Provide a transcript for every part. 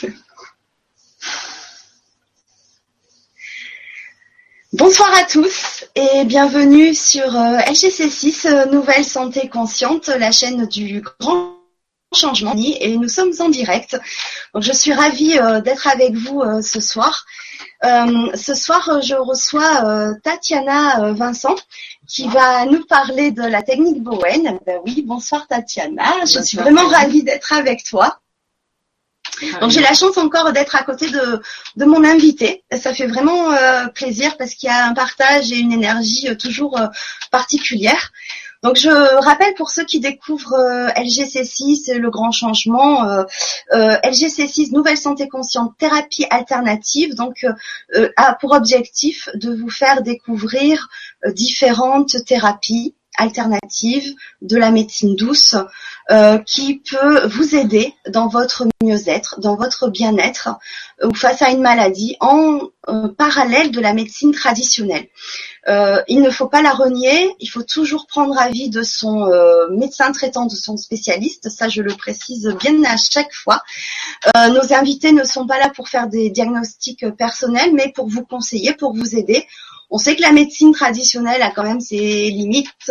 Bonsoir à tous et bienvenue sur LGC6, Nouvelle Santé Consciente, la chaîne du grand changement. Et nous sommes en direct. Donc, je suis ravie d'être avec vous ce soir. Ce soir, je reçois Tatiana Vincent qui va nous parler de la technique Bowen. Ben oui, bonsoir Tatiana, je suis vraiment ravie d'être avec toi. Donc j'ai la chance encore d'être à côté de mon invité. Ça fait vraiment plaisir parce qu'il y a un partage et une énergie toujours particulière. Donc je rappelle pour ceux qui découvrent LGC6, le grand changement, LGC6, Nouvelle Santé Consciente, thérapie alternative, donc a pour objectif de vous faire découvrir différentes thérapies alternatives de la médecine douce qui peut vous aider dans votre mieux-être, dans votre bien-être ou face à une maladie en parallèle de la médecine traditionnelle. Il ne faut pas la renier, il faut toujours prendre avis de son médecin traitant, de son spécialiste, ça je le précise bien à chaque fois. Nos invités ne sont pas là pour faire des diagnostics personnels, mais pour vous conseiller, pour vous aider. On sait que la médecine traditionnelle a quand même ses limites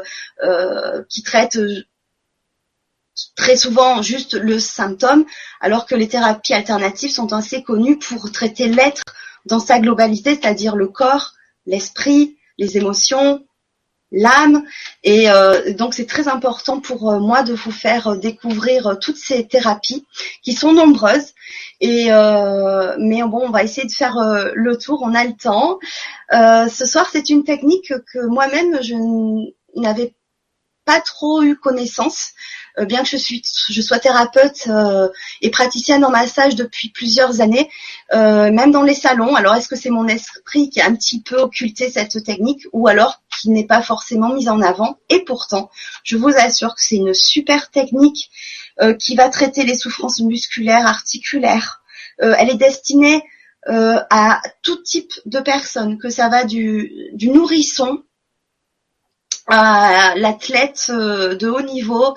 qui traitent très souvent juste le symptôme, alors que les thérapies alternatives sont assez connues pour traiter l'être dans sa globalité, c'est-à-dire le corps, l'esprit, les émotions, l'âme. Et donc c'est très important pour moi de vous faire découvrir toutes ces thérapies qui sont nombreuses. Et mais bon, on va essayer de faire le tour, on a le temps. Ce soir, c'est une technique que moi-même je n'avais pas trop eu connaissance, bien que je sois thérapeute et praticienne en massage depuis plusieurs années, même dans les salons. Alors est-ce que c'est mon esprit qui a un petit peu occulté cette technique ou alors qui n'est pas forcément mise en avant? Et pourtant, je vous assure que c'est une super technique qui va traiter les souffrances musculaires, articulaires. Elle est destinée à tout type de personnes, que ça va du nourrisson à l'athlète de haut niveau,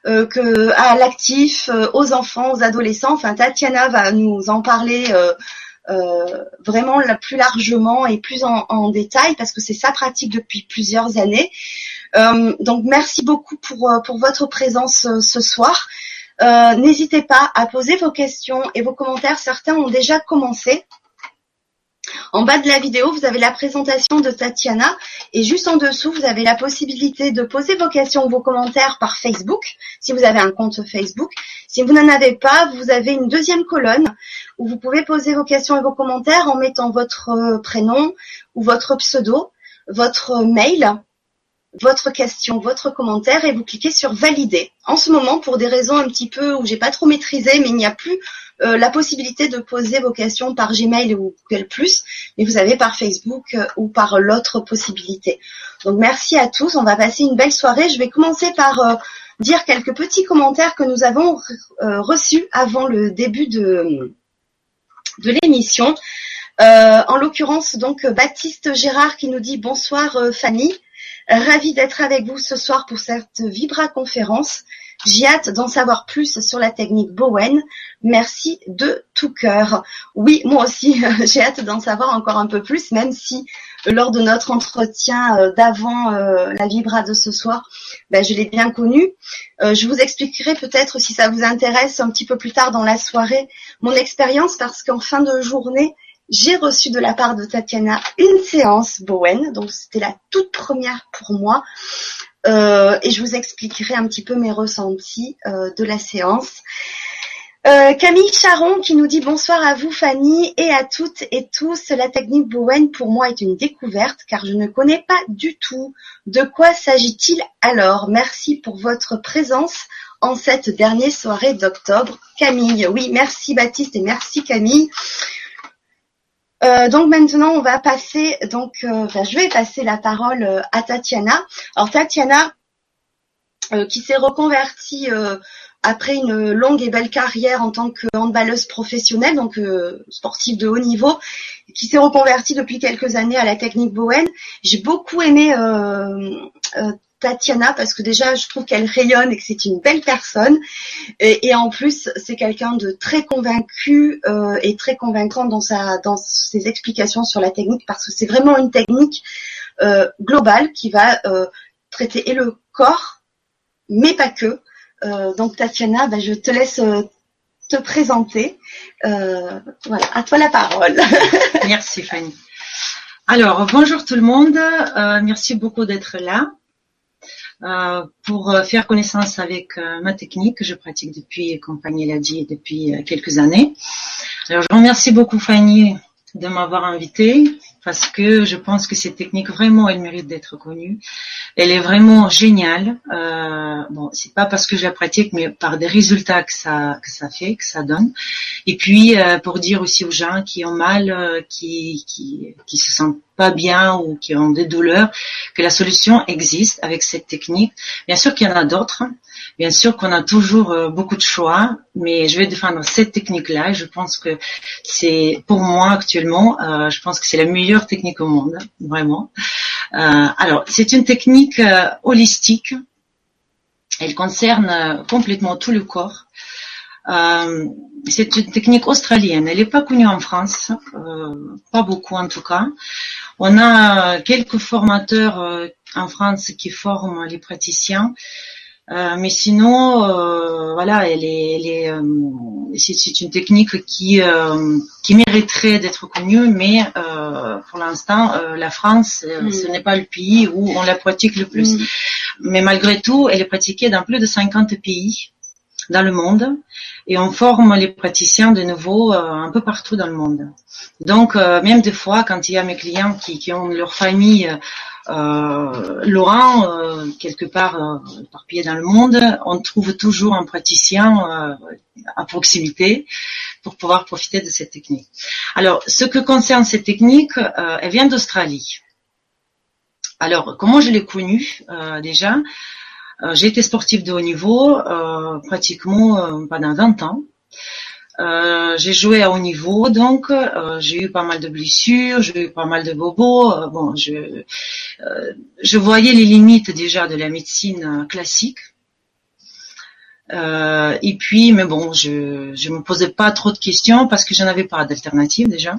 à l'actif, aux enfants, aux adolescents. Enfin, Tatiana va nous en parler vraiment plus largement et plus en détail parce que c'est sa pratique depuis plusieurs années. Donc, merci beaucoup pour votre présence ce soir. N'hésitez pas à poser vos questions et vos commentaires. Certains ont déjà commencé. En bas de la vidéo, vous avez la présentation de Tatiana et juste en dessous, vous avez la possibilité de poser vos questions ou vos commentaires par Facebook, si vous avez un compte Facebook. Si vous n'en avez pas, vous avez une deuxième colonne où vous pouvez poser vos questions et vos commentaires en mettant votre prénom ou votre pseudo, votre mail, votre question, votre commentaire et vous cliquez sur valider. En ce moment, pour des raisons un petit peu où j'ai pas trop maîtrisé, mais il n'y a plus la possibilité de poser vos questions par Gmail ou Google+, mais vous avez par Facebook ou par l'autre possibilité. Donc merci à tous, on va passer une belle soirée. Je vais commencer par dire quelques petits commentaires que nous avons reçus avant le début de l'émission. En l'occurrence, donc Baptiste Gérard qui nous dit bonsoir Fanny. Ravi d'être avec vous ce soir pour cette Vibra conférence. J'ai hâte d'en savoir plus sur la technique Bowen. Merci de tout cœur. Oui, moi aussi, j'ai hâte d'en savoir encore un peu plus, même si lors de notre entretien d'avant la Vibra de ce soir, je l'ai bien connue. Je vous expliquerai peut-être, si ça vous intéresse, un petit peu plus tard dans la soirée, mon expérience, parce qu'en fin de journée, j'ai reçu de la part de Tatiana une séance Bowen, donc c'était la toute première pour moi, et je vous expliquerai un petit peu mes ressentis de la séance. Camille Charon qui nous dit bonsoir à vous Fanny et à toutes et tous. La technique Bowen pour moi est une découverte car je ne connais pas du tout. De quoi s'agit-il alors? Merci pour votre présence en cette dernière soirée d'octobre. Camille, oui, merci Baptiste et merci Camille. Donc maintenant on va passer je vais passer la parole à Tatiana. Alors Tatiana qui s'est reconvertie après une longue et belle carrière en tant que handballeuse professionnelle, donc sportive de haut niveau, qui s'est reconvertie depuis quelques années à la technique Bowen. J'ai beaucoup aimé Tatiana parce que déjà je trouve qu'elle rayonne et que c'est une belle personne et en plus c'est quelqu'un de très convaincu et très convaincant dans ses explications sur la technique parce que c'est vraiment une technique globale qui va traiter et le corps mais pas que. Donc Tatiana, je te laisse te présenter. Voilà, à toi la parole. Merci Fanny. Alors bonjour tout le monde, merci beaucoup d'être là. Pour faire connaissance avec ma technique que je pratique depuis, comme Fanny l'a dit, depuis quelques années. Alors je remercie beaucoup Fanny de m'avoir invitée parce que je pense que cette technique vraiment elle mérite d'être connue. Elle est vraiment géniale. Bon, c'est pas parce que je la pratique, mais par des résultats que ça donne. Et puis pour dire aussi aux gens qui ont mal, qui se sentent pas bien ou qui ont des douleurs, que la solution existe avec cette technique. Bien sûr qu'il y en a d'autres. Bien sûr qu'on a toujours beaucoup de choix, mais je vais défendre cette technique-là. Je pense que c'est, pour moi actuellement, je pense que c'est la meilleure technique au monde, vraiment. Alors, c'est une technique holistique. Elle concerne complètement tout le corps. C'est une technique australienne. Elle n'est pas connue en France, pas beaucoup en tout cas. On a quelques formateurs en France qui forment les praticiens. Mais sinon, voilà, c'est une technique qui mériterait d'être connue, mais pour l'instant, la France, ce n'est pas le pays où on la pratique le plus. Mais malgré tout, elle est pratiquée dans plus de 50 pays dans le monde, et on forme les praticiens de nouveau un peu partout dans le monde. Donc, même des fois, quand il y a mes clients qui ont leur famille loin, quelque part éparpillé dans le monde, on trouve toujours un praticien à proximité pour pouvoir profiter de cette technique. Alors, ce que concerne cette technique, elle vient d'Australie. Alors, comment je l'ai connue déjà? J'ai été sportive de haut niveau pratiquement pendant 20 ans. J'ai joué à haut niveau, donc j'ai eu pas mal de blessures, j'ai eu pas mal de bobos. Bon, je voyais les limites déjà de la médecine classique. Et puis, mais bon, je me posais pas trop de questions parce que je n'avais pas d'alternative déjà.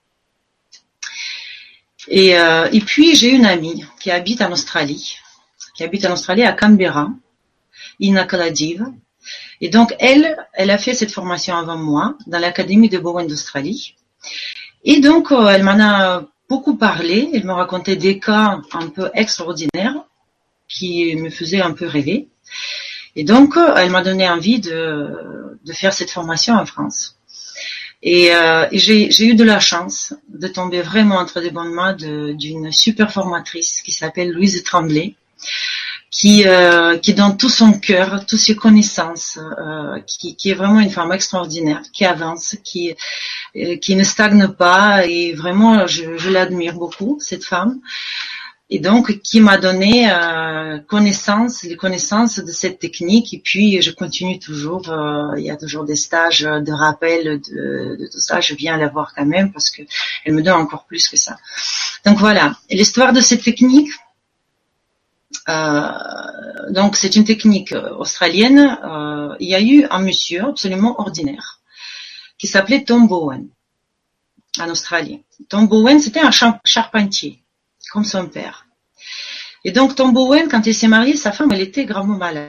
Et puis j'ai une amie qui habite en Australie à Canberra, Ina Kaladiv. Et donc elle a fait cette formation avant moi dans l'académie de Bowen d'Australie. Et donc elle m'en a beaucoup parlé. Elle me racontait des cas un peu extraordinaires qui me faisaient un peu rêver. Et donc elle m'a donné envie de faire cette formation en France. Et j'ai eu de la chance de tomber vraiment entre des bonnes mains d'une super formatrice qui s'appelle Louise Tremblay, qui donne tout son cœur, toutes ses connaissances, qui est vraiment une femme extraordinaire, qui avance, qui ne stagne pas, et vraiment je l'admire beaucoup, cette femme. Et donc qui m'a donné les connaissances de cette technique, et puis je continue toujours, il y a toujours des stages de rappel de tout ça, je viens la voir quand même parce que elle me donne encore plus que ça. Donc voilà, et l'histoire de cette technique, donc c'est une technique australienne. Il y a eu un monsieur absolument ordinaire qui s'appelait Tom Bowen en Australie. Tom Bowen, c'était un charpentier comme son père. Et donc Tom Bowen, quand il s'est marié, sa femme elle était gravement malade.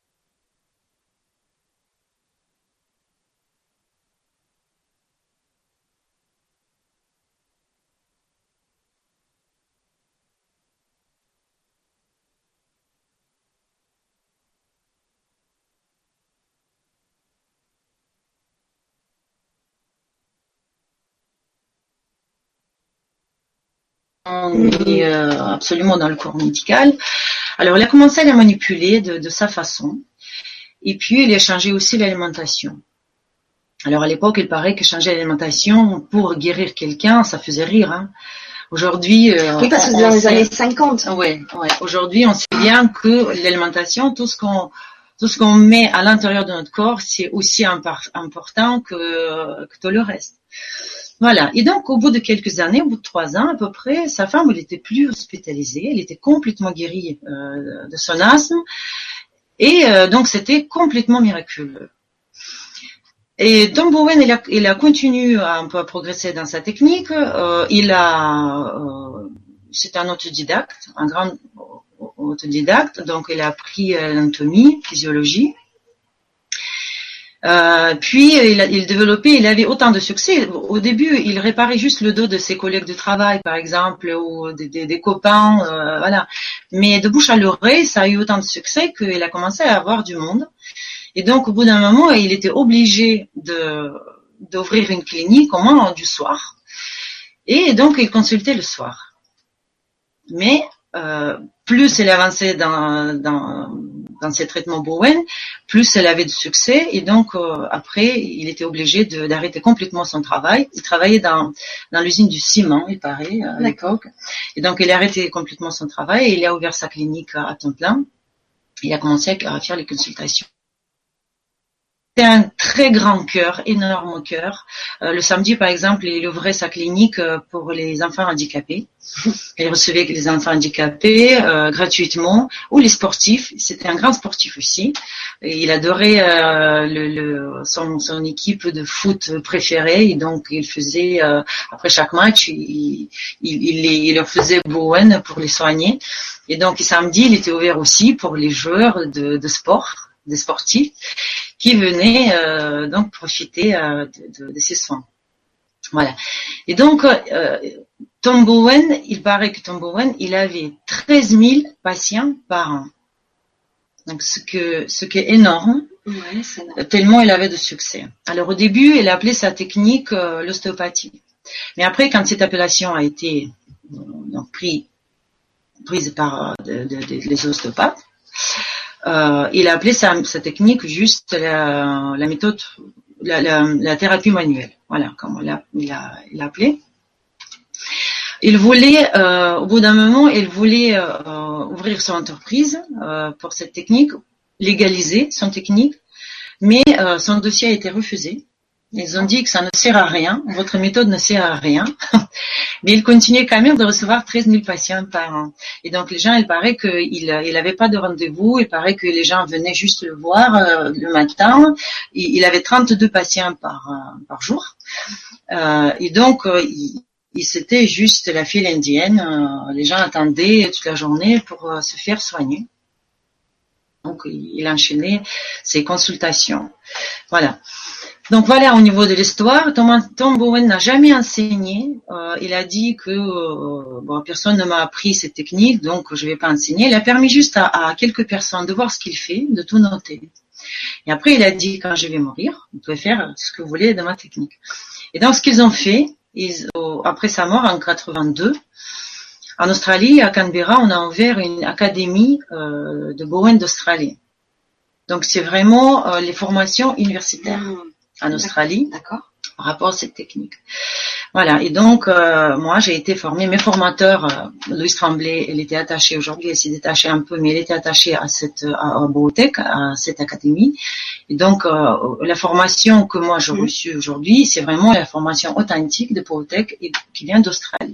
Et absolument dans le corps médical. Alors, il a commencé à la manipuler de sa façon. Et puis, il a changé aussi l'alimentation. Alors, à l'époque, il paraît que changer l'alimentation pour guérir quelqu'un, ça faisait rire. Hein. Aujourd'hui... oui, parce que c'est dans les années 50. Ouais. Aujourd'hui, on sait bien que l'alimentation, tout ce qu'on met à l'intérieur de notre corps, c'est aussi important que tout le reste. Voilà. Et donc, au bout de quelques années, au bout de 3 ans à peu près, sa femme, elle était plus hospitalisée, elle était complètement guérie de son asthme, et donc c'était complètement miraculeux. Et Tom Bowen, il a continué à un peu à progresser dans sa technique. C'est un autodidacte, un grand autodidacte, donc il a appris l'anatomie, physiologie. Puis il développait, il avait autant de succès. Au début, il réparait juste le dos de ses collègues de travail, par exemple, ou des copains, voilà. Mais de bouche à l'oreille, ça a eu autant de succès qu'il a commencé à avoir du monde. Et donc, au bout d'un moment, il était obligé d'ouvrir une clinique au moins du soir. Et donc, il consultait le soir. Mais plus il avançait dans ses traitements Bowen, plus elle avait de succès. Et donc, après, il était obligé d'arrêter complètement son travail. Il travaillait dans l'usine du ciment, il paraît, à l'époque. Et donc, il a arrêté complètement son travail et il a ouvert sa clinique à temps plein. Il a commencé à faire les consultations. C'est un très grand cœur, énorme cœur. Le samedi, par exemple, il ouvrait sa clinique pour les enfants handicapés. Il recevait les enfants handicapés gratuitement, ou les sportifs. C'était un grand sportif aussi. Et il adorait son équipe de foot préférée. Et donc, il faisait, après chaque match, il leur faisait Bowen pour les soigner. Et donc, samedi, il était ouvert aussi pour les joueurs de sport, des sportifs, qui venaient donc profiter de ces soins. Voilà. Et donc, Tom Bowen, il paraît que Tom Bowen, il avait 13 000 patients par an. Donc, ce qui est énorme, tellement il avait de succès. Alors, au début, il appelait sa technique l'ostéopathie. Mais après, quand cette appellation a été donc, prise par les ostéopathes, il a appelé sa technique juste la méthode, la thérapie manuelle. Voilà, comme il a appelé. Il voulait, au bout d'un moment, il voulait ouvrir son entreprise pour cette technique, légaliser son technique, mais son dossier a été refusé. Ils ont dit que ça ne sert à rien, votre méthode ne sert à rien, mais il continuait quand même de recevoir 13 000 patients par an. Et donc les gens, il paraît qu'il avait pas de rendez-vous, il paraît que les gens venaient juste le voir le matin. Il avait 32 patients par jour, et donc c'était juste la file indienne. Les gens attendaient toute la journée pour se faire soigner. Donc il enchaînait ses consultations. Voilà. Donc voilà, au niveau de l'histoire, Tom Bowen n'a jamais enseigné. Il a dit que personne ne m'a appris cette technique, donc je vais pas enseigner. Il a permis juste à quelques personnes de voir ce qu'il fait, de tout noter. Et après, il a dit, quand je vais mourir, vous pouvez faire ce que vous voulez de ma technique. Et donc, ce qu'ils ont fait, après sa mort en 82, en Australie, à Canberra, on a ouvert une académie de Bowen d'Australie. Donc, c'est vraiment les formations universitaires en Australie, par rapport à cette technique. Voilà. Et donc, moi, j'ai été formée. Mes formateurs, Louise Tremblay, elle était attachée aujourd'hui, elle s'est détachée un peu, mais elle était attachée à Bootech, à cette académie. Et donc, la formation que moi j'ai reçue aujourd'hui, c'est vraiment la formation authentique de Bootech qui vient d'Australie.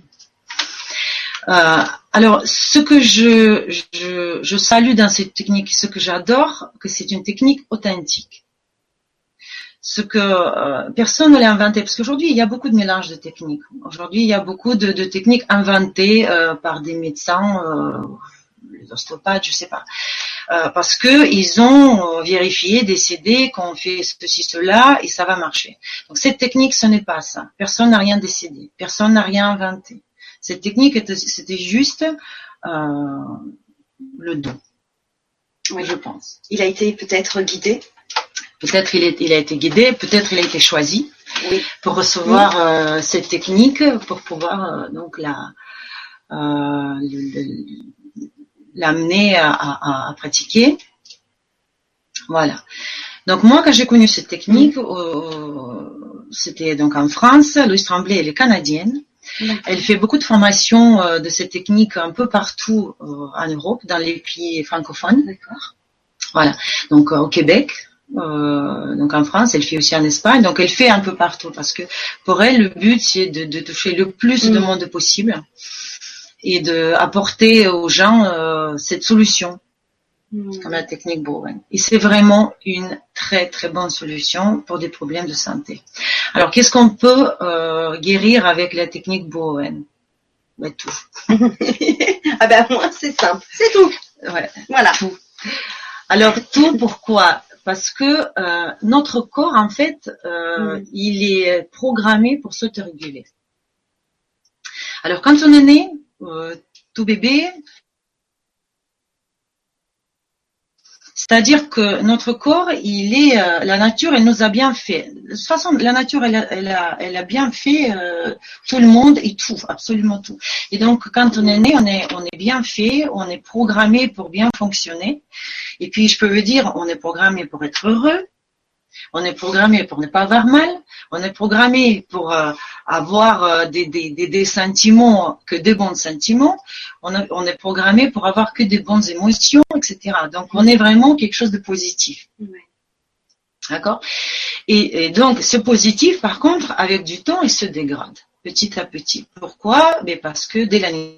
Alors, ce que je salue dans cette technique, ce que j'adore, que c'est une technique authentique. Ce que personne ne l'a inventé, parce qu'aujourd'hui il y a beaucoup de mélange de techniques. Aujourd'hui il y a beaucoup de techniques inventées par des médecins, les ostéopathes, je sais pas, parce que ils ont vérifié, décidé qu'on fait ceci, cela et ça va marcher. Donc cette technique, ce n'est pas ça. Personne n'a rien décidé, personne n'a rien inventé. Cette technique c'était juste le don. Oui, je pense. Il a été peut-être guidé. Peut-être il a été guidé, peut-être il a été choisi pour recevoir cette technique, pour pouvoir donc l'amener à pratiquer. Voilà. Donc moi, quand j'ai connu cette technique, c'était donc en France. Louise Tremblay, elle est canadienne. Elle fait beaucoup de formations de cette technique un peu partout en Europe, dans les pays francophones. D'accord. Voilà. Donc au Québec. donc en France, elle fait aussi en Espagne, donc elle fait un peu partout parce que pour elle, le but c'est de toucher le plus de monde possible et de apporter aux gens cette solution. Comme la technique Bowen. Et c'est vraiment une très très bonne solution pour des problèmes de santé. Alors qu'est-ce qu'on peut guérir avec la technique Bowen? Tout. Ah ben moi c'est simple, c'est tout. Ouais, voilà. Tout. Alors tout pourquoi? Parce que notre corps en fait, il est programmé pour s'autoréguler. Alors quand on est né, tout bébé, c'est-à-dire que notre corps, la nature, elle nous a bien fait. De toute façon, la nature, elle a bien fait tout le monde et tout, absolument tout. Et donc, quand on est né, on est bien fait, on est programmé pour bien fonctionner. Et puis, je peux vous dire, on est programmé pour être heureux. On est programmé pour ne pas avoir mal. On est programmé pour avoir des sentiments, que des bons sentiments. On est programmé pour avoir que des bonnes émotions, etc. Donc, on est vraiment quelque chose de positif. Ouais. D'accord ? Et donc, ce positif, par contre, avec du temps, il se dégrade petit à petit. Pourquoi ? Mais parce que dès l'année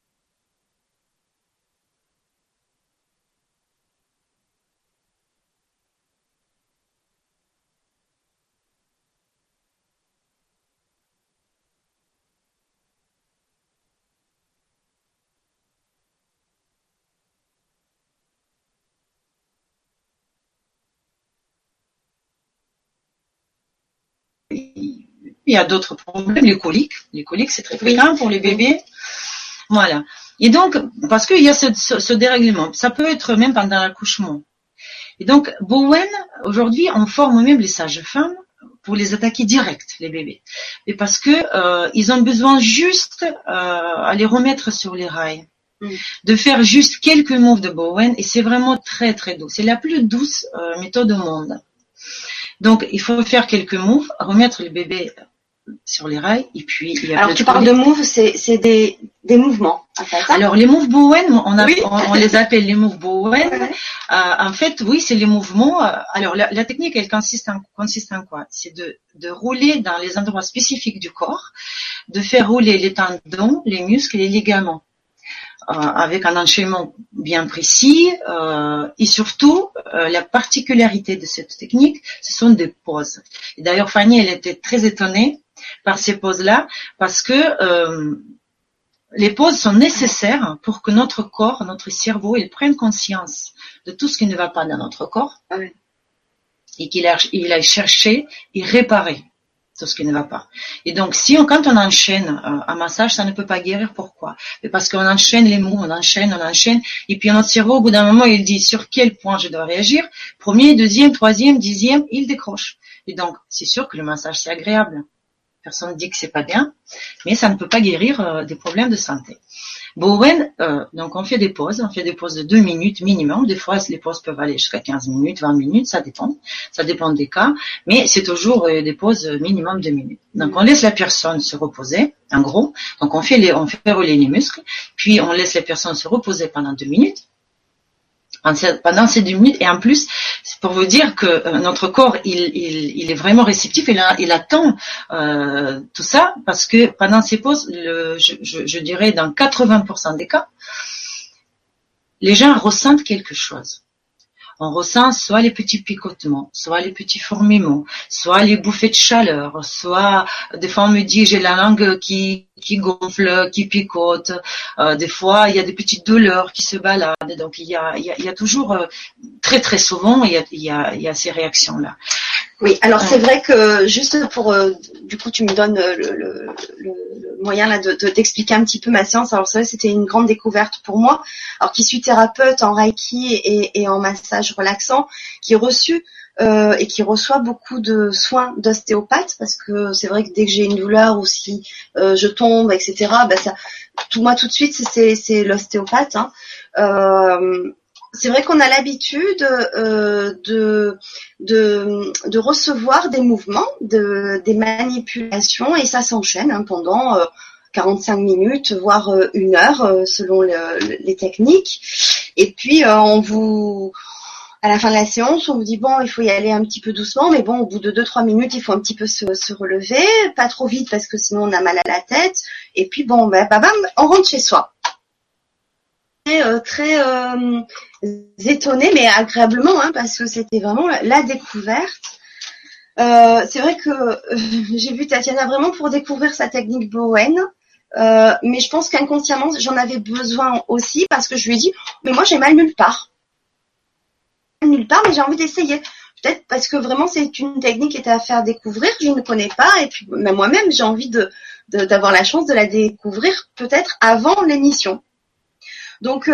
il y a d'autres problèmes, les coliques. Les coliques, c'est très fréquent pour les bébés. Voilà. Et donc, parce qu'il y a ce dérèglement, ça peut être même pendant l'accouchement. Et donc, Bowen, aujourd'hui, on forme même les sages-femmes pour les attaquer direct, les bébés. Et parce que ils ont besoin juste à les remettre sur les rails. De faire juste quelques moves de Bowen, et c'est vraiment très très doux. C'est la plus douce méthode au monde. Donc, il faut faire quelques moves, remettre le bébé sur les rails, et puis il y a. Alors tu parles de moves, c'est des mouvements en fait. Hein. Alors les moves Bowen, on les appelle les moves Bowen. En fait, oui, c'est les mouvements. Alors la technique, elle consiste en quoi? C'est de rouler dans les endroits spécifiques du corps, de faire rouler les tendons, les muscles et les ligaments. Avec un enchaînement bien précis et surtout la particularité de cette technique, ce sont des pauses. Et d'ailleurs Fanny, elle était très étonnée par ces pauses-là parce que les pauses sont nécessaires pour que notre corps, notre cerveau, il prenne conscience de tout ce qui ne va pas dans notre corps et qu'il aille chercher et réparer tout ce qui ne va pas. Et donc, quand on enchaîne un massage, ça ne peut pas guérir. Pourquoi? Parce qu'on enchaîne les mots, on enchaîne, et puis notre cerveau, au bout d'un moment, il dit sur quel point je dois réagir. Premier, deuxième, troisième, 10e, il décroche. Et donc, c'est sûr que le massage, c'est agréable. Personne ne dit que c'est pas bien, mais ça ne peut pas guérir des problèmes de santé. Bowen, donc on fait des pauses de 2 minutes minimum. Des fois, les pauses peuvent aller jusqu'à 15 minutes, 20 minutes, ça dépend des cas, mais c'est toujours des pauses minimum 2 minutes. Donc on laisse la personne se reposer, en gros. Donc on fait rouler les muscles, puis on laisse la personne se reposer pendant 2 minutes. Pendant ces 2 minutes, et en plus, c'est pour vous dire que notre corps, il est vraiment réceptif, il attend tout ça, parce que pendant ces pauses, je dirais dans 80% des cas, les gens ressentent quelque chose. On ressent soit les petits picotements, soit les petits fourmillements, soit les bouffées de chaleur, soit des fois on me dit j'ai la langue qui gonfle, qui picote. Des fois il y a des petites douleurs qui se baladent. Donc il y a toujours très très souvent il y a ces réactions là. Oui, alors c'est vrai que juste pour du coup tu me donnes le moyen là de t'expliquer un petit peu ma séance. Alors ça c'était une grande découverte pour moi. Alors qui suis thérapeute en Reiki et en massage relaxant, qui est reçu et qui reçoit beaucoup de soins d'ostéopathe, parce que c'est vrai que dès que j'ai une douleur ou si je tombe, etc. Tout de suite c'est l'ostéopathe. Hein. C'est vrai qu'on a l'habitude de recevoir des mouvements, des manipulations, et ça s'enchaîne pendant 45 minutes, voire 1 heure selon les techniques. Et puis À la fin de la séance, on vous dit bon, il faut y aller un petit peu doucement, mais bon, au bout de 2-3 minutes, il faut un petit peu se relever, pas trop vite parce que sinon on a mal à la tête. Et puis bon, bam, on rentre chez soi. Très étonnée, mais agréablement, hein, parce que c'était vraiment la découverte. C'est vrai que j'ai vu Tatiana vraiment pour découvrir sa technique Bowen, mais je pense qu'inconsciemment j'en avais besoin aussi parce que je lui ai dit mais moi j'ai mal nulle part, mais j'ai envie d'essayer. Peut-être parce que vraiment c'est une technique qui était à faire découvrir, je ne connais pas et puis même moi-même j'ai envie d'avoir la chance de la découvrir peut-être avant l'émission. Donc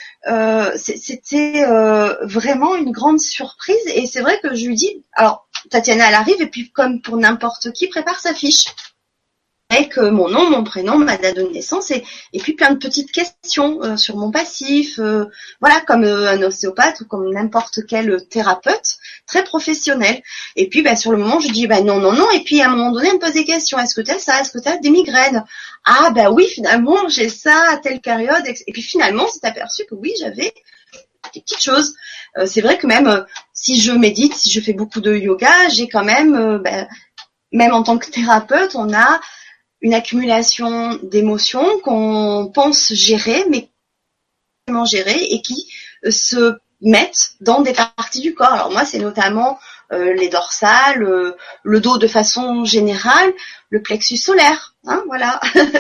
c'était vraiment une grande surprise et c'est vrai que je lui dis alors Tatiana elle arrive et puis comme pour n'importe qui prépare sa fiche avec mon nom, mon prénom, ma date de naissance et puis plein de petites questions sur mon passif, voilà comme un ostéopathe ou comme n'importe quel thérapeute très professionnel. Et puis sur le moment je dis non et puis à un moment donné elle me pose des questions, est-ce que tu as ça, est-ce que tu as des migraines? Ah oui finalement j'ai ça à telle période et puis finalement c'est aperçu que oui j'avais des petites choses. C'est vrai que même si je médite, si je fais beaucoup de yoga, j'ai quand même même en tant que thérapeute on a une accumulation d'émotions qu'on pense gérer, mais comment gérer et qui se mettent dans des parties du corps. Alors moi, c'est notamment les dorsales, le dos de façon générale, le plexus solaire, hein, voilà,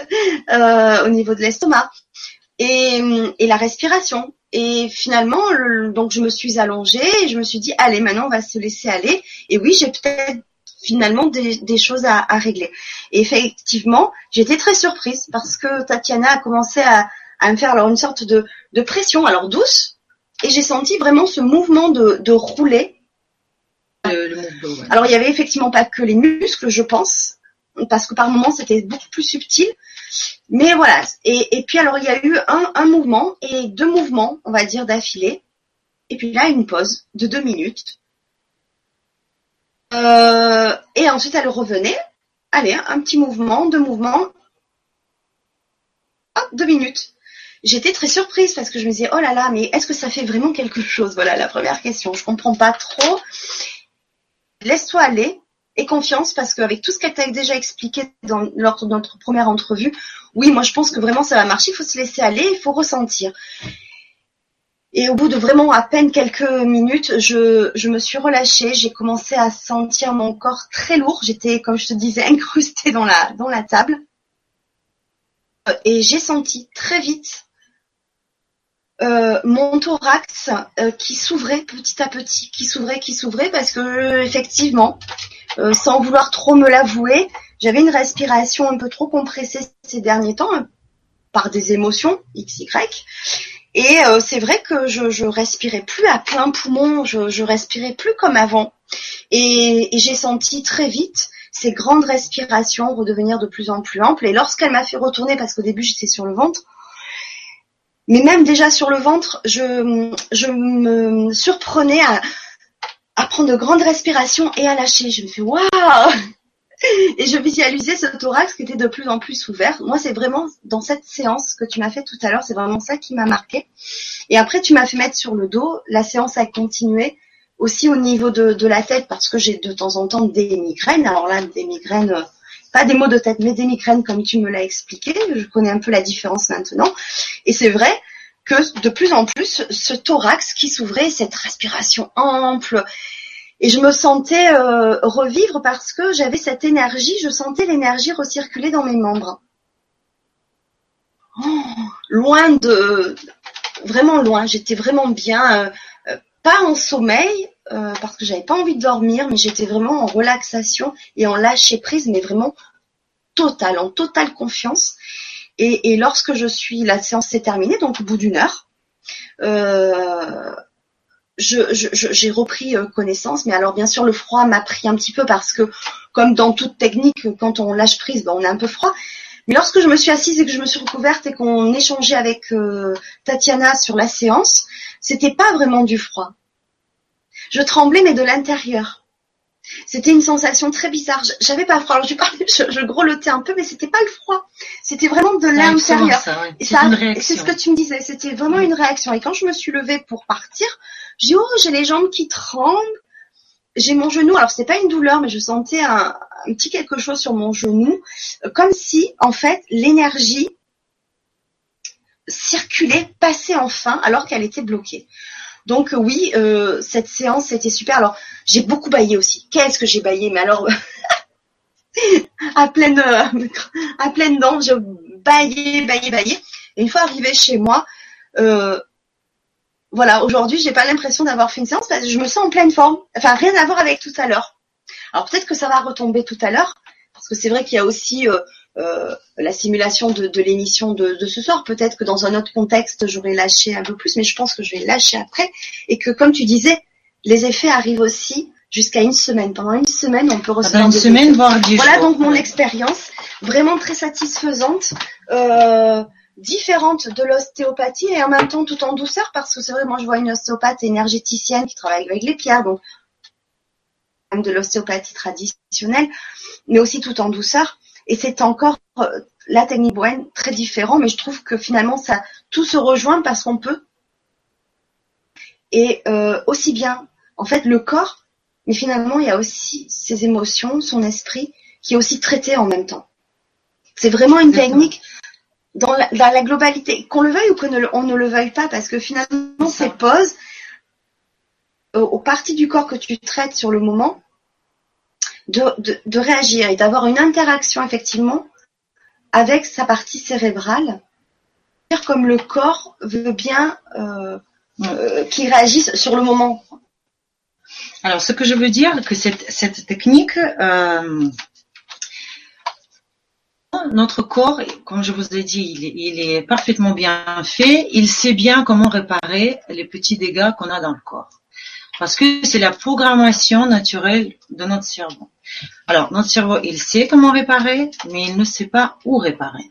au niveau de l'estomac, et la respiration. Et finalement, donc je me suis allongée et je me suis dit, allez, maintenant on va se laisser aller. Et oui, j'ai peut-être finalement des choses à régler. Et effectivement, j'étais très surprise parce que Tatiana a commencé à me faire alors une sorte de pression, alors douce, et j'ai senti vraiment ce mouvement de rouler. Alors il y avait effectivement pas que les muscles, je pense, parce que par moments c'était beaucoup plus subtil. Mais voilà. Et puis alors il y a eu un mouvement et 2 mouvements, on va dire d'affilée. Et puis là une pause de 2 minutes. Et ensuite elle revenait. Allez, un petit mouvement, 2 mouvements. 2 minutes. J'étais très surprise parce que je me disais, oh là là, mais est-ce que ça fait vraiment quelque chose? Voilà la première question. Je comprends pas trop. Laisse-toi aller et confiance parce qu'avec tout ce qu'elle t'a déjà expliqué lors de notre première entrevue, oui, moi je pense que vraiment ça va marcher. Il faut se laisser aller, il faut ressentir. Et au bout de vraiment à peine quelques minutes, je me suis relâchée. J'ai commencé à sentir mon corps très lourd. J'étais, comme je te disais, incrustée dans la table. Et j'ai senti très vite mon thorax qui s'ouvrait petit à petit, qui s'ouvrait parce que effectivement, sans vouloir trop me l'avouer, j'avais une respiration un peu trop compressée ces derniers temps par des émotions XY. Et c'est vrai que je respirais plus à plein poumon, je respirais plus comme avant. Et j'ai senti très vite ces grandes respirations redevenir de plus en plus amples. Et lorsqu'elle m'a fait retourner, parce qu'au début j'étais sur le ventre, mais même déjà sur le ventre, je me surprenais à prendre de grandes respirations et à lâcher. Je me fais waouh! Et je visualisais ce thorax qui était de plus en plus ouvert. Moi, c'est vraiment dans cette séance que tu m'as fait tout à l'heure, c'est vraiment ça qui m'a marqué. Et après, tu m'as fait mettre sur le dos. La séance a continué aussi au niveau de la tête parce que j'ai de temps en temps des migraines. Alors là, des migraines, pas des maux de tête, mais des migraines comme tu me l'as expliqué. Je connais un peu la différence maintenant. Et c'est vrai que de plus en plus, ce thorax qui s'ouvrait, cette respiration ample, et je me sentais revivre parce que j'avais cette énergie, je sentais l'énergie recirculer dans mes membres. Vraiment loin, j'étais vraiment bien, pas en sommeil, parce que j'avais pas envie de dormir, mais j'étais vraiment en relaxation et en lâcher prise, mais vraiment en totale confiance. Et lorsque la séance s'est terminée, donc au bout d'1 heure, j'ai repris connaissance, mais alors bien sûr le froid m'a pris un petit peu parce que comme dans toute technique, quand on lâche prise, on est un peu froid. Mais lorsque je me suis assise et que je me suis recouverte et qu'on échangeait avec Tatiana sur la séance, c'était pas vraiment du froid. Je tremblais mais de l'intérieur. C'était une sensation très bizarre. J'avais pas froid. Alors je grelottais un peu, mais c'était pas le froid. C'était vraiment de l'intérieur. Ouais. Et ça, c'est ce que tu me disais. C'était vraiment une réaction. Et quand je me suis levée pour partir, je dis, oh, j'ai les jambes qui tremblent. J'ai mon genou. Alors c'est pas une douleur, mais je sentais un petit quelque chose sur mon genou, comme si, en fait, l'énergie circulait, passait enfin, alors qu'elle était bloquée. Donc oui, cette séance c'était super. Alors j'ai beaucoup baillé aussi. Qu'est-ce que j'ai baillé, mais alors à pleine dent, j'ai baillé. Et une fois arrivée chez moi, voilà, aujourd'hui j'ai pas l'impression d'avoir fait une séance parce que je me sens en pleine forme. Enfin rien à voir avec tout à l'heure. Alors peut-être que ça va retomber tout à l'heure, parce que c'est vrai qu'il y a aussi la simulation de l'émission de ce soir. Peut-être que dans un autre contexte, j'aurais lâché un peu plus, mais je pense que je vais lâcher après. Et que, comme tu disais, les effets arrivent aussi jusqu'à une semaine. Pendant une semaine, on peut recevoir des semaines, voire 10 jours. Voilà donc mon expérience, vraiment très satisfaisante, différente de l'ostéopathie et en même temps tout en douceur, parce que c'est vrai, moi je vois une ostéopathe énergéticienne qui travaille avec les pierres, donc de l'ostéopathie traditionnelle, mais aussi tout en douceur. Et c'est encore la technique Bowen très différent, mais je trouve que finalement ça tout se rejoint parce qu'on peut. Et aussi bien, en fait, le corps, mais finalement il y a aussi ses émotions, son esprit, qui est aussi traité en même temps. C'est vraiment une technique dans la globalité, qu'on le veuille ou qu'on ne le veuille pas, parce que finalement ces pauses aux parties du corps que tu traites sur le moment, de réagir et d'avoir une interaction effectivement avec sa partie cérébrale, comme le corps veut bien qu'il réagisse sur le moment. Alors, ce que je veux dire, que cette technique, notre corps, comme je vous ai dit, il est parfaitement bien fait. Il sait bien comment réparer les petits dégâts qu'on a dans le corps. Parce que c'est la programmation naturelle de notre cerveau. Alors, notre cerveau, il sait comment réparer, mais il ne sait pas où réparer.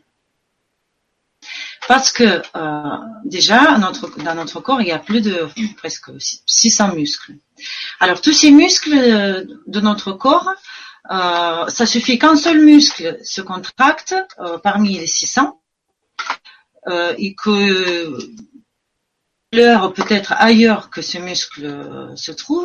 Parce que déjà, dans notre corps, il y a plus de presque 600 muscles. Alors, tous ces muscles de notre corps, ça suffit qu'un seul muscle se contracte parmi les 600 et que l'heure peut être ailleurs que ce muscle se trouve.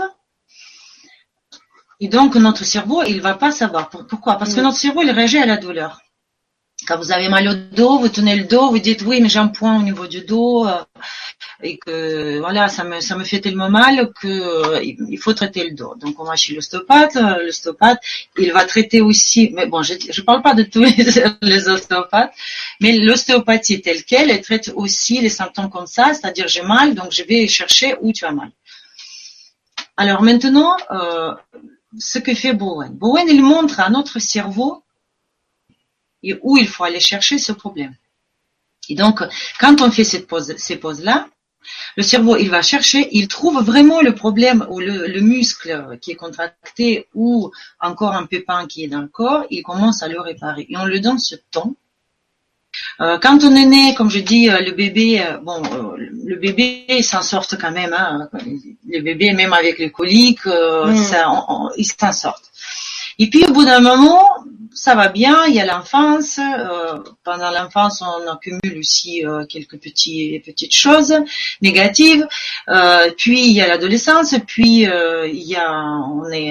Et donc, notre cerveau, il va pas savoir. Pourquoi? Parce que notre cerveau, il réagit à la douleur. Quand vous avez mal au dos, vous tenez le dos, vous dites oui, mais j'ai un point au niveau du dos et que voilà, ça me fait tellement mal que il faut traiter le dos. Donc on va chez l'ostéopathe. L'ostéopathe, il va traiter aussi. Mais bon, je parle pas de tous les ostéopathes, mais l'ostéopathie telle quelle, elle traite aussi les symptômes comme ça, c'est-à-dire j'ai mal, donc je vais chercher où tu as mal. Alors maintenant, ce que fait Bowen. Bowen, il montre à notre cerveau et où il faut aller chercher ce problème. Et donc, quand on fait ces pauses-là, le cerveau, il va chercher, il trouve vraiment le problème ou le muscle qui est contracté ou encore un pépin qui est dans le corps, il commence à le réparer. Et on lui donne ce temps. Quand on est né, comme je dis, le bébé, le bébé, il s'en sort quand même. Hein. Le bébé, même avec les coliques, il s'en sort. Et puis, au bout d'un moment, ça va bien, il y a l'enfance. Pendant l'enfance, on accumule aussi quelques petites choses négatives. Puis, il y a l'adolescence. Puis, on est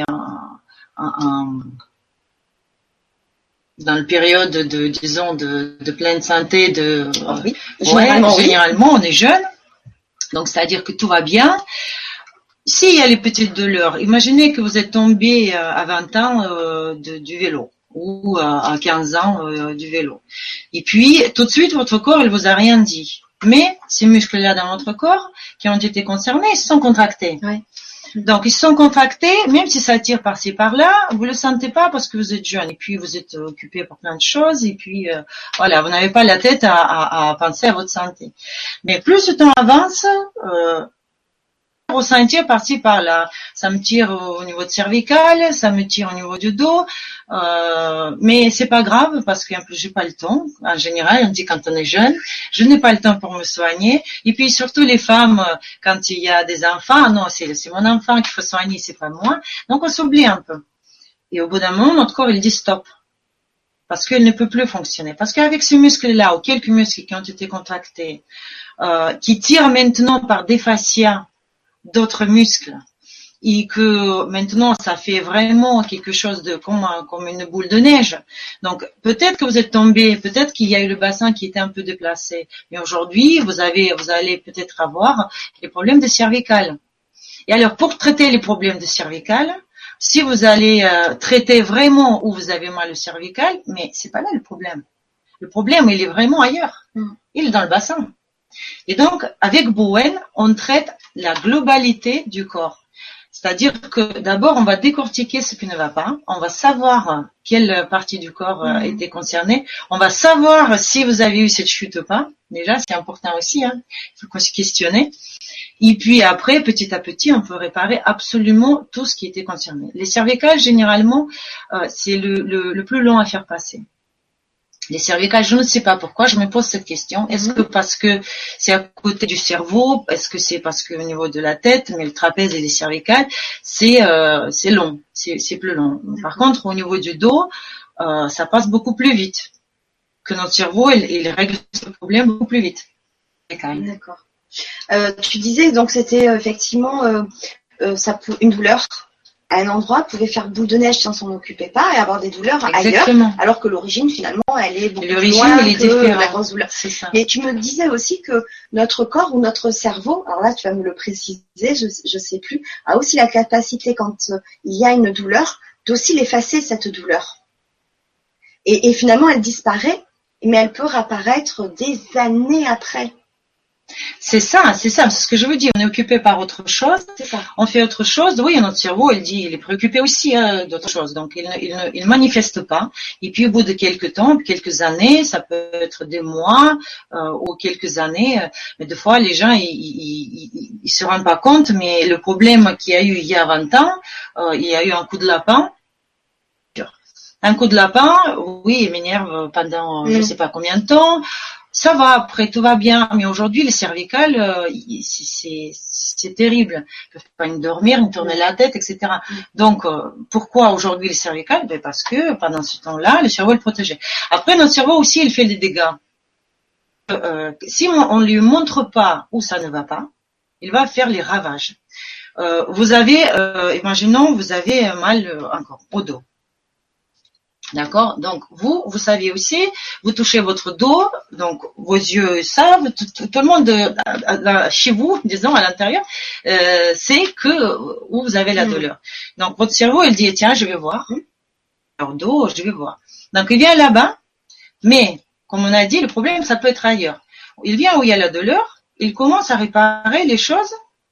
dans la période de pleine santé. Généralement, on est jeune. Donc, c'est-à-dire que tout va bien. S'il y a les petites douleurs, imaginez que vous êtes tombé à 20 ans du vélo ou à 15 ans du vélo. Et puis, tout de suite, votre corps, il vous a rien dit. Mais ces muscles-là dans votre corps qui ont été concernés, ils se sont contractés. Ouais. Donc, ils se sont contractés, même si ça tire par-ci par-là, vous le sentez pas parce que vous êtes jeune. Et puis, vous êtes occupé par plein de choses. Et puis, voilà, vous n'avez pas la tête à penser à votre santé. Mais plus le temps avance, ressentir par-ci par-là. Ça me tire au niveau de cervical, ça me tire au niveau du dos, mais c'est pas grave parce qu'en plus j'ai pas le temps. En général, on dit quand on est jeune, je n'ai pas le temps pour me soigner. Et puis surtout les femmes, quand il y a des enfants, non, c'est mon enfant qu'il faut soigner, c'est pas moi. Donc on s'oublie un peu. Et au bout d'un moment, notre corps, il dit stop. Parce qu'il ne peut plus fonctionner. Parce qu'avec ce muscle-là, ou quelques muscles qui ont été contractés, qui tirent maintenant par des fascias d'autres muscles, et que maintenant ça fait vraiment quelque chose de comme une boule de neige. Donc peut-être que vous êtes tombé, peut-être qu'il y a eu le bassin qui était un peu déplacé, mais aujourd'hui vous allez peut-être avoir les problèmes de cervicales. Et alors pour traiter les problèmes de cervicales, si vous allez traiter vraiment où vous avez mal au cervical, mais c'est pas là le problème. Le problème il est vraiment ailleurs. Il est dans le bassin. Et donc avec Bowen, on traite la globalité du corps. C'est-à-dire que d'abord, on va décortiquer ce qui ne va pas. On va savoir quelle partie du corps était concernée. On va savoir si vous avez eu cette chute ou pas. Déjà, c'est important aussi. Il faut qu'on se questionne. Et puis après, petit à petit, on peut réparer absolument tout ce qui était concerné. Les cervicales, généralement, c'est le plus long à faire passer. Les cervicales, je ne sais pas pourquoi, je me pose cette question. Est-ce que parce que c'est à côté du cerveau? Est-ce que c'est parce que au niveau de la tête, mais le trapèze et les cervicales, c'est long, c'est plus long. Par contre, au niveau du dos, ça passe beaucoup plus vite. Que notre cerveau, il règle ce problème beaucoup plus vite. D'accord. Tu disais donc c'était effectivement une douleur à un endroit pouvait faire boule de neige si on s'en occupait pas et avoir des douleurs ailleurs, alors que l'origine finalement elle est beaucoup plus loin que la grosse douleur. Mais tu me disais aussi que notre corps ou notre cerveau, alors là tu vas me le préciser, je sais plus, a aussi la capacité quand il y a une douleur d'aussi l'effacer cette douleur. Et finalement elle disparaît, mais elle peut réapparaître des années après. C'est ça, c'est ce que je veux dire. On est occupé par autre chose, on fait autre chose. Oui, notre cerveau, il est préoccupé aussi d'autre chose. Donc, il ne manifeste pas. Et puis, au bout de quelques temps, quelques années, ça peut être des mois ou quelques années. Mais des fois, les gens, ils se rendent pas compte. Mais le problème qu'il y a eu il y a 20 ans, il y a eu un coup de lapin. Un coup de lapin, oui, il m'énerve pendant je sais pas combien de temps. Ça va, après tout va bien, mais aujourd'hui les cervicales, c'est terrible. Ils peuvent pas dormir, ils tournent la tête, etc. Donc pourquoi aujourd'hui les cervicales? Ben parce que pendant ce temps-là, le cerveau est protégé. Après notre cerveau aussi, il fait des dégâts. Si on lui montre pas où ça ne va pas, il va faire les ravages. Vous avez, imaginons, vous avez mal encore au dos. D'accord? Donc, vous savez aussi, vous touchez votre dos, donc vos yeux savent, tout le monde chez vous, disons, à l'intérieur, sait où vous avez la douleur. Donc, votre cerveau, il dit, tiens, je vais voir. Alors, dos, je vais voir. Donc, il vient là-bas, mais, comme on a dit, le problème, ça peut être ailleurs. Il vient où il y a la douleur, il commence à réparer les choses,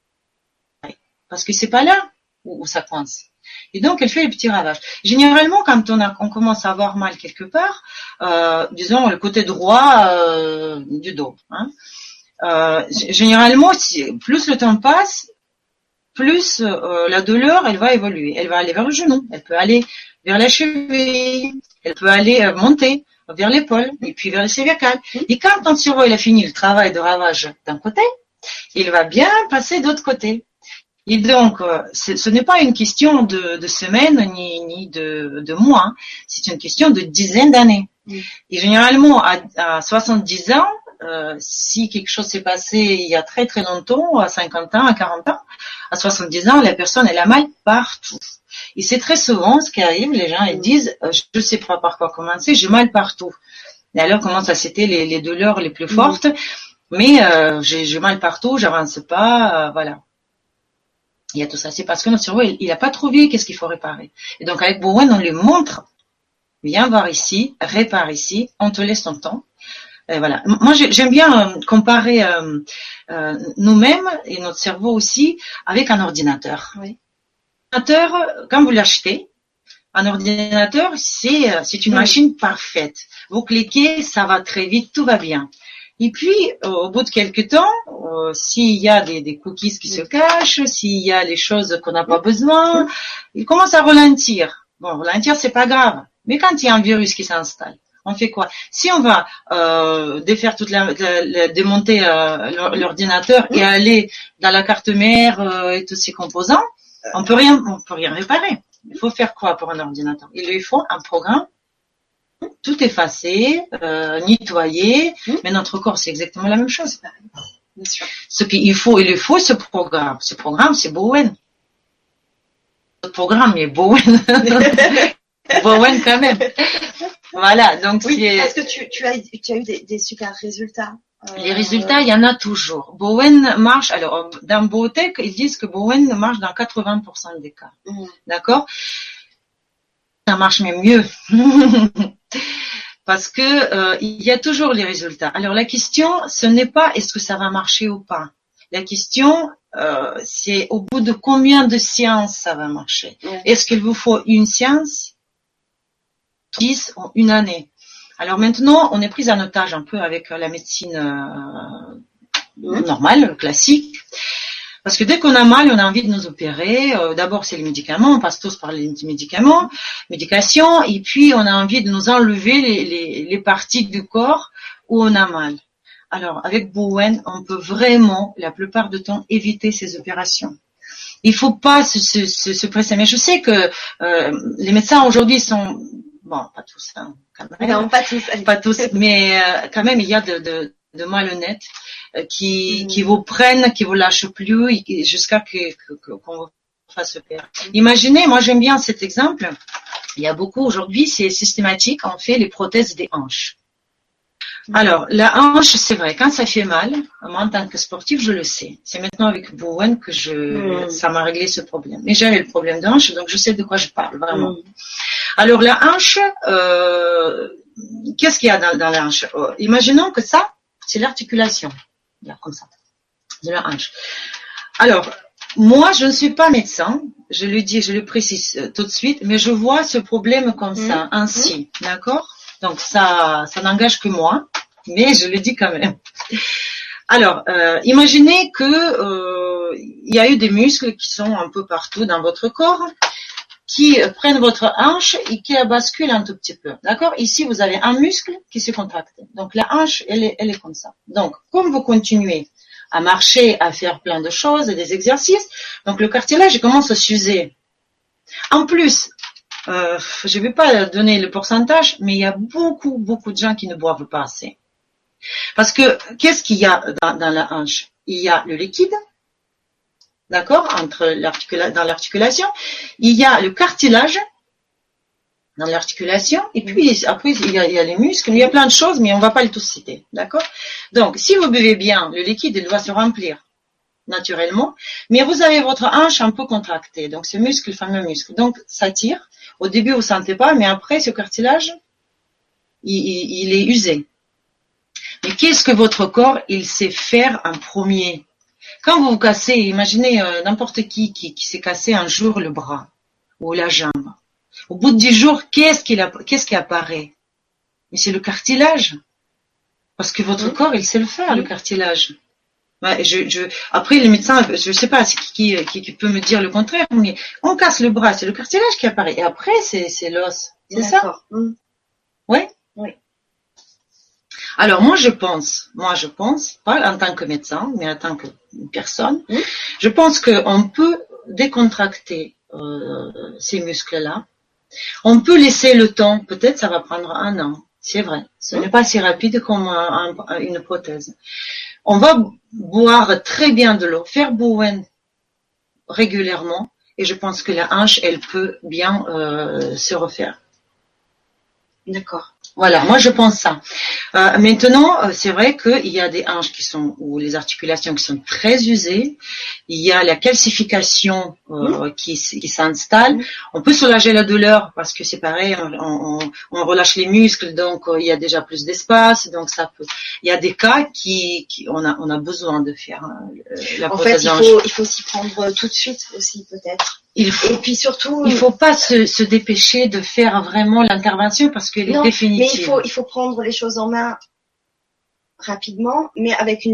parce que c'est pas là où ça coince. Et donc, elle fait les petits ravages. Généralement, quand on commence à avoir mal quelque part, disons le côté droit du dos. Généralement, plus le temps passe, plus la douleur, elle va évoluer. Elle va aller vers le genou, elle peut aller vers la cheville, elle peut aller monter vers l'épaule, et puis vers les cervicales. Et quand ton cerveau il a fini le travail de ravage d'un côté, il va bien passer d'autre côté. Et donc, ce n'est pas une question de semaines ni de mois, c'est une question de dizaines d'années. Et généralement, à 70 ans, si quelque chose s'est passé il y a très très longtemps, à 50 ans, à 40 ans, à 70 ans, la personne elle a mal partout. Et c'est très souvent ce qui arrive, les gens ils disent, je ne sais pas par quoi commencer, j'ai mal partout. Et alors comment ça c'était les douleurs les plus fortes, mais j'ai mal partout, j'avance pas, voilà. Il y a tout ça, c'est parce que notre cerveau, il a pas trouvé qu'est-ce qu'il faut réparer. Et donc, avec Bowen, on lui montre, viens voir ici, répare ici, on te laisse ton temps. Et voilà. Moi, j'aime bien comparer nous-mêmes et notre cerveau aussi avec un ordinateur. Oui. Un ordinateur, quand vous l'achetez, un ordinateur, c'est une machine parfaite. Vous cliquez, ça va très vite, tout va bien. Et puis, au bout de quelques temps, s'il y a des cookies qui se cachent, s'il y a les choses qu'on n'a pas besoin, il commence à ralentir. Bon, ralentir, c'est pas grave. Mais quand il y a un virus qui s'installe, on fait quoi? Si on va défaire démonter l'ordinateur et aller dans la carte mère et tous ses composants, on peut rien réparer. Il faut faire quoi pour un ordinateur? Il lui faut un programme, tout effacé, nettoyé, mais notre corps, c'est exactement la même chose. Bien sûr. Il lui faut ce programme. Ce programme, c'est Bowen. Le programme est Bowen. Bowen quand même. Voilà, donc oui, parce que tu as eu des super résultats. Les résultats, il y en a toujours. Bowen marche, alors dans Bowtech, ils disent que Bowen marche dans 80% des cas. D'accord? Ça marche même mieux. Parce que il y a toujours les résultats. Alors la question, ce n'est pas est-ce que ça va marcher ou pas. La question, c'est au bout de combien de séances ça va marcher. Est-ce qu'il vous faut une séance, 10 ou une année? Alors maintenant, on est pris en otage un peu avec la médecine normale, classique. Parce que dès qu'on a mal, on a envie de nous opérer. D'abord, c'est les médicaments. On passe tous par les médications. Et puis, on a envie de nous enlever les parties du corps où on a mal. Alors, avec Bowen, on peut vraiment, la plupart du temps, éviter ces opérations. Il faut pas se presser. Mais je sais que les médecins aujourd'hui sont... Bon, pas tous, hein, quand même. Non, pas tous. Pas tous, mais quand même, il y a de malhonnêtes qui vous prennent, qui vous lâchent plus jusqu'à qu'on vous fasse opérer. Imaginez, moi j'aime bien cet exemple. Il y a beaucoup aujourd'hui, c'est systématique, on fait les prothèses des hanches. Alors, la hanche, c'est vrai, quand ça fait mal, moi en tant que sportif, je le sais. C'est maintenant avec Bowen que ça m'a réglé ce problème. Mais j'avais le problème de hanche, donc je sais de quoi je parle, vraiment. Alors, la hanche, qu'est-ce qu'il y a dans la hanche? Imaginons que ça, c'est l'articulation. Là, comme ça. De la hanche. Alors, moi, je ne suis pas médecin. Je le dis, je le précise tout de suite, mais je vois ce problème comme ça, ainsi. D'accord? Donc, ça n'engage que moi, mais je le dis quand même. Alors, imaginez que il y a eu des muscles qui sont un peu partout dans votre corps, qui prennent votre hanche et qui la basculent un tout petit peu. D'accord? Ici, vous avez un muscle qui se contracte. Donc, la hanche, elle est comme ça. Donc, comme vous continuez à marcher, à faire plein de choses, des exercices, donc le cartilage commence à s'user. En plus, je ne vais pas donner le pourcentage, mais il y a beaucoup de gens qui ne boivent pas assez. Parce que, qu'est-ce qu'il y a dans la hanche? Il y a le liquide, d'accord, dans l'articulation. Il y a le cartilage dans l'articulation, et puis après il y a les muscles, il y a plein de choses, mais on ne va pas les tous citer, d'accord? Donc, si vous buvez bien, le liquide il doit se remplir naturellement, mais vous avez votre hanche un peu contractée, donc ce muscle, le fameux muscle, donc ça tire. Au début vous ne sentez pas, mais après ce cartilage, il est usé. Mais qu'est-ce que votre corps, il sait faire en premier? Quand vous vous cassez, imaginez n'importe qui s'est cassé un jour le bras ou la jambe. Au bout de 10 jours, qu'est-ce qui apparaît? Mais c'est le cartilage. Parce que votre corps, il sait le faire, le cartilage. Ouais, après, les médecins, je ne sais pas qui peut me dire le contraire, mais on casse le bras, c'est le cartilage qui apparaît. Et après, c'est l'os. C'est ça? Ouais? Oui. Alors, moi, je pense, pas en tant que médecin, mais en tant que personne, je pense qu'on peut décontracter ces muscles-là. On peut laisser le temps, peut-être ça va prendre 1 an, c'est vrai. Ce n'est pas si rapide comme une prothèse. On va boire très bien de l'eau, faire Bowen régulièrement, et je pense que la hanche, elle peut bien se refaire. D'accord. Voilà, moi je pense ça. Maintenant, c'est vrai qu'il y a des hanches ou les articulations qui sont très usées. Il y a la calcification qui s'installe. On peut soulager la douleur parce que c'est pareil, on relâche les muscles, donc il y a déjà plus d'espace, donc ça peut. Il y a des cas on a besoin de faire la prothèse hanche. Il faut s'y prendre tout de suite aussi peut-être. Et puis surtout, il faut pas se dépêcher de faire vraiment l'intervention parce qu'elle est définitive. Mais il faut prendre les choses en main rapidement, mais avec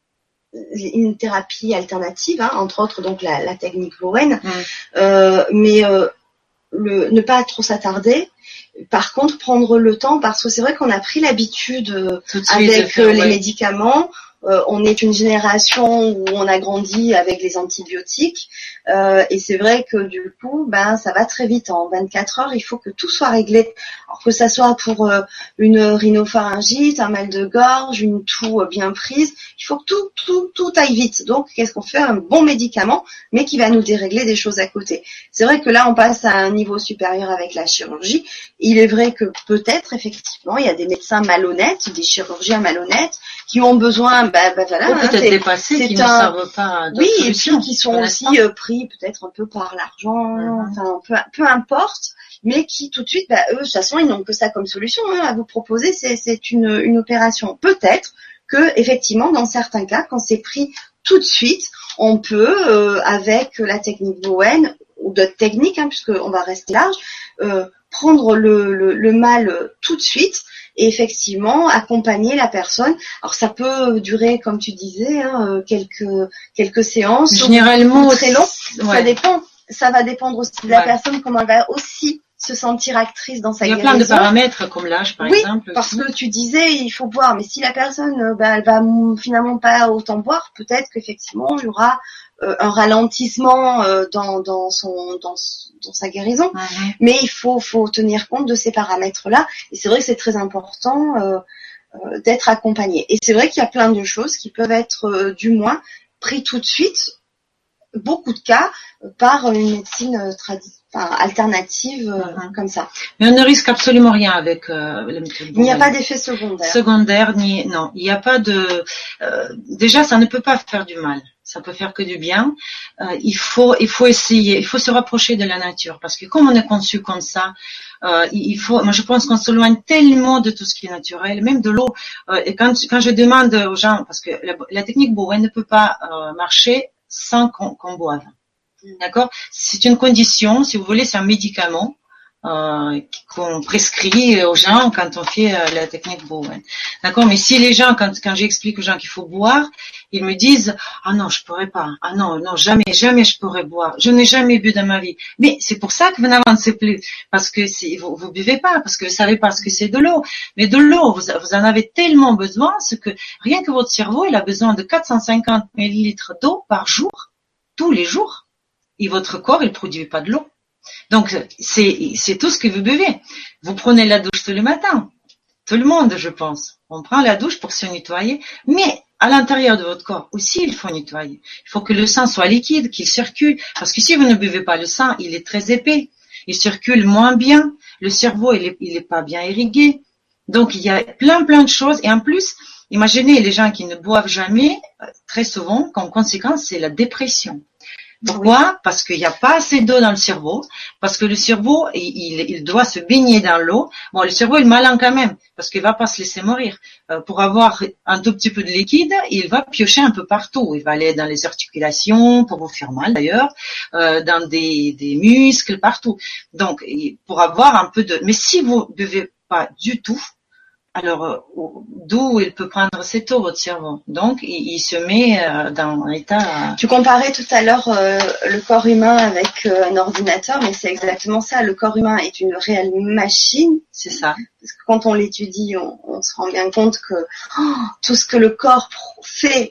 une thérapie alternative, hein, entre autres donc la technique Bowen, mais ne pas trop s'attarder. Par contre, prendre le temps parce que c'est vrai qu'on a pris l'habitude avec les médicaments. on est une génération où on a grandi avec les antibiotiques, et c'est vrai que du coup, ça va très vite. En 24 heures, il faut que tout soit réglé. Alors que ça soit pour une rhinopharyngite, un mal de gorge, une toux bien prise, il faut que tout aille vite. Donc, qu'est-ce qu'on fait? Un bon médicament, mais qui va nous dérégler des choses à côté. C'est vrai que là, on passe à un niveau supérieur avec la chirurgie. Il est vrai que peut-être, effectivement, il y a des médecins malhonnêtes, des chirurgiens malhonnêtes, qui ont besoin, voilà, ou peut-être dépassés, qui ne savent pas d'autres solutions. Et puis qui sont aussi pris peut-être un peu par l'argent, enfin, peu importe, mais qui tout de suite, eux, de toute façon, ils n'ont que ça comme solution à vous proposer, c'est une opération. Peut-être que, effectivement, dans certains cas, quand c'est pris tout de suite, on peut, avec la technique Bowen, ou d'autres techniques, puisqu'on va rester large, prendre le mal tout de suite et effectivement accompagner la personne. Alors ça peut durer, comme tu disais, quelques séances, généralement très long. Ouais. Ça va dépendre aussi de la personne, comment elle va aussi se sentir actrice dans sa guérison. Il y a plein de paramètres comme l'âge, par exemple. Oui, parce que tu disais, il faut boire, mais si la personne, elle va finalement pas autant boire, peut-être qu'effectivement il y aura un ralentissement dans sa guérison. Mais il faut tenir compte de ces paramètres-là. Et c'est vrai que c'est très important d'être accompagné. Et c'est vrai qu'il y a plein de choses qui peuvent être du moins pris tout de suite, beaucoup de cas, par une médecine alternative comme ça. Mais on ne risque absolument rien avec la méthode Bowen. Il n'y a pas d'effet secondaire. Non, il n'y a pas de. Déjà, ça ne peut pas faire du mal. Ça peut faire que du bien. Il faut essayer. Il faut se rapprocher de la nature, parce que comme on est conçu comme ça, moi je pense qu'on s'éloigne tellement de tout ce qui est naturel, même de l'eau. Et quand je demande aux gens, parce que la technique Bowen ne peut pas marcher sans qu'on boive. D'accord? C'est une condition, si vous voulez, c'est un médicament qu'on prescrit aux gens quand on fait la technique Bowen. D'accord? Mais si les gens, quand j'explique aux gens qu'il faut boire, ils me disent « Ah non, je pourrais pas. Ah non, jamais je pourrais boire. Je n'ai jamais bu dans ma vie. » Mais c'est pour ça que vous n'avancez plus. Parce que vous buvez pas, parce que vous savez pas ce que c'est de l'eau. Mais de l'eau, vous en avez tellement besoin, c'est que rien que votre cerveau, il a besoin de 450 millilitres d'eau par jour, tous les jours. Et votre corps, il produit pas de l'eau. Donc, c'est tout ce que vous buvez. Vous prenez la douche tous les matins. Tout le monde, je pense. On prend la douche pour se nettoyer. Mais, à l'intérieur de votre corps aussi, il faut nettoyer. Il faut que le sang soit liquide, qu'il circule. Parce que si vous ne buvez pas le sang, il est très épais. Il circule moins bien. Le cerveau, il est pas bien irrigué. Donc, il y a plein de choses. Et en plus, imaginez les gens qui ne boivent jamais, très souvent, comme conséquence, c'est la dépression. Pourquoi? Parce qu'il n'y a pas assez d'eau dans le cerveau, parce que le cerveau, il doit se baigner dans l'eau. Bon, le cerveau est malin quand même, parce qu'il va pas se laisser mourir. Pour avoir un tout petit peu de liquide, il va piocher un peu partout. Il va aller dans les articulations, pour vous faire mal d'ailleurs, dans des muscles, partout. Donc, pour avoir un peu de... Mais si vous ne buvez pas du tout, alors, d'où il peut prendre cette eau, votre cerveau? Donc, il se met dans un état... Tu comparais tout à l'heure le corps humain avec un ordinateur, mais c'est exactement ça. Le corps humain est une réelle machine. C'est ça. Parce que quand on l'étudie, on se rend bien compte que tout ce que le corps fait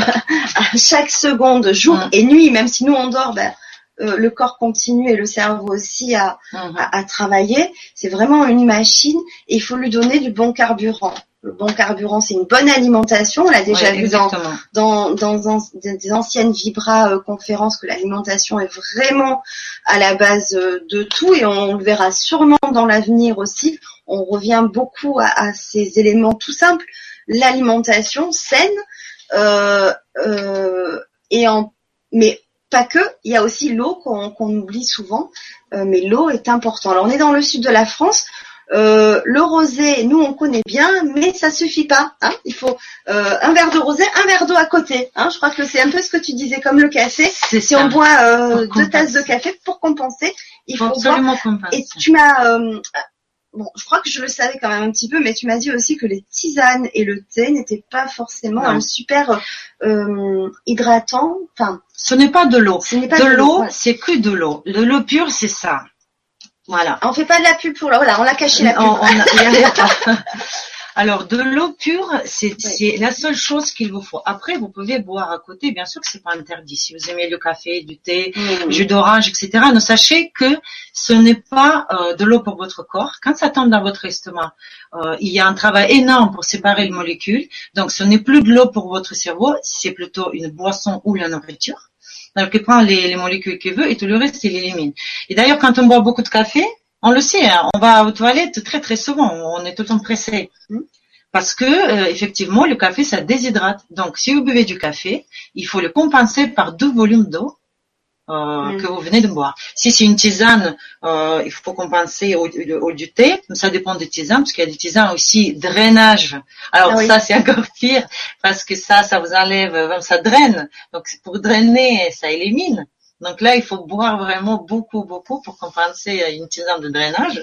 à chaque seconde, jour et nuit, même si nous on dort, le corps continue et le cerveau aussi à travailler. C'est vraiment une machine et il faut lui donner du bon carburant. Le bon carburant, c'est une bonne alimentation. On l'a déjà vu dans des anciennes Vibra conférences que l'alimentation est vraiment à la base de tout et on le verra sûrement dans l'avenir aussi. On revient beaucoup à ces éléments tout simples. L'alimentation saine mais pas que, il y a aussi l'eau qu'on oublie souvent, mais l'eau est importante. Alors on est dans le sud de la France, le rosé, nous on connaît bien, mais ça suffit pas. Il faut un verre de rosé, un verre d'eau à côté. Je crois que c'est un peu ce que tu disais, comme le café. Si on boit 2 tasses de café pour compenser, il faut absolument boire. Et tu m'as bon, je crois que je le savais quand même un petit peu, mais tu m'as dit aussi que les tisanes et le thé n'étaient pas forcément un super hydratant. Enfin, ce n'est pas de l'eau. De l'eau, c'est que de l'eau. De l'eau pure, c'est ça. Voilà. On fait pas de la pub pour l'eau. Voilà, on l'a caché la pub. Alors, de l'eau pure, c'est la seule chose qu'il vous faut. Après, vous pouvez boire à côté. Bien sûr que c'est pas interdit. Si vous aimez le café, du thé, jus d'orange, etc., ne sachez que ce n'est pas de l'eau pour votre corps. Quand ça tombe dans votre estomac, il y a un travail énorme pour séparer les molécules. Donc, ce n'est plus de l'eau pour votre cerveau. C'est plutôt une boisson ou la nourriture. Donc, il prend les molécules qu'il veut et tout le reste, il élimine. Et d'ailleurs, quand on boit beaucoup de café, on le sait, hein, on va aux toilettes très très souvent, on est tout le temps pressé. Parce que effectivement, le café, ça déshydrate. Donc, si vous buvez du café, il faut le compenser par 2 volumes d'eau que vous venez de boire. Si c'est une tisane, il faut compenser au du thé. Ça dépend des tisanes, parce qu'il y a des tisanes aussi drainage. Alors ça, c'est encore pire, parce que ça vous enlève, ça draine. Donc, pour drainer, ça élimine. Donc là, il faut boire vraiment beaucoup pour compenser une tisane de drainage.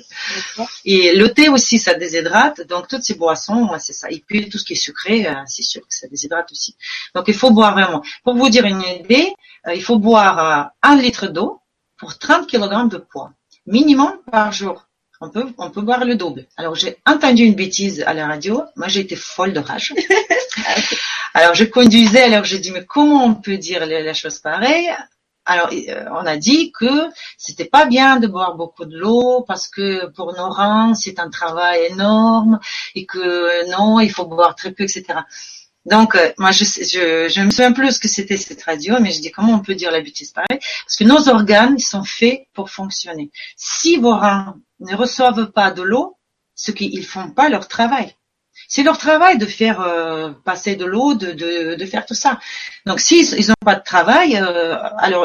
Et le thé aussi, ça déshydrate. Donc toutes ces boissons, moi, c'est ça. Et puis tout ce qui est sucré, c'est sûr que ça déshydrate aussi. Donc il faut boire vraiment. Pour vous dire une idée, il faut boire 1 litre d'eau pour 30 kg de poids. Minimum par jour. On peut boire le double. Alors j'ai entendu une bêtise à la radio. Moi, j'ai été folle de rage. Alors je conduisais, alors j'ai dit, mais comment on peut dire la chose pareille? Alors, on a dit que c'était pas bien de boire beaucoup de l'eau parce que pour nos reins, c'est un travail énorme et que non, il faut boire très peu, etc. Donc, moi, je me souviens plus ce que c'était cette radio, mais je dis comment on peut dire la bêtise pareil? Parce que nos organes, ils sont faits pour fonctionner. Si vos reins ne reçoivent pas de l'eau, c'est qu'ils font pas leur travail. C'est leur travail de faire passer de l'eau, de faire tout ça. Donc, s'ils ils n'ont pas de travail, alors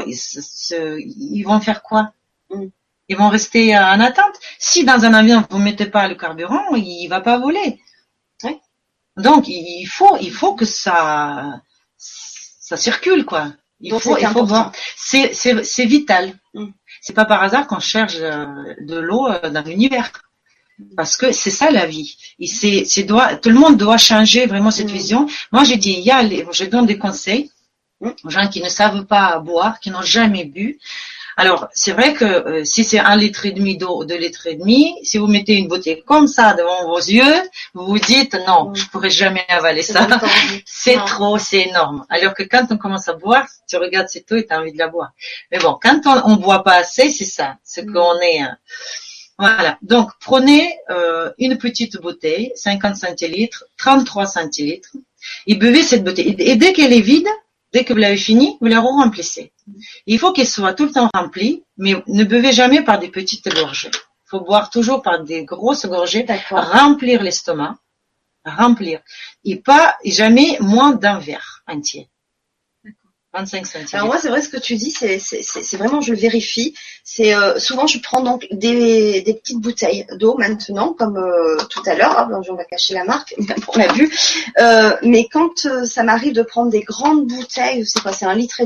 ils vont faire quoi? Ils vont rester en attente. Si dans un avion vous mettez pas le carburant, il va pas voler. Oui. Donc, il faut que ça circule, quoi. Il faut voir. C'est vital. C'est pas par hasard qu'on cherche de l'eau dans l'univers. Parce que c'est ça la vie. Et tout le monde doit changer vraiment cette vision. Moi, j'ai dit, je donne des conseils aux gens qui ne savent pas boire, qui n'ont jamais bu. Alors, c'est vrai que si c'est 1,5 litre d'eau, 2,5 litres, si vous mettez une bouteille comme ça devant vos yeux, vous vous dites, non, je pourrais jamais avaler ça. C'est trop, c'est énorme. Alors que quand on commence à boire, tu regardes cette eau et tu as envie de la boire. Mais bon, quand on boit pas assez, c'est ça. Ce qu'on est... Voilà. Donc, prenez une petite bouteille, 50 centilitres, 33 centilitres, et buvez cette bouteille. Et dès qu'elle est vide, dès que vous l'avez fini, vous la remplissez. Il faut qu'elle soit tout le temps remplie, mais ne buvez jamais par des petites gorgées. Il faut boire toujours par des grosses gorgées, remplir l'estomac, remplir. Et pas jamais moins d'un verre entier. 25 centilitres. Alors moi, c'est vrai ce que tu dis, c'est vraiment, je vérifie. C'est souvent, je prends donc des petites bouteilles d'eau maintenant, comme tout à l'heure. Hein, on va cacher la marque, on l'a vu. Mais quand ça m'arrive de prendre des grandes bouteilles, c'est quoi, c'est 1,5 litre.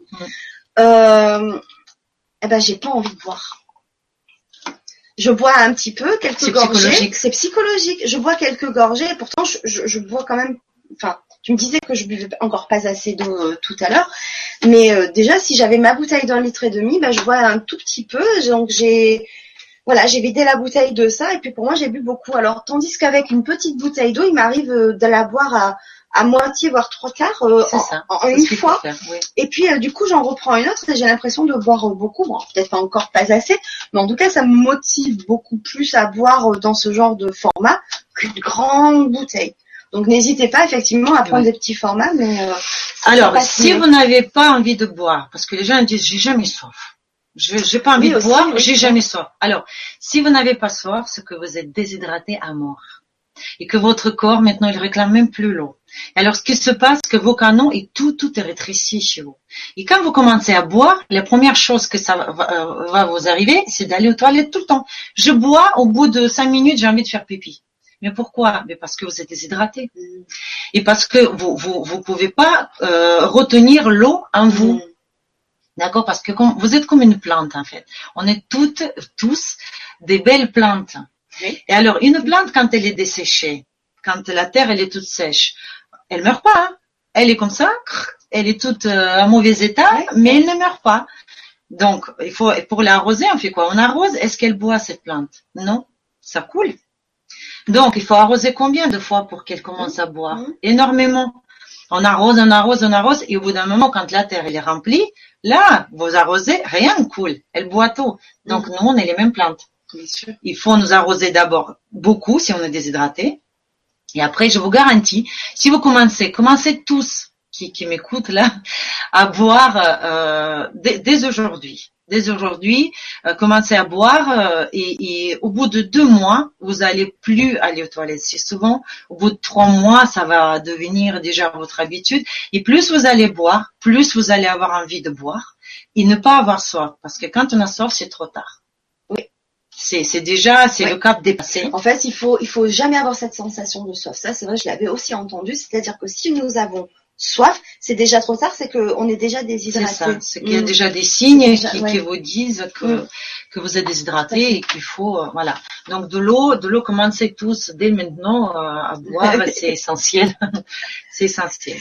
Eh ben, j'ai pas envie de boire. Je bois un petit peu, quelques gorgées. C'est psychologique. Je bois quelques gorgées, et pourtant je bois quand même. Enfin, tu me disais que je buvais encore pas assez d'eau tout à l'heure, mais déjà si j'avais ma bouteille d'1,5 litre, bah, je bois un tout petit peu. Donc j'ai vidé la bouteille de ça, et puis pour moi j'ai bu beaucoup. Alors tandis qu'avec une petite bouteille d'eau, il m'arrive de la boire à moitié voire 3/4 en une fois. Faire, oui. Et puis du coup j'en reprends une autre et j'ai l'impression de boire beaucoup. Bon, peut-être pas encore pas assez, mais en tout cas ça me motive beaucoup plus à boire dans ce genre de format qu'une grande bouteille. Donc n'hésitez pas effectivement à prendre des petits formats, mais alors si vous n'avez pas envie de boire, parce que les gens disent j'ai jamais soif, j'ai pas envie de boire, j'ai jamais soif. Alors si vous n'avez pas soif, c'est que vous êtes déshydraté à mort et que votre corps maintenant il réclame même plus l'eau. Et alors ce qui se passe, c'est que vos canaux et tout est rétréci chez vous. Et quand vous commencez à boire, la première chose que ça va vous arriver, c'est d'aller aux toilettes tout le temps. Je bois, au bout de 5 minutes, j'ai envie de faire pipi. Mais pourquoi? Mais parce que vous êtes déshydraté. Et parce que vous pouvez pas retenir l'eau en vous. D'accord? Parce que vous êtes comme une plante, en fait. On est tous des belles plantes. Oui. Et alors, une plante, quand elle est desséchée, quand la terre, elle est toute sèche, elle meurt pas, hein. Elle est comme ça, elle est toute en mauvais état, mais elle ne meurt pas. Donc, pour l'arroser, on fait quoi? On arrose, est-ce qu'elle boit cette plante? Non. Ça coule. Donc, il faut arroser combien de fois pour qu'elle commence à boire? Énormément. On arrose, on arrose, on arrose, et au bout d'un moment, quand la terre elle est remplie, là, vous arrosez, rien ne coule. Elle boit tout. Donc, nous, on est les mêmes plantes. Bien sûr. Il faut nous arroser d'abord beaucoup si on est déshydraté. Et après, je vous garantis, si vous commencez tous qui m'écoutent là, à boire dès aujourd'hui. Dès aujourd'hui, commencez à boire et au bout de 2 mois, vous allez plus aller aux toilettes si souvent. Au bout de 3 mois, ça va devenir déjà votre habitude. Et plus vous allez boire, plus vous allez avoir envie de boire et ne pas avoir soif. Parce que quand on a soif, c'est trop tard. Oui. C'est déjà le cap dépassé. En fait, il faut jamais avoir cette sensation de soif. Ça, c'est vrai, je l'avais aussi entendu. C'est-à-dire que si nous avons soif, c'est déjà trop tard, c'est qu'on est déjà déshydraté. C'est ça, c'est qu'il y a déjà des signes qui vous disent que vous êtes déshydraté et qu'il faut, voilà. Donc de l'eau, commencez tous dès maintenant à boire, c'est essentiel. C'est essentiel.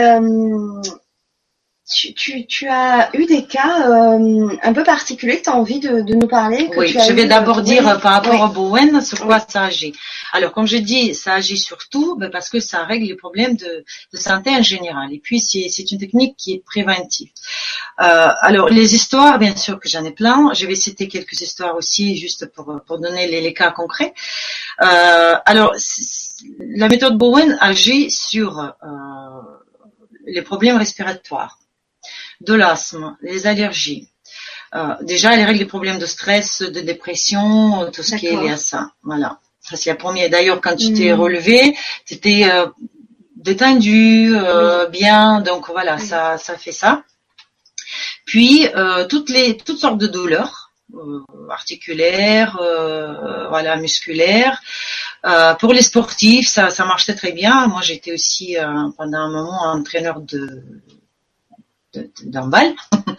Tu as eu des cas un peu particuliers que tu as envie de nous parler. Oui, je vais d'abord dire par rapport au Bowen sur quoi ça agit. Alors, comme je dis, ça agit surtout parce que ça règle les problèmes de santé en général. Et puis, c'est une technique qui est préventive. Alors, les histoires, bien sûr que j'en ai plein. Je vais citer quelques histoires aussi, juste pour donner les cas concrets. Alors, la méthode Bowen agit sur les problèmes respiratoires, de l'asthme, les allergies. Déjà, elle règle les problèmes de stress, de dépression, tout ce qui est lié à ça. Voilà. Ça, c'est la première. D'ailleurs, quand tu t'es relevé, tu étais détendu, bien. Donc, voilà, ça fait ça. Puis, toutes sortes de douleurs, articulaires, voilà, musculaires. Pour les sportifs, ça marchait très bien. Moi, j'étais aussi, pendant un moment, entraîneur d'handball.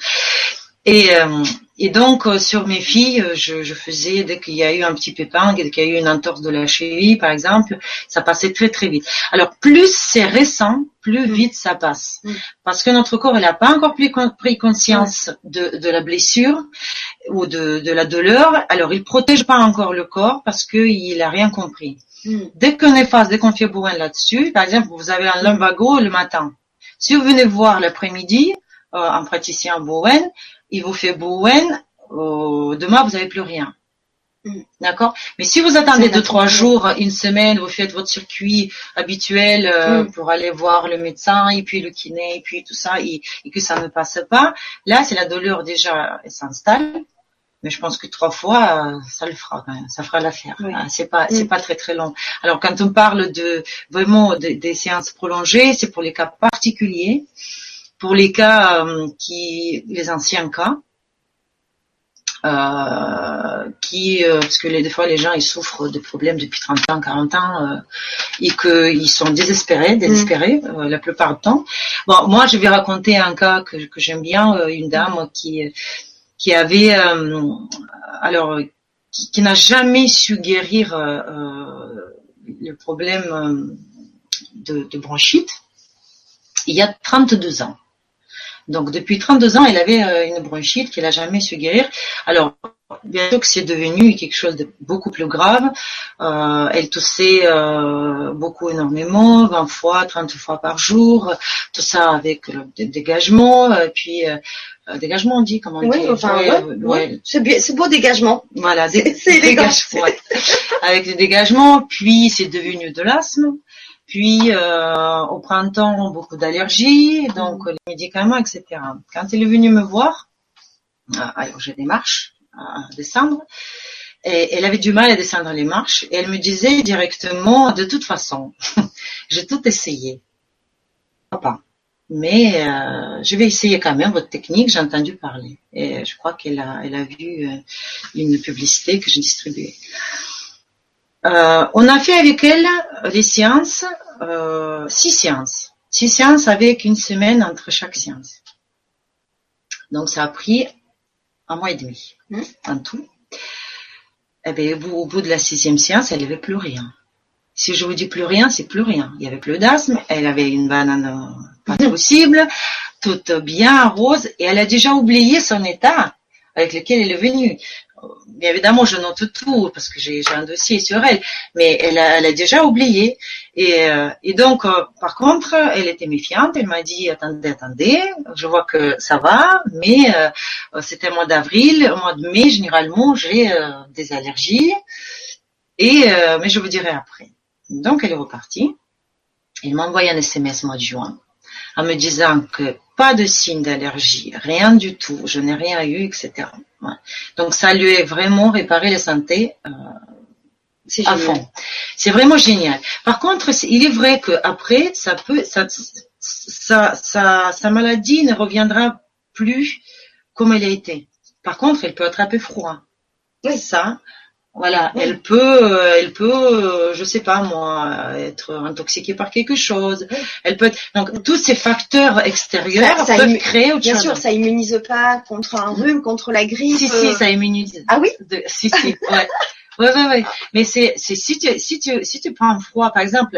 Et donc, sur mes filles, je faisais, dès qu'il y a eu un petit pépin, dès qu'il y a eu une entorse de la cheville, par exemple, ça passait très très vite. Alors, plus c'est récent, plus vite ça passe. Parce que notre corps, il n'a pas encore pris conscience de la blessure ou de la douleur. Alors, il protège pas encore le corps parce qu'il a rien compris. Dès qu'on fait Bowen là-dessus, par exemple, vous avez un lumbago le matin. Si vous venez voir l'après-midi, un praticien Bowen, il vous fait Bowen, demain vous n'avez plus rien. D'accord? Mais si vous attendez 2-3 jours, une semaine, vous faites votre circuit habituel pour aller voir le médecin et puis le kiné et puis tout ça et que ça ne passe pas, là c'est la douleur déjà, elle s'installe. Mais je pense que 3 fois, ça le fera quand même, ça fera l'affaire. Oui. C'est pas très très long. Alors quand on parle vraiment des séances prolongées, c'est pour les cas particuliers, pour les cas les anciens cas, parce que des fois les gens ils souffrent de problèmes depuis 30 ans, 40 ans, et qu'ils sont désespérés, la plupart du temps. Bon, moi je vais raconter un cas que j'aime bien, une dame qui avait qui n'a jamais su guérir le problème de bronchite il y a 32 ans. Donc depuis 32 ans, elle avait une bronchite qu'elle n'a jamais su guérir. Alors bien sûr que c'est devenu quelque chose de beaucoup plus grave. Elle toussait beaucoup, énormément, 20 fois, 30 fois par jour, tout ça avec le dégagement, puis dégagement on dit, comment on dit? Enfin, ouais. C'est beau dégagement. Voilà, c'est dégagement. Ouais. Avec le dégagement, puis c'est devenu de l'asthme. Puis au printemps, beaucoup d'allergies, donc les médicaments, etc. Quand elle est venue me voir, alors j'ai des marches à descendre, et elle avait du mal à descendre les marches, et elle me disait directement, de toute façon, j'ai tout essayé, pas. Mais je vais essayer quand même votre technique, j'ai entendu parler. Et je crois qu'elle a vu une publicité que j'ai distribuée. On a fait avec elle les séances, 6 séances. 6 séances avec une semaine entre chaque séance. Donc ça a pris 1 mois et demi en tout. Eh bien, au bout de la 6e séance, elle n'avait plus rien. Si je vous dis plus rien, c'est plus rien. Il y avait plus d'asthme, elle avait une banane pas possible, toute bien rose, et elle a déjà oublié son état avec lequel elle est venue. bien évidemment, je note tout parce que j'ai un dossier sur elle, mais elle a déjà oublié. Et donc, par contre, elle était méfiante. Elle m'a dit, attendez, je vois que ça va, mais c'était au mois d'avril, au mois de mai, généralement, j'ai des allergies. Mais je vous dirai après. Donc, elle est repartie. Elle m'a envoyé un SMS au mois de juin en me disant que pas de signe d'allergie, rien du tout, je n'ai rien eu, etc. Ouais. Donc, ça lui a vraiment réparé la santé à fond. C'est vraiment génial. Par contre, il est vrai que après, sa maladie ne reviendra plus comme elle a été. Par contre, elle peut attraper froid. Oui. Ça, voilà, oui. Elle peut, je sais pas moi, être intoxiquée par quelque chose. Oui. Elle peut donc tous ces facteurs extérieurs peuvent créer autre chose. Bien sûr, ça immunise pas contre un rhume, contre la grippe. Si, ça immunise. Ah oui? Si, ouais. Ouais. Mais si tu prends un froid, par exemple,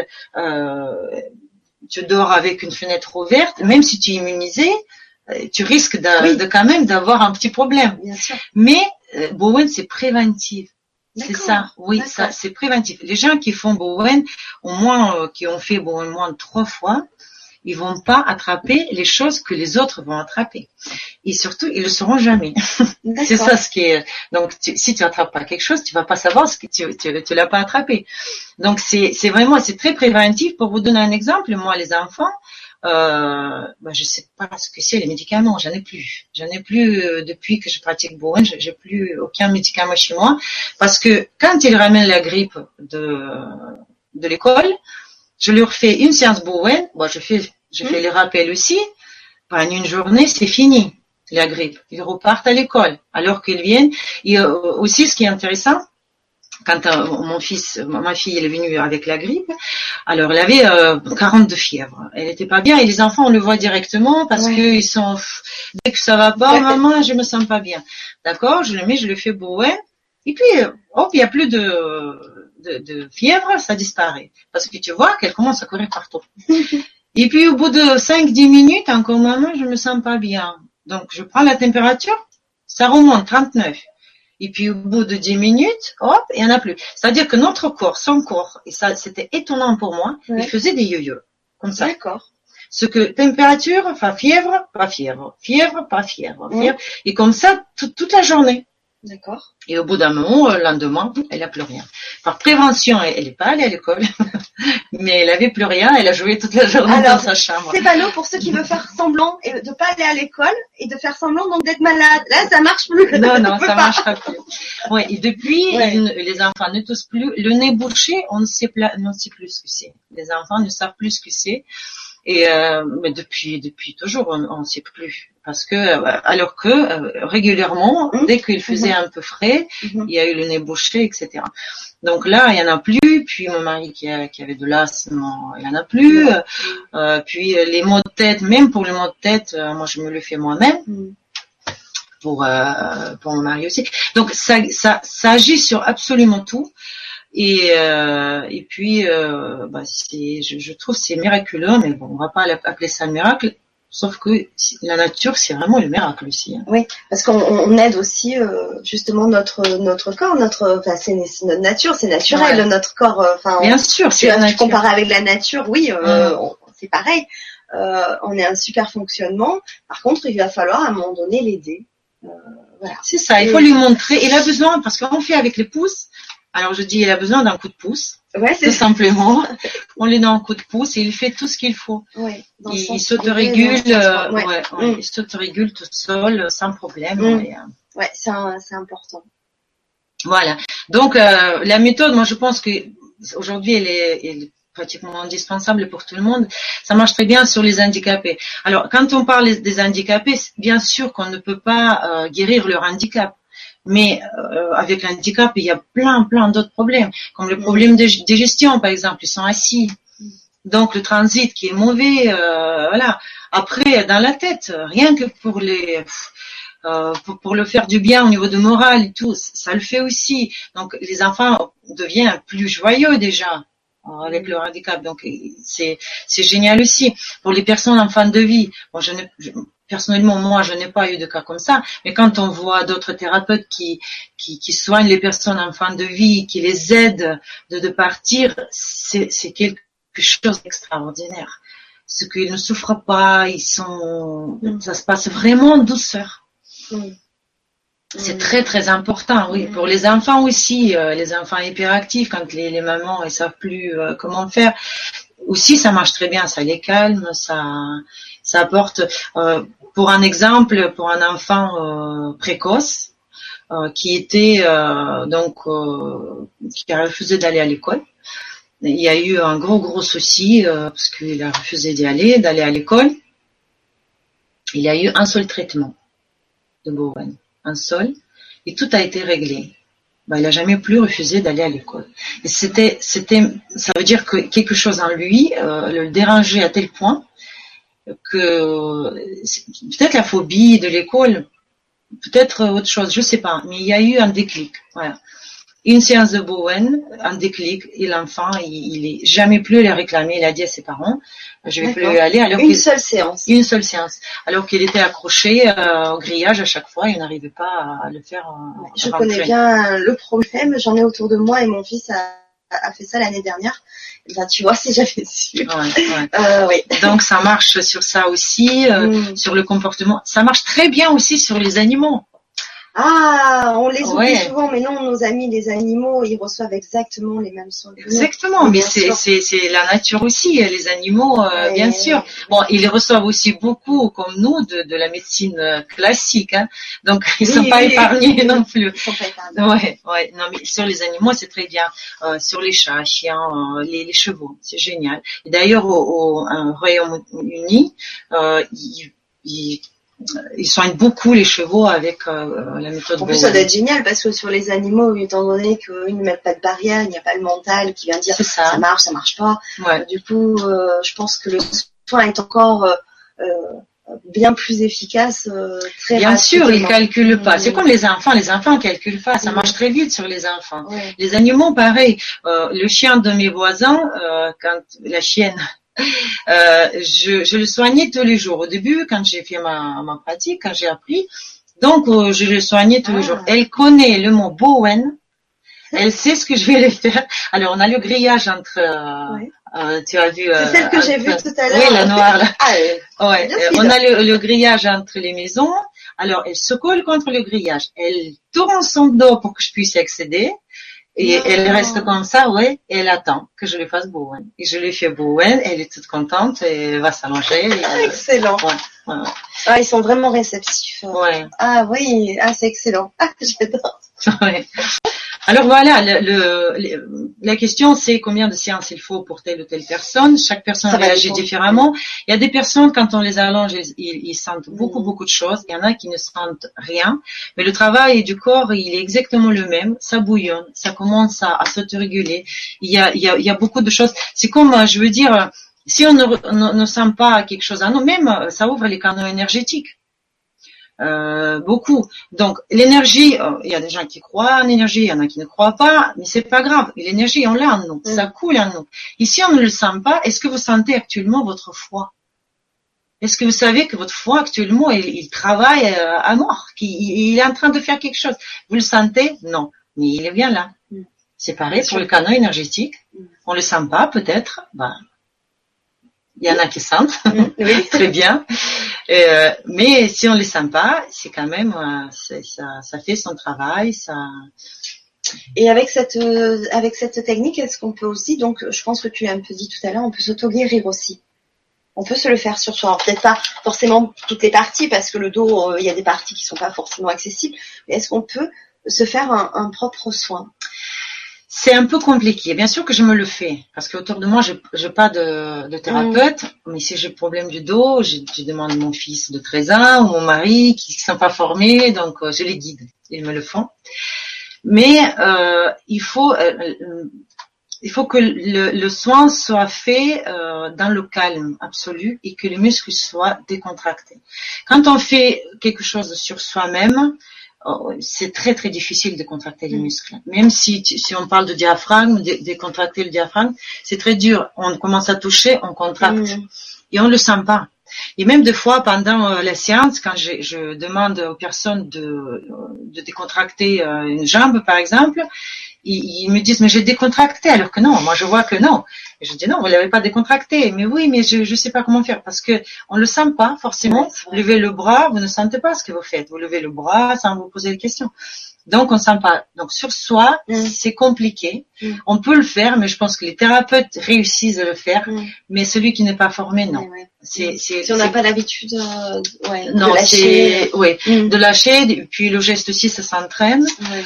tu dors avec une fenêtre ouverte, même si tu es immunisé, tu risques de quand même d'avoir un petit problème. Bien sûr. Mais Bowen, c'est préventif. C'est ça, oui, ça, c'est préventif. Les gens qui font Bowen, au moins, qui ont fait Bowen moins de 3 fois, ils vont pas attraper les choses que les autres vont attraper. Et surtout, ils le sauront jamais. C'est ça ce qui est, donc, si tu attrapes pas quelque chose, tu vas pas savoir ce que tu l'as pas attrapé. Donc, c'est vraiment, c'est très préventif. Pour vous donner un exemple, moi, les enfants, je sais pas ce que c'est les médicaments, j'en ai plus depuis que je pratique Bowen, j'ai plus aucun médicament chez moi parce que quand ils ramènent la grippe de l'école, je leur fais une séance Bowen, je fais les rappels aussi, pendant une journée c'est fini la grippe, ils repartent à l'école alors qu'ils viennent. Et aussi ce qui est intéressant, quand ma fille elle est venue avec la grippe, alors elle avait 40 de fièvre. Elle était pas bien et les enfants on le voit directement parce que ils sont dès que ça va pas, maman, je me sens pas bien. D'accord, je le fais Bowen et puis hop, il y a plus de fièvre, ça disparaît parce que tu vois qu'elle commence à courir partout. Et puis au bout de 5-10 minutes encore, maman, je me sens pas bien. Donc je prends la température, ça remonte 39. Et puis au bout de 10 minutes, hop, il n'y en a plus. C'est-à-dire que notre corps, son corps, et ça c'était étonnant pour moi, il faisait des yo-yo, comme ça. D'accord. Ce que température, enfin fièvre, pas fièvre, fièvre, pas fièvre, fièvre, et comme ça toute la journée. D'accord. Et au bout d'un moment, le lendemain, elle n'a plus rien. Par prévention, elle n'est pas allée à l'école, mais elle avait plus rien, elle a joué toute la journée dans sa chambre. C'est panneau pour ceux qui veulent faire semblant et de pas aller à l'école et de faire semblant donc d'être malade. Là, ça marche plus. Non, ça marchera plus. Ouais, et depuis, les enfants ne toussent plus. Le nez bouché, on ne sait plus ce que c'est. Les enfants ne savent plus ce que c'est. Mais depuis toujours, on ne sait plus. Parce que, alors que, régulièrement, dès qu'il faisait un peu frais, il y a eu le nez bouché, etc. Donc là, il y en a plus. Puis mon mari qui avait de l'asthme, il y en a plus. Puis les maux de tête, même pour les maux de tête, moi je me le fais moi-même. Pour mon mari aussi. Donc ça agit sur absolument tout. Et puis je trouve c'est miraculeux, mais bon, on va pas appeler ça un miracle. Sauf que la nature, c'est vraiment le miracle aussi. Hein. Oui, parce qu'on aide aussi justement notre corps, c'est notre nature, c'est naturel, notre corps. Bien sûr, c'est la nature. Comparé avec la nature, oui, c'est pareil. On est un super fonctionnement. Par contre, il va falloir à un moment donné l'aider. Voilà. C'est ça. Il faut lui montrer. Il a besoin parce qu'on fait avec les pouces. Alors je dis, il a besoin d'un coup de pouce. Ouais, tout simplement. On lui donne un coup de pouce et il fait tout ce qu'il faut. Ouais, il s'autorégule, il s'autorégule tout seul, sans problème. Ouais, c'est important. Voilà. Donc la méthode, moi je pense que aujourd'hui elle est pratiquement indispensable pour tout le monde. Ça marche très bien sur les handicapés. Alors quand on parle des handicapés, bien sûr qu'on ne peut pas guérir leur handicap. Mais avec l'handicap, il y a plein d'autres problèmes, comme le problème de digestion, par exemple. Ils sont assis, donc le transit qui est mauvais. Voilà. Après, dans la tête, rien que pour le faire du bien au niveau de morale et tout, ça le fait aussi. Donc les enfants deviennent plus joyeux déjà avec leur handicap. Donc c'est génial aussi pour les personnes en fin de vie. Bon, personnellement, moi, je n'ai pas eu de cas comme ça, mais quand on voit d'autres thérapeutes qui soignent les personnes en fin de vie, qui les aident de partir, c'est quelque chose d'extraordinaire. Ce qu'ils ne souffrent pas, ça se passe vraiment en douceur. C'est très très important, oui. Pour les enfants aussi, les enfants hyperactifs, quand les mamans ne savent plus comment faire, aussi ça marche très bien, ça les calme, ça apporte. Pour un exemple, pour un enfant précoce qui était qui a refusé d'aller à l'école, il y a eu un gros souci parce qu'il a refusé d'aller à l'école. Il y a eu un seul traitement de Bowen. Un seul, et tout a été réglé. Il n'a jamais plus refusé d'aller à l'école. Et ça veut dire que quelque chose en lui le dérangeait à tel point que peut-être la phobie de l'école, peut-être autre chose, je sais pas, mais il y a eu un déclic. Voilà. Une séance de Bowen, un déclic, et l'enfant, il est jamais plus les réclamé. Il a dit à ses parents, je vais plus y aller. Alors une seule séance. Alors qu'il était accroché au grillage à chaque fois, il n'arrivait pas à le faire. Je connais bien le problème. J'en ai autour de moi et mon fils a fait ça l'année dernière. Ben, tu vois, si j'avais su. Oui. Donc ça marche sur ça aussi, sur le comportement. Ça marche très bien aussi sur les animaux. Ah, on les oublie souvent, mais non, nos amis, les animaux, ils reçoivent exactement les mêmes soins. Exactement, mais c'est la nature aussi, les animaux, bien sûr. Bon, ils les reçoivent aussi beaucoup, comme nous, de la médecine classique, hein. Donc, ils sont pas épargnés non plus. Ils sont pas épargnés. Ouais. Non, mais sur les animaux, c'est très bien. Sur les chats, chiens, les chevaux, c'est génial. Et d'ailleurs, au Royaume-Uni, ils soignent beaucoup les chevaux avec la méthode Bowen. En plus, ça doit être génial parce que sur les animaux, étant donné qu'ils ne mettent pas de barrière, il n'y a pas le mental qui vient dire ça marche pas. Ouais. Du coup, je pense que le soin est encore bien plus efficace, très bien rapidement. sûr, ils calculent pas. C'est comme les enfants calculent pas. Ça marche très vite sur les enfants. Les animaux, pareil. Le chien de mes voisins, quand la chienne. Je le soignais tous les jours. Au début, quand j'ai fait ma pratique, quand j'ai appris, donc je le soignais tous les jours. Elle connaît le mot Bowen. Elle sait ce que je vais lui faire. Alors, on a le grillage entre. Tu as vu. C'est celle que j'ai vue tout à l'heure. Oui, la noire. Là. On a le grillage entre les maisons. Alors, elle se colle contre le grillage. Elle tourne son dos pour que je puisse accéder. Et elle reste comme ça, et elle attend que je lui fasse Bowen. Et je lui fais Bowen, elle est toute contente, et elle va s'allonger. Excellent. Ils sont vraiment réceptifs. Ah oui, c'est excellent. J'adore. Alors voilà, la question c'est combien de séances il faut pour telle ou telle personne. Chaque personne réagit différemment. Il y a des personnes, quand on les allonge, ils sentent beaucoup de choses. Il y en a qui ne sentent rien. Mais le travail du corps, il est exactement le même. Ça bouillonne, ça commence à s'autoréguler. Il y a beaucoup de choses. C'est comme, je veux dire, si on ne sent pas quelque chose à nous, même ça ouvre les canaux énergétiques. Beaucoup. Donc l'énergie, il y a des gens qui croient en l'énergie, il y en a qui ne croient pas, mais c'est pas grave. L'énergie, on l'a en nous, ça coule en nous. Ici, on ne le sent pas. Est-ce que vous sentez actuellement votre foie? Est-ce que vous savez que votre foie actuellement, il travaille à mort, qu'il est en train de faire quelque chose? Vous le sentez? Non, mais il est bien là. C'est pareil pour le canal énergétique. On le sent pas, peut-être. Il y en a qui sentent, très bien. Mais si on les sent pas, c'est quand même ça fait son travail, ça. Et avec cette technique, est-ce qu'on peut aussi, donc je pense que tu l'as un peu dit tout à l'heure, on peut s'auto-guérir aussi. On peut se le faire sur soi. Alors, peut-être pas forcément toutes les parties, parce que le dos, il y a des parties qui sont pas forcément accessibles. Mais est-ce qu'on peut se faire un propre soin? C'est un peu compliqué. Bien sûr que je me le fais, parce qu'autour de moi, j'ai pas de thérapeute. Mais si j'ai problème du dos, je demande à mon fils de 13 ans ou mon mari qui ne sont pas formés, donc je les guide. Ils me le font. Mais il faut que le soin soit fait dans le calme absolu et que les muscles soient décontractés. Quand on fait quelque chose sur soi-même, c'est très très difficile de contracter les muscles. Même si on parle de diaphragme, de contracter le diaphragme, c'est très dur. On commence à toucher, on contracte et on le sent pas. Et même des fois, pendant la séance, quand je demande aux personnes de décontracter une jambe, par exemple, ils me disent, mais j'ai décontracté, alors que non, moi je vois que non. Et je dis, non, vous l'avez pas décontracté. Mais oui, mais je sais pas comment faire, parce que on le sent pas, forcément. Levez le bras, vous ne sentez pas ce que vous faites. Vous levez le bras sans vous poser des questions. Donc, on sent pas. Donc, sur soi, c'est compliqué. On peut le faire, mais je pense que les thérapeutes réussissent à le faire. Mais celui qui n'est pas formé, non. Si on n'a pas l'habitude, non, de lâcher. De lâcher. Et puis, le geste aussi, ça s'entraîne.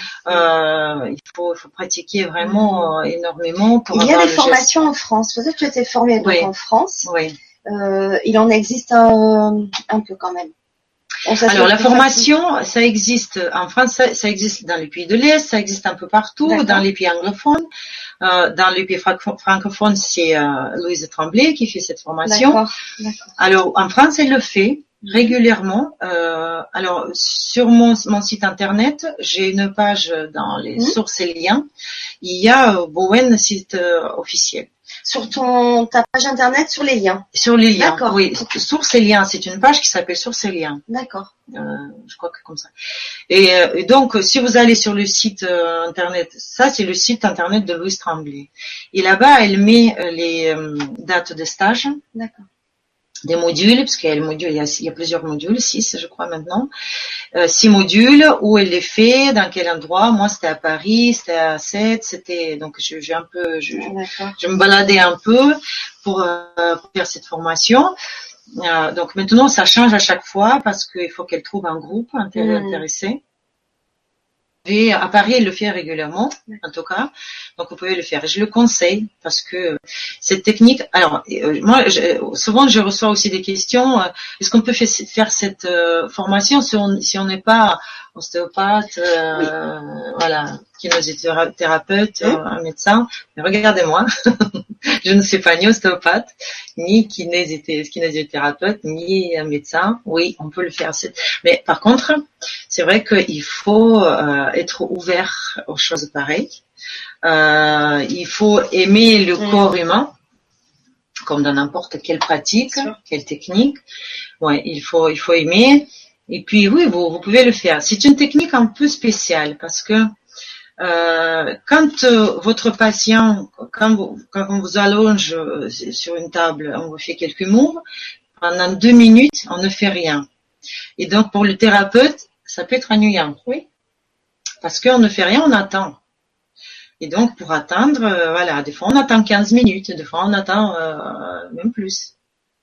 Il faut pratiquer vraiment énormément pour avoir le geste. Il y a des formations en France. Peut-être que tu étais formé donc en France. Oui. Il en existe un peu quand même. Alors la formation, ça existe en France, ça existe dans les pays de l'Est, ça existe un peu partout, dans les pays anglophones. Dans les pays francophones, c'est Louise Tremblay qui fait cette formation. D'accord. Alors en France, elle le fait régulièrement. Alors sur mon site internet, j'ai une page dans les sources et liens. Il y a Bowen, site officiel. Sur ta page internet, sur les liens. Sur les liens, oui. Sources et liens, c'est une page qui s'appelle Sources et liens. D'accord. Je crois que comme ça. Et donc, si vous allez sur le site internet, ça c'est le site internet de Louise Tremblay. Et là-bas, elle met les dates de stage. D'accord. Des modules, parce qu'il y a le module, il y a plusieurs modules, 6 je crois maintenant, 6 modules, où elle les fait, dans quel endroit. Moi c'était à Paris, c'était à 7, c'était, donc je me baladais un peu pour faire cette formation. Donc maintenant ça change à chaque fois, parce qu'il faut qu'elle trouve un groupe intéressé. Et à Paris, elle le fait régulièrement, en tout cas. Donc, vous pouvez le faire. Je le conseille parce que cette technique. Alors, moi, souvent, je reçois aussi des questions. Est-ce qu'on peut faire cette formation si on n'est pas ostéopathe, voilà, kinésithérapeute, un médecin? Mais regardez-moi, je ne suis pas ni ostéopathe, ni kinésithérapeute, ni un médecin. Oui, on peut le faire. Mais par contre, c'est vrai qu'il faut être ouvert aux choses pareilles. Il faut aimer le corps humain, comme dans n'importe quelle pratique, quelle technique. Ouais, il faut aimer. Et puis oui, vous pouvez le faire. C'est une technique un peu spéciale parce que quand votre patient, quand on vous allonge sur une table, on vous fait quelques moves, pendant 2 minutes, on ne fait rien. Et donc pour le thérapeute, ça peut être ennuyant. Oui. Parce qu'on ne fait rien, on attend. Et donc, pour attendre, voilà, des fois on attend 15 minutes, des fois on attend même plus.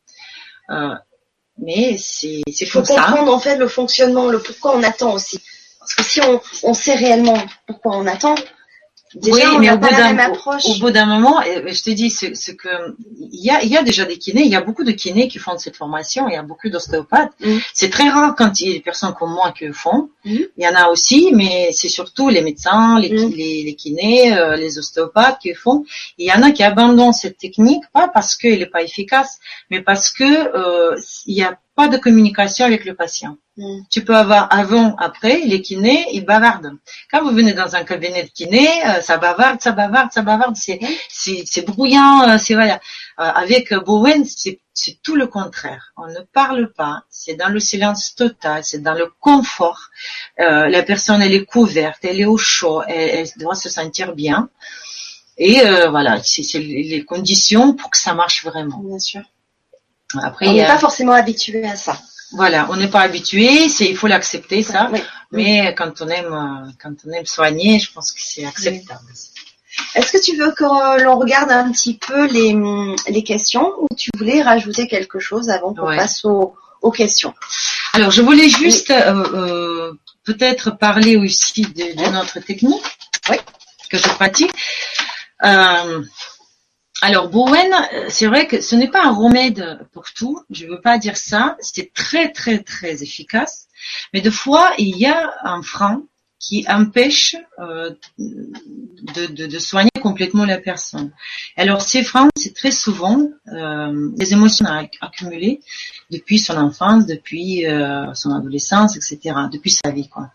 Mais c'est comme ça. Il faut comprendre en fait le fonctionnement, le pourquoi on attend aussi. Parce que si on sait réellement pourquoi on attend, déjà on n'a pas la même approche. Au bout d'un moment, je te dis ce que il y a déjà des kinés, il y a beaucoup de kinés qui font cette formation, il y a beaucoup d'ostéopathes. C'est très rare quand il y a des personnes comme moi qui le font. Il y en a aussi, mais c'est surtout les médecins, les kinés, les ostéopathes qui le font. Il y en a qui abandonnent cette technique, pas parce qu'elle n'est pas efficace, mais parce que il y a pas de communication avec le patient. Tu peux avoir avant, après, les kinés, ils bavardent. Quand vous venez dans un cabinet de kiné, ça bavarde, c'est bruyant, c'est voilà. Avec Bowen, c'est tout le contraire. On ne parle pas, c'est dans le silence total, c'est dans le confort. La personne, elle est couverte, elle est au chaud, elle doit se sentir bien. Et voilà, c'est les conditions pour que ça marche vraiment. Bien sûr. Après, on n'est pas forcément habitué à ça. Voilà, on n'est pas habitué, il faut l'accepter ça. Oui. Mais quand on aime soigner, je pense que c'est acceptable. Est-ce que tu veux que l'on regarde un petit peu les questions ou tu voulais rajouter quelque chose avant qu'on passe aux questions? Alors, je voulais juste peut-être parler aussi de notre technique que je pratique. Alors, Bowen, c'est vrai que ce n'est pas un remède pour tout, je ne veux pas dire ça, c'est très très très efficace, mais des fois, il y a un frein qui empêche de soigner complètement la personne. Alors, ces freins, c'est très souvent des émotions accumulées depuis son enfance, depuis son adolescence, etc., depuis sa vie, quoi.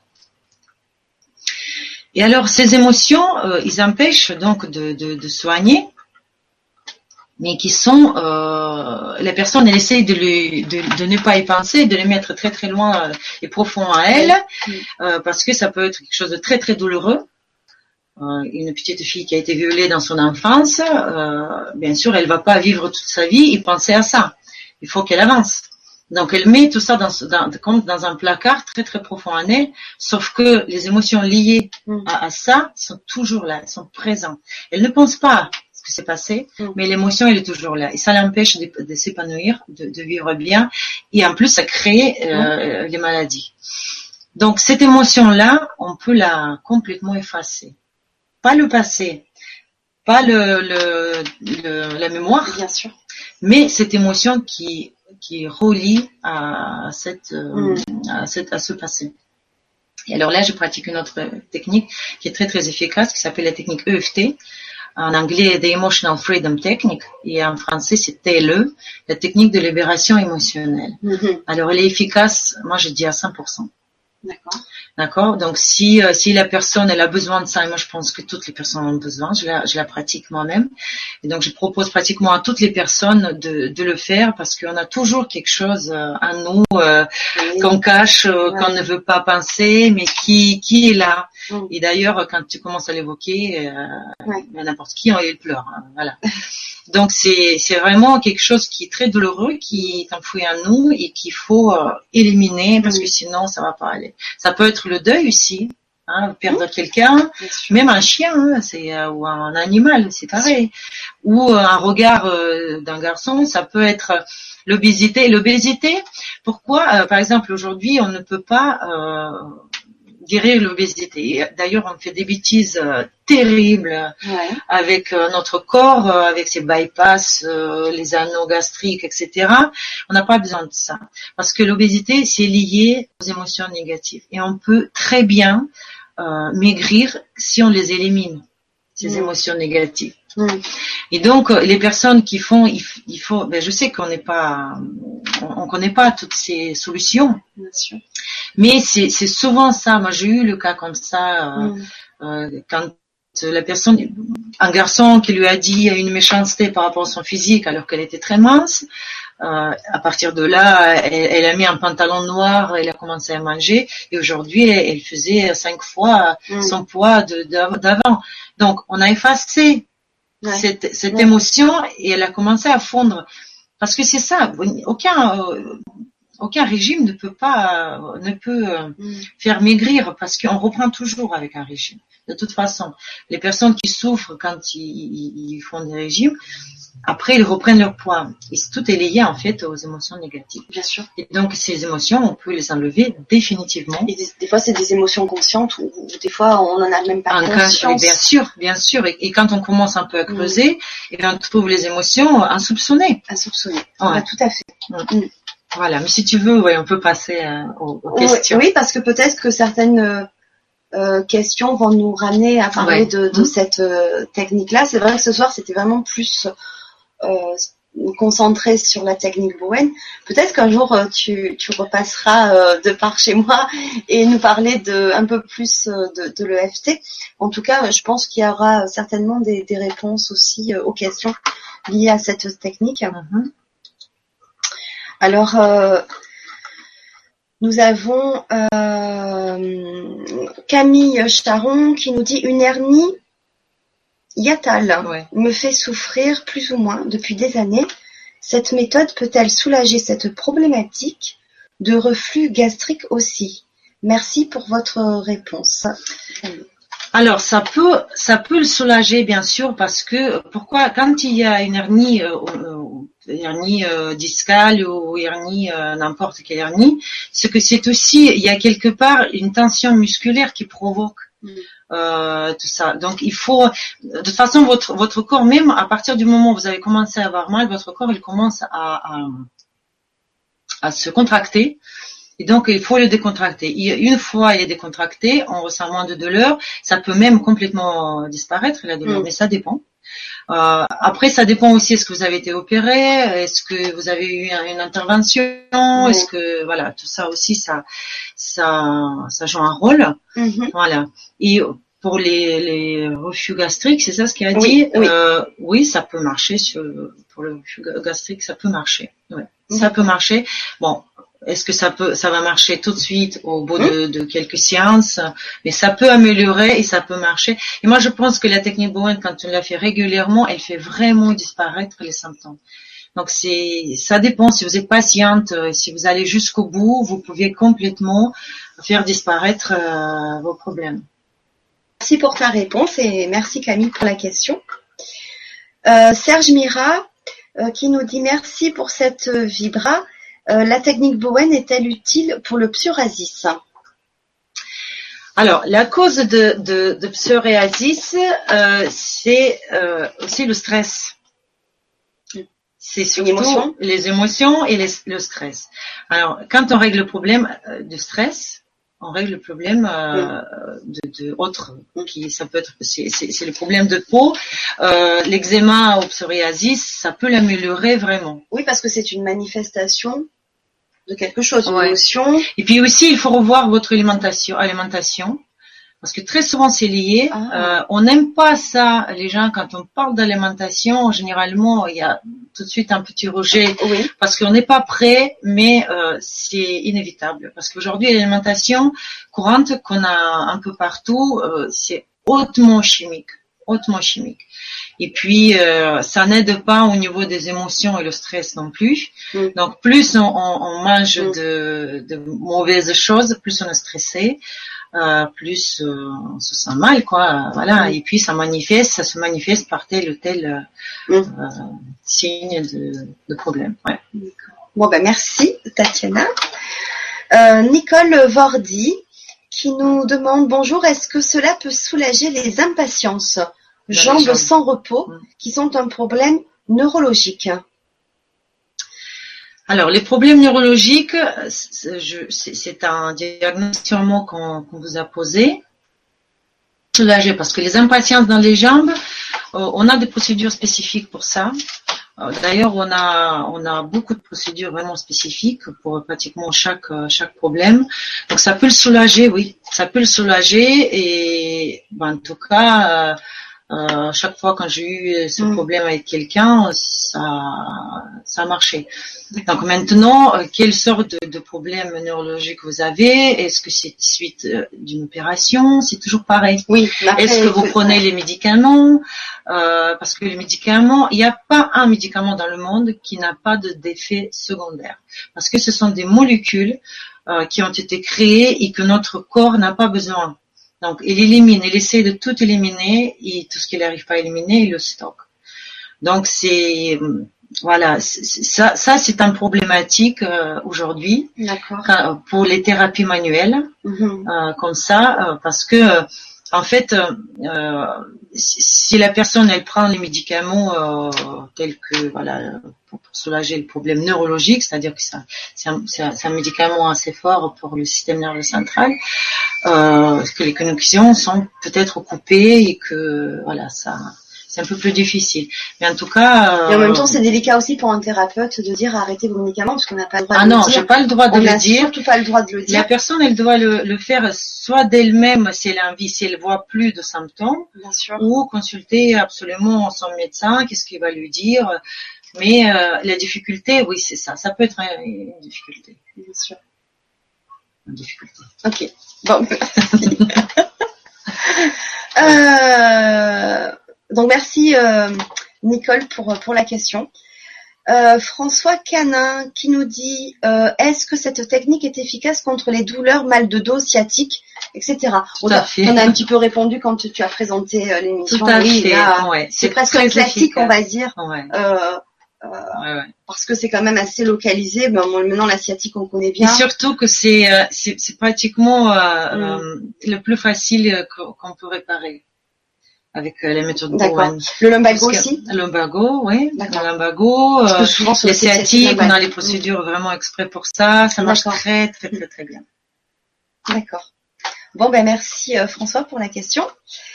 Et alors, ces émotions, ils empêchent donc de soigner. mais qui sont la personne, elle essaye de ne pas y penser, de les mettre très très loin et profond à elle, parce que ça peut être quelque chose de très très douloureux. Une petite fille qui a été violée dans son enfance, bien sûr, elle va pas vivre toute sa vie et penser à ça. Il faut qu'elle avance. Donc, elle met tout ça comme dans un placard très très profond en elle, sauf que les émotions liées à ça sont toujours là, elles sont présentes. Elle ne pense pas à ce qui s'est passé, mais l'émotion, elle est toujours là. Et ça l'empêche de s'épanouir, de vivre bien. Et en plus, ça crée les maladies. Donc, cette émotion-là, on peut la complètement effacer. Pas le passé, pas la mémoire, bien sûr, mais cette émotion qui relie à ce passé. Et alors là, je pratique une autre technique qui est très très efficace, qui s'appelle la technique EFT. En anglais, The Emotional Freedom Technique, et en français, c'est TLE, la technique de libération émotionnelle. Alors, elle est efficace, moi je dis à 100%. D'accord. Donc si la personne elle a besoin de ça, et moi je pense que toutes les personnes ont besoin, je la pratique moi-même, et donc je propose pratiquement à toutes les personnes de le faire, parce qu'on a toujours quelque chose en nous qu'on cache, qu'on ne veut pas penser, mais qui est là. Et d'ailleurs quand tu commences à l'évoquer, n'importe qui il pleure. Hein, voilà. Donc c'est vraiment quelque chose qui est très douloureux, qui est enfoui en nous et qu'il faut éliminer, parce que sinon ça va pas aller. Ça peut être le deuil aussi, hein, perdre quelqu'un, même un chien, hein, ou un animal, c'est pareil. Ou un regard d'un garçon, ça peut être l'obésité. L'obésité, pourquoi par exemple aujourd'hui on ne peut pas guérir l'obésité. D'ailleurs, on fait des bêtises terribles avec notre corps, avec ses bypass, les anneaux gastriques, etc. On n'a pas besoin de ça. Parce que l'obésité, c'est lié aux émotions négatives. Et on peut très bien maigrir si on les élimine, ces émotions négatives. Et donc, les personnes qui font, je sais qu'on n'est pas, on connaît pas toutes ces solutions. Bien sûr. Mais c'est souvent ça. Moi, j'ai eu le cas comme ça, quand la personne, un garçon qui lui a dit une méchanceté par rapport à son physique alors qu'elle était très mince, à partir de là, elle a mis un pantalon noir, elle a commencé à manger, et aujourd'hui, elle faisait 5 fois son poids d'avant. Donc, on a effacé cette émotion, et elle a commencé à fondre. Parce que c'est ça, aucun régime ne peut faire maigrir, parce qu'on reprend toujours avec un régime. De toute façon, les personnes qui souffrent quand ils font des régimes, après ils reprennent leur poids. Et tout est lié en fait aux émotions négatives. Bien sûr. Et donc ces émotions, on peut les enlever définitivement. Et des fois c'est des émotions conscientes, ou des fois on n'en a même pas conscience. Bien sûr. Et quand on commence un peu à creuser, et on trouve les émotions insoupçonnées. Ouais, tout à fait. Voilà, mais si tu veux, on peut passer aux questions. Oui, parce que peut-être que certaines questions vont nous ramener à parler de cette technique-là. C'est vrai que ce soir, c'était vraiment plus concentré sur la technique Bowen. Peut-être qu'un jour, tu repasseras de par chez moi et nous parler un peu plus de l'EFT. En tout cas, je pense qu'il y aura certainement des réponses aussi aux questions liées à cette technique. Alors, nous avons Camille Charon qui nous dit: une hernie hiatale me fait souffrir plus ou moins depuis des années. Cette méthode peut-elle soulager cette problématique de reflux gastrique aussi? Merci pour votre réponse. Alors, ça peut le soulager, bien sûr, parce que quand il y a une hernie, discale ou hernie, n'importe quelle hernie, c'est que c'est aussi, il y a quelque part une tension musculaire qui provoque tout ça. Donc, il faut, de toute façon, votre corps, même à partir du moment où vous avez commencé à avoir mal, votre corps, il commence à se contracter. Et donc, il faut le décontracter. Une fois il est décontracté, on ressent moins de douleur. Ça peut même complètement disparaître, la douleur, mais ça dépend. Après, ça dépend aussi, est-ce que vous avez été opéré, est-ce que vous avez eu une intervention, est-ce que, tout ça aussi, ça joue un rôle. Voilà. Et pour les reflux gastriques, c'est ça ce qu'il a Oui, dit. oui. Oui, ça peut marcher pour le reflux gastrique, ça peut marcher. Ouais, ça peut marcher. Bon, est-ce que ça va marcher tout de suite au bout de quelques séances? Mais ça peut améliorer et ça peut marcher. Et moi, je pense que la technique Bowen, quand on la fait régulièrement, elle fait vraiment disparaître les symptômes. Donc ça dépend. Si vous êtes patiente, si vous allez jusqu'au bout, vous pouvez complètement faire disparaître vos problèmes. Merci pour ta réponse et merci Camille pour la question. Serge Mira qui nous dit merci pour cette vibra. La technique Bowen est-elle utile pour le psoriasis? Alors, la cause de psoriasis, c'est aussi le stress. C'est surtout les émotions et le stress. Alors, quand on règle le problème de stress, on règle le problème de autre qui ça peut être c'est le problème de peau, l'eczéma ou psoriasis, ça peut l'améliorer vraiment. Oui, parce que c'est une manifestation de quelque chose, une émotion. Et puis aussi, il faut revoir votre alimentation. Parce que très souvent c'est lié. On n'aime pas ça, les gens, quand on parle d'alimentation, généralement il y a tout de suite un petit rejet, parce qu'on n'est pas prêt, mais c'est inévitable. Parce qu'aujourd'hui l'alimentation courante qu'on a un peu partout, c'est hautement chimique. Et puis ça n'aide pas au niveau des émotions et le stress non plus. Donc plus on mange de mauvaises choses, plus on est stressé. Plus on se sent mal, quoi. Voilà. Et puis ça se manifeste par tel ou tel signe de problème. Ouais. Bon ben merci Tatiana. Nicole Vordi qui nous demande bonjour, est-ce que cela peut soulager les impatiences, jambes sans repos, qui sont un problème neurologique? Alors, les problèmes neurologiques, c'est un diagnostic sûrement qu'on vous a posé. Soulager, parce que les impatiences dans les jambes, on a des procédures spécifiques pour ça. D'ailleurs, on a beaucoup de procédures vraiment spécifiques pour pratiquement chaque problème. Donc, ça peut le soulager, oui. Ça peut le soulager et, en tout cas, chaque fois quand j'ai eu ce problème avec quelqu'un, ça a marché. Donc maintenant, quelle sorte de problème neurologique vous avez? Est-ce que c'est suite d'une opération? C'est toujours pareil. Oui. Est-ce que vous prenez les médicaments? Parce que les médicaments, il n'y a pas un médicament dans le monde qui n'a pas d'effet secondaire. Parce que ce sont des molécules qui ont été créées et que notre corps n'a pas besoin. Donc, il essaie de tout éliminer et tout ce qu'il n'arrive pas à éliminer, il le stocke. Donc, voilà, ça c'est un problématique aujourd'hui. D'accord. Pour les thérapies manuelles, comme ça, parce que en fait, si la personne elle prend les médicaments tels que pour soulager le problème neurologique, c'est-à-dire que c'est un médicament assez fort pour le système nerveux central, que les connexions sont peut-être coupées et que c'est un peu plus difficile. Mais en tout cas. Et en même temps, c'est délicat aussi pour un thérapeute de dire arrêtez vos médicaments parce qu'on n'a pas le droit de le dire. Ah non, j'ai pas le droit de le dire. Surtout pas le droit de le dire. La personne, elle doit le faire soit d'elle-même si elle a envie, si elle voit plus de symptômes. Bien sûr. Ou consulter absolument son médecin, qu'est-ce qu'il va lui dire. Mais la difficulté, oui, c'est ça. Ça peut être une difficulté. Bien sûr. Une difficulté. Ok. Bon. Donc merci Nicole pour la question. François Canin qui nous dit est-ce que cette technique est efficace contre les douleurs, mal de dos, sciatique, etc. Tout à fait. On a un petit peu répondu quand tu as présenté l'émission. Tout à fait. C'est presque un classique, efficace. On va dire. Ouais. Parce que c'est quand même assez localisé. Maintenant la sciatique on connaît bien. Et surtout que c'est pratiquement le plus facile qu'on peut réparer. Avec la méthode Bowen. Le lumbago aussi? Le lumbago, oui. Le lumbago, les sciatiques, on a les procédures vraiment exprès pour ça. Ça marche très, très, très, très bien. D'accord. Bon, merci François pour la question.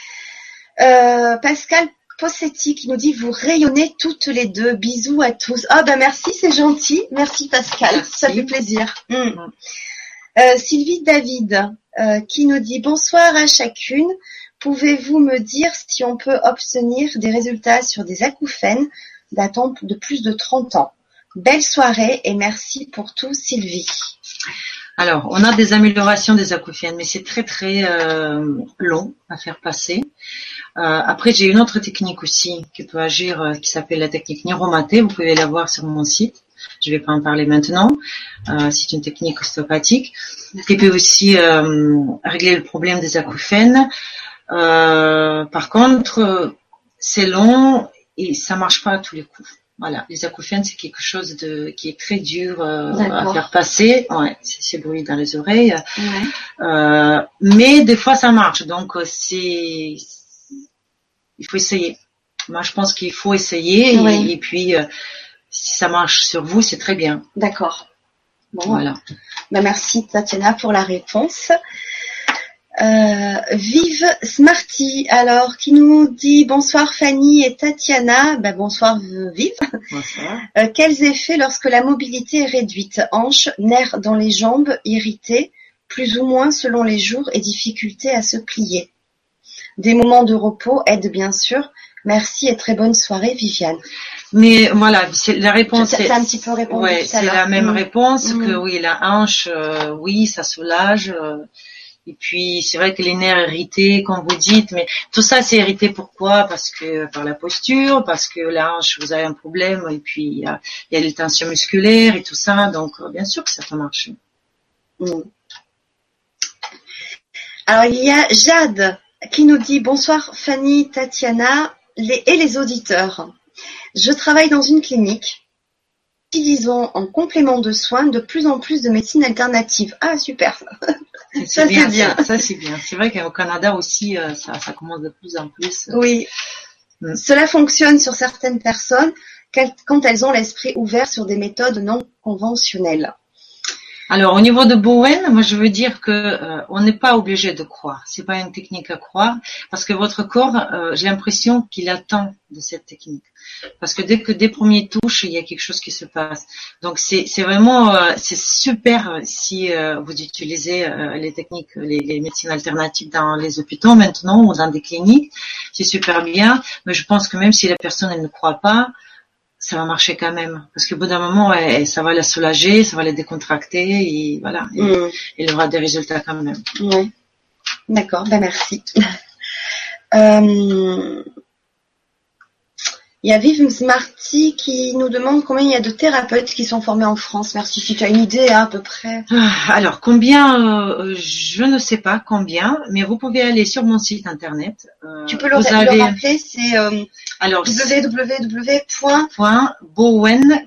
Pascal Possetti qui nous dit vous rayonnez toutes les deux. Bisous à tous. Merci, c'est gentil. Merci Pascal. Merci. Ça fait plaisir. Sylvie David qui nous dit bonsoir à chacune. Pouvez-vous me dire si on peut obtenir des résultats sur des acouphènes datant de plus de 30 ans? Belle soirée et merci pour tout, Sylvie. Alors, on a des améliorations des acouphènes, mais c'est très très long à faire passer. Après, j'ai une autre technique aussi qui peut agir, qui s'appelle la technique neuromaté. Vous pouvez la voir sur mon site. Je vais pas en parler maintenant. C'est une technique ostéopathique qui peut aussi régler le problème des acouphènes. Par contre, c'est long et ça marche pas à tous les coups. Voilà, les acouphènes, c'est quelque chose qui est très dur à faire passer. Ouais, c'est bruit dans les oreilles. Ouais. Mais des fois, ça marche. Donc, il faut essayer. Moi, je pense qu'il faut essayer. Oui. Et puis, si ça marche sur vous, c'est très bien. D'accord. Bon, voilà. Ben, merci, Tatiana, pour la réponse. Vive Smarty, alors, qui nous dit bonsoir Fanny et Tatiana. Ben, bonsoir Vive. Bonsoir. Quels effets lorsque la mobilité est réduite? Hanches, nerfs dans les jambes, irrités, plus ou moins selon les jours et difficulté à se plier. Des moments de repos aident bien sûr. Merci et très bonne soirée Viviane. Mais voilà, la réponse c'est un petit peu répondu. Ouais, c'est la même réponse que oui, la hanche, oui, ça soulage. Et puis, c'est vrai que les nerfs irrités, comme vous dites, mais tout ça, c'est irrité pourquoi? Parce que, par la posture, parce que la hanche, vous avez un problème, et puis, il y a les tensions musculaires et tout ça, donc, bien sûr que ça peut marcher. Alors, il y a Jade qui nous dit bonsoir Fanny, Tatiana et les auditeurs. Je travaille dans une clinique. Utilisons en complément de soins de plus en plus de médecine alternative. Ah, super ça. Ça, c'est bien. Ça, c'est bien. C'est vrai qu'au Canada aussi, ça commence de plus en plus. Oui. Cela fonctionne sur certaines personnes quand elles ont l'esprit ouvert sur des méthodes non conventionnelles. Alors, au niveau de Bowen, moi, je veux dire que on n'est pas obligé de croire. C'est pas une technique à croire, parce que votre corps, j'ai l'impression qu'il attend de cette technique. Parce que dès premières touches, il y a quelque chose qui se passe. Donc, c'est vraiment, c'est super si vous utilisez les techniques, les médecines alternatives dans les hôpitaux maintenant ou dans des cliniques. C'est super bien, mais je pense que même si la personne elle ne croit pas, ça va marcher quand même, parce qu'au bout d'un moment, ça va la soulager, ça va la décontracter, et voilà, il aura des résultats quand même. Oui. D'accord, ben merci. Il y a Vive Smarty qui nous demande combien il y a de thérapeutes qui sont formés en France. Merci, si tu as une idée à peu près. Alors, combien, je ne sais pas combien, mais vous pouvez aller sur mon site internet. Tu peux le rappeler, c'est www.bowen,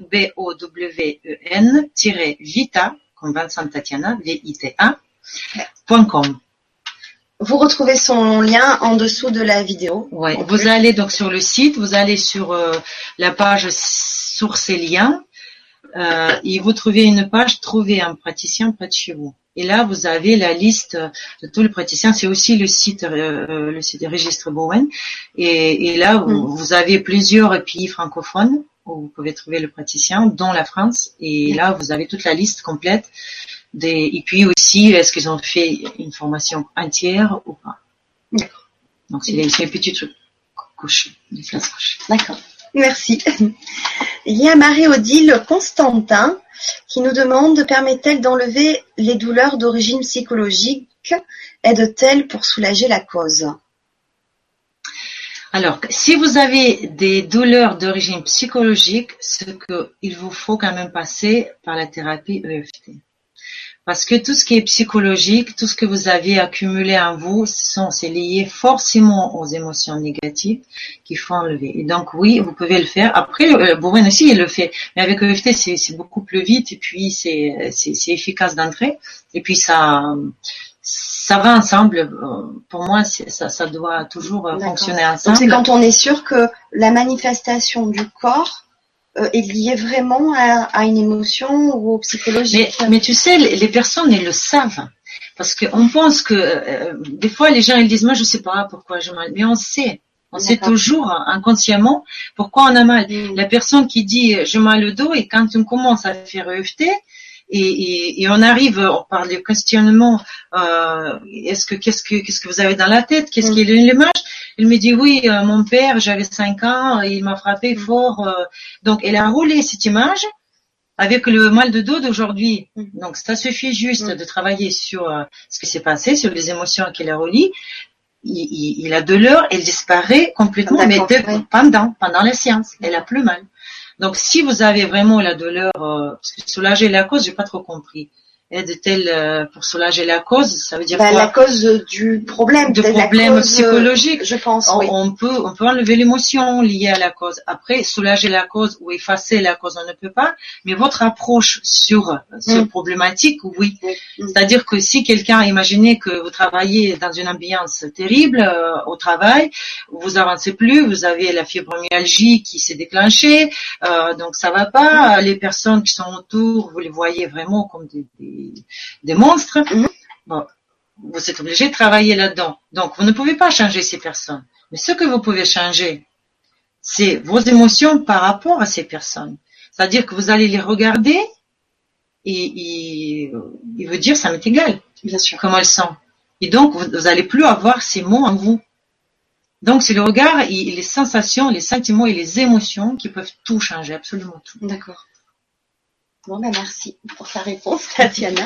B-O-W-E-N-Vita, comme Vincent Tatiana, V-I-T-A.com. Vous retrouvez son lien en dessous de la vidéo. Ouais. Vous allez donc sur le site, vous allez sur la page sources et liens, et vous trouvez une page trouver un praticien près de chez vous. Et là, vous avez la liste de tous les praticiens. C'est aussi le site des registres Bowen. Et là, vous avez plusieurs pays francophones où vous pouvez trouver le praticien, dont la France. Et là, vous avez toute la liste complète. Et puis aussi, est-ce qu'ils ont fait une formation entière ou pas? D'accord. Donc, c'est les petits trucs couchés, des classes couchées. D'accord. Merci. Il y a Marie-Odile Constantin qui nous demande, permet-elle d'enlever les douleurs d'origine psychologique? Aide-t-elle pour soulager la cause? Alors, si vous avez des douleurs d'origine psychologique, il vous faut quand même passer par la thérapie EFT. Parce que tout ce qui est psychologique, tout ce que vous avez accumulé en vous, c'est lié forcément aux émotions négatives qu'il faut enlever. Et donc oui, vous pouvez le faire. Après, Bowen aussi, il le fait. Mais avec EFT, c'est beaucoup plus vite et puis c'est efficace d'entrée. Et puis ça va ensemble. Pour moi, ça doit toujours fonctionner ensemble. Donc c'est quand on est sûr que la manifestation du corps est lié vraiment à une émotion ou au psychologique. Mais tu sais, les personnes, elles le savent. Parce qu'on pense que, des fois, les gens, ils disent, moi, je sais pas pourquoi j'ai mal. Mais on sait. On sait toujours, inconsciemment, pourquoi on a mal. La personne qui dit, j'ai mal au dos, et quand on commence à faire EFT, et on arrive, on parle du questionnement, qu'est-ce que vous avez dans la tête, qu'est-ce qu'il est l'image? Il me dit oui, mon père, j'avais 5 ans, et il m'a frappé fort, donc elle a roulé cette image avec le mal de dos d'aujourd'hui. Donc ça suffit juste de travailler sur ce qui s'est passé, sur les émotions qu'il a reliées. Il a de l'heure, elle disparaît complètement, mais pendant la séance, elle a plus mal. Donc, si vous avez vraiment la douleur, parce que soulager la cause, j'ai pas trop compris. Aide-t-elle pour soulager la cause? Ça veut dire quoi? La cause du problème, de problème psychologique. Je pense. On peut enlever l'émotion liée à la cause. Après, soulager la cause ou effacer la cause, on ne peut pas. Mais votre approche sur problématique, oui. C'est-à-dire que si quelqu'un, imaginez que vous travaillez dans une ambiance terrible au travail, vous avancez plus, vous avez la fibromyalgie qui s'est déclenchée, donc ça va pas. Les personnes qui sont autour, vous les voyez vraiment comme des monstres. Bon, vous êtes obligé de travailler là-dedans. Donc, vous ne pouvez pas changer ces personnes. Mais ce que vous pouvez changer, c'est vos émotions par rapport à ces personnes. C'est-à-dire que vous allez les regarder et vous dire, ça m'est égal. Bien sûr. Comment elles sont. Et donc, vous allez plus avoir ces mots en vous. Donc, c'est le regard et les sensations, les sentiments et les émotions qui peuvent tout changer, absolument tout. D'accord. Bon, merci pour ta réponse, Tatiana.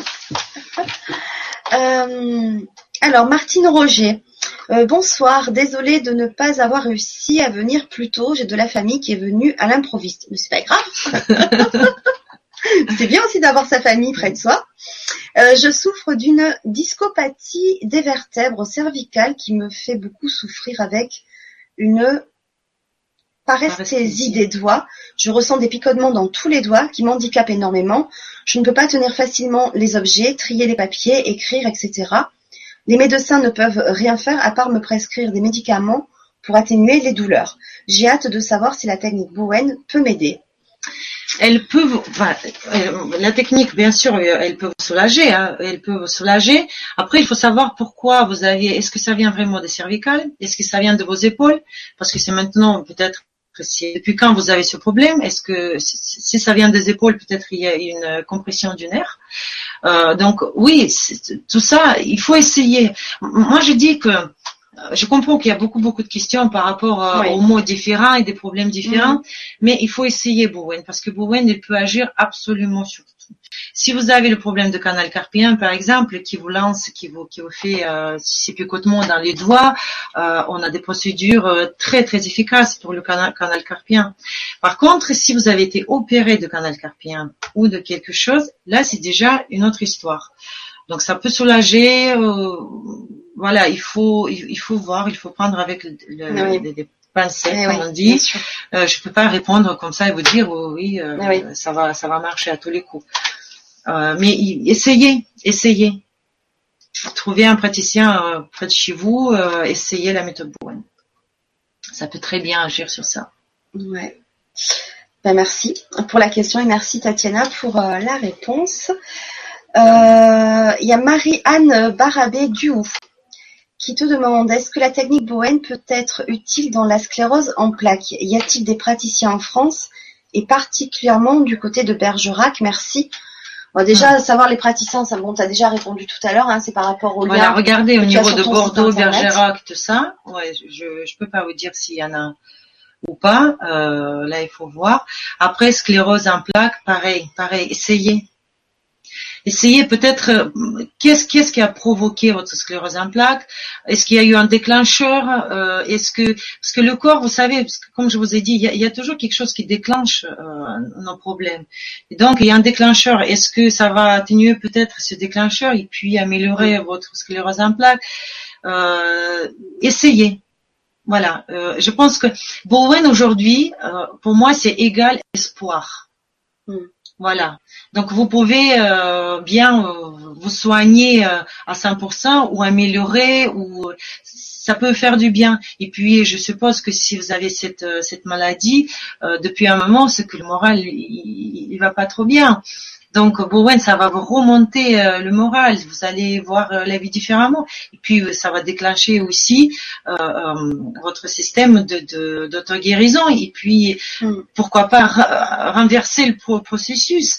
Alors, Martine Roger. Bonsoir, désolée de ne pas avoir réussi à venir plus tôt. J'ai de la famille qui est venue à l'improviste. Mais c'est pas grave. C'est bien aussi d'avoir sa famille près de soi. Je souffre d'une discopathie des vertèbres cervicales qui me fait beaucoup souffrir avec une paresthésie des doigts. Je ressens des picotements dans tous les doigts qui m'handicapent énormément. Je ne peux pas tenir facilement les objets, trier les papiers, écrire, etc. Les médecins ne peuvent rien faire à part me prescrire des médicaments pour atténuer les douleurs. J'ai hâte de savoir si la technique Bowen peut m'aider. La technique, bien sûr, elle peut vous soulager, elle peut vous soulager. Après, il faut savoir pourquoi vous avez, est-ce que ça vient vraiment des cervicales? Est-ce que ça vient de vos épaules? Parce que c'est maintenant, peut-être, depuis quand vous avez ce problème? Est-ce que, si ça vient des épaules, peut-être il y a une compression du nerf? Donc, oui, tout ça, il faut essayer. Moi, je dis que, je comprends qu'il y a beaucoup de questions par rapport aux mots différents et des problèmes différents, mais il faut essayer Bowen, parce que Bowen, il peut agir absolument sur tout. Si vous avez le problème de canal carpien, par exemple, qui vous lance, qui vous fait ces picotements dans les doigts, on a des procédures très efficaces pour le canal carpien. Par contre, si vous avez été opéré de canal carpien ou de quelque chose, là, c'est déjà une autre histoire. Donc, ça peut soulager. Voilà, il faut voir, il faut prendre avec des pincettes, comme on dit. Je peux pas répondre comme ça et vous dire ça va marcher à tous les coups. Mais essayez. Trouvez un praticien près de chez vous, essayez la méthode Bowen. Ça peut très bien agir sur ça. Ouais. Ben, merci pour la question et merci Tatiana pour la réponse. Il y a Marie-Anne Barabé-Duhoux qui te demande, est-ce que la technique Bowen peut être utile dans la sclérose en plaques? Y a-t-il des praticiens en France et particulièrement du côté de Bergerac? Merci. Bon, déjà, savoir les praticiens, ça, bon, t'as déjà répondu tout à l'heure, c'est par rapport au lien. Voilà, regardez au niveau de Bordeaux, Bergerac, tout ça. Ouais, je peux pas vous dire s'il y en a ou pas. Là, il faut voir. Après, sclérose en plaques, pareil, essayez peut-être, qu'est-ce qui a provoqué votre sclérose en plaques? Est-ce qu'il y a eu un déclencheur? Parce que le corps, vous savez, parce que comme je vous ai dit, il y a toujours quelque chose qui déclenche nos problèmes. Et donc, il y a un déclencheur. Est-ce que ça va atténuer peut-être ce déclencheur et puis améliorer votre sclérose en plaques? Essayez. Voilà. Je pense que Bowen aujourd'hui, pour moi, c'est égal espoir. Voilà. Donc vous pouvez bien vous soigner à 100% ou améliorer, ou ça peut faire du bien. Et puis je suppose que si vous avez cette maladie depuis un moment, c'est que le moral il va pas trop bien. Donc Bowen, ça va vous remonter le moral, vous allez voir la vie différemment, et puis ça va déclencher aussi votre système d'auto-guérison, et puis pourquoi pas renverser le processus.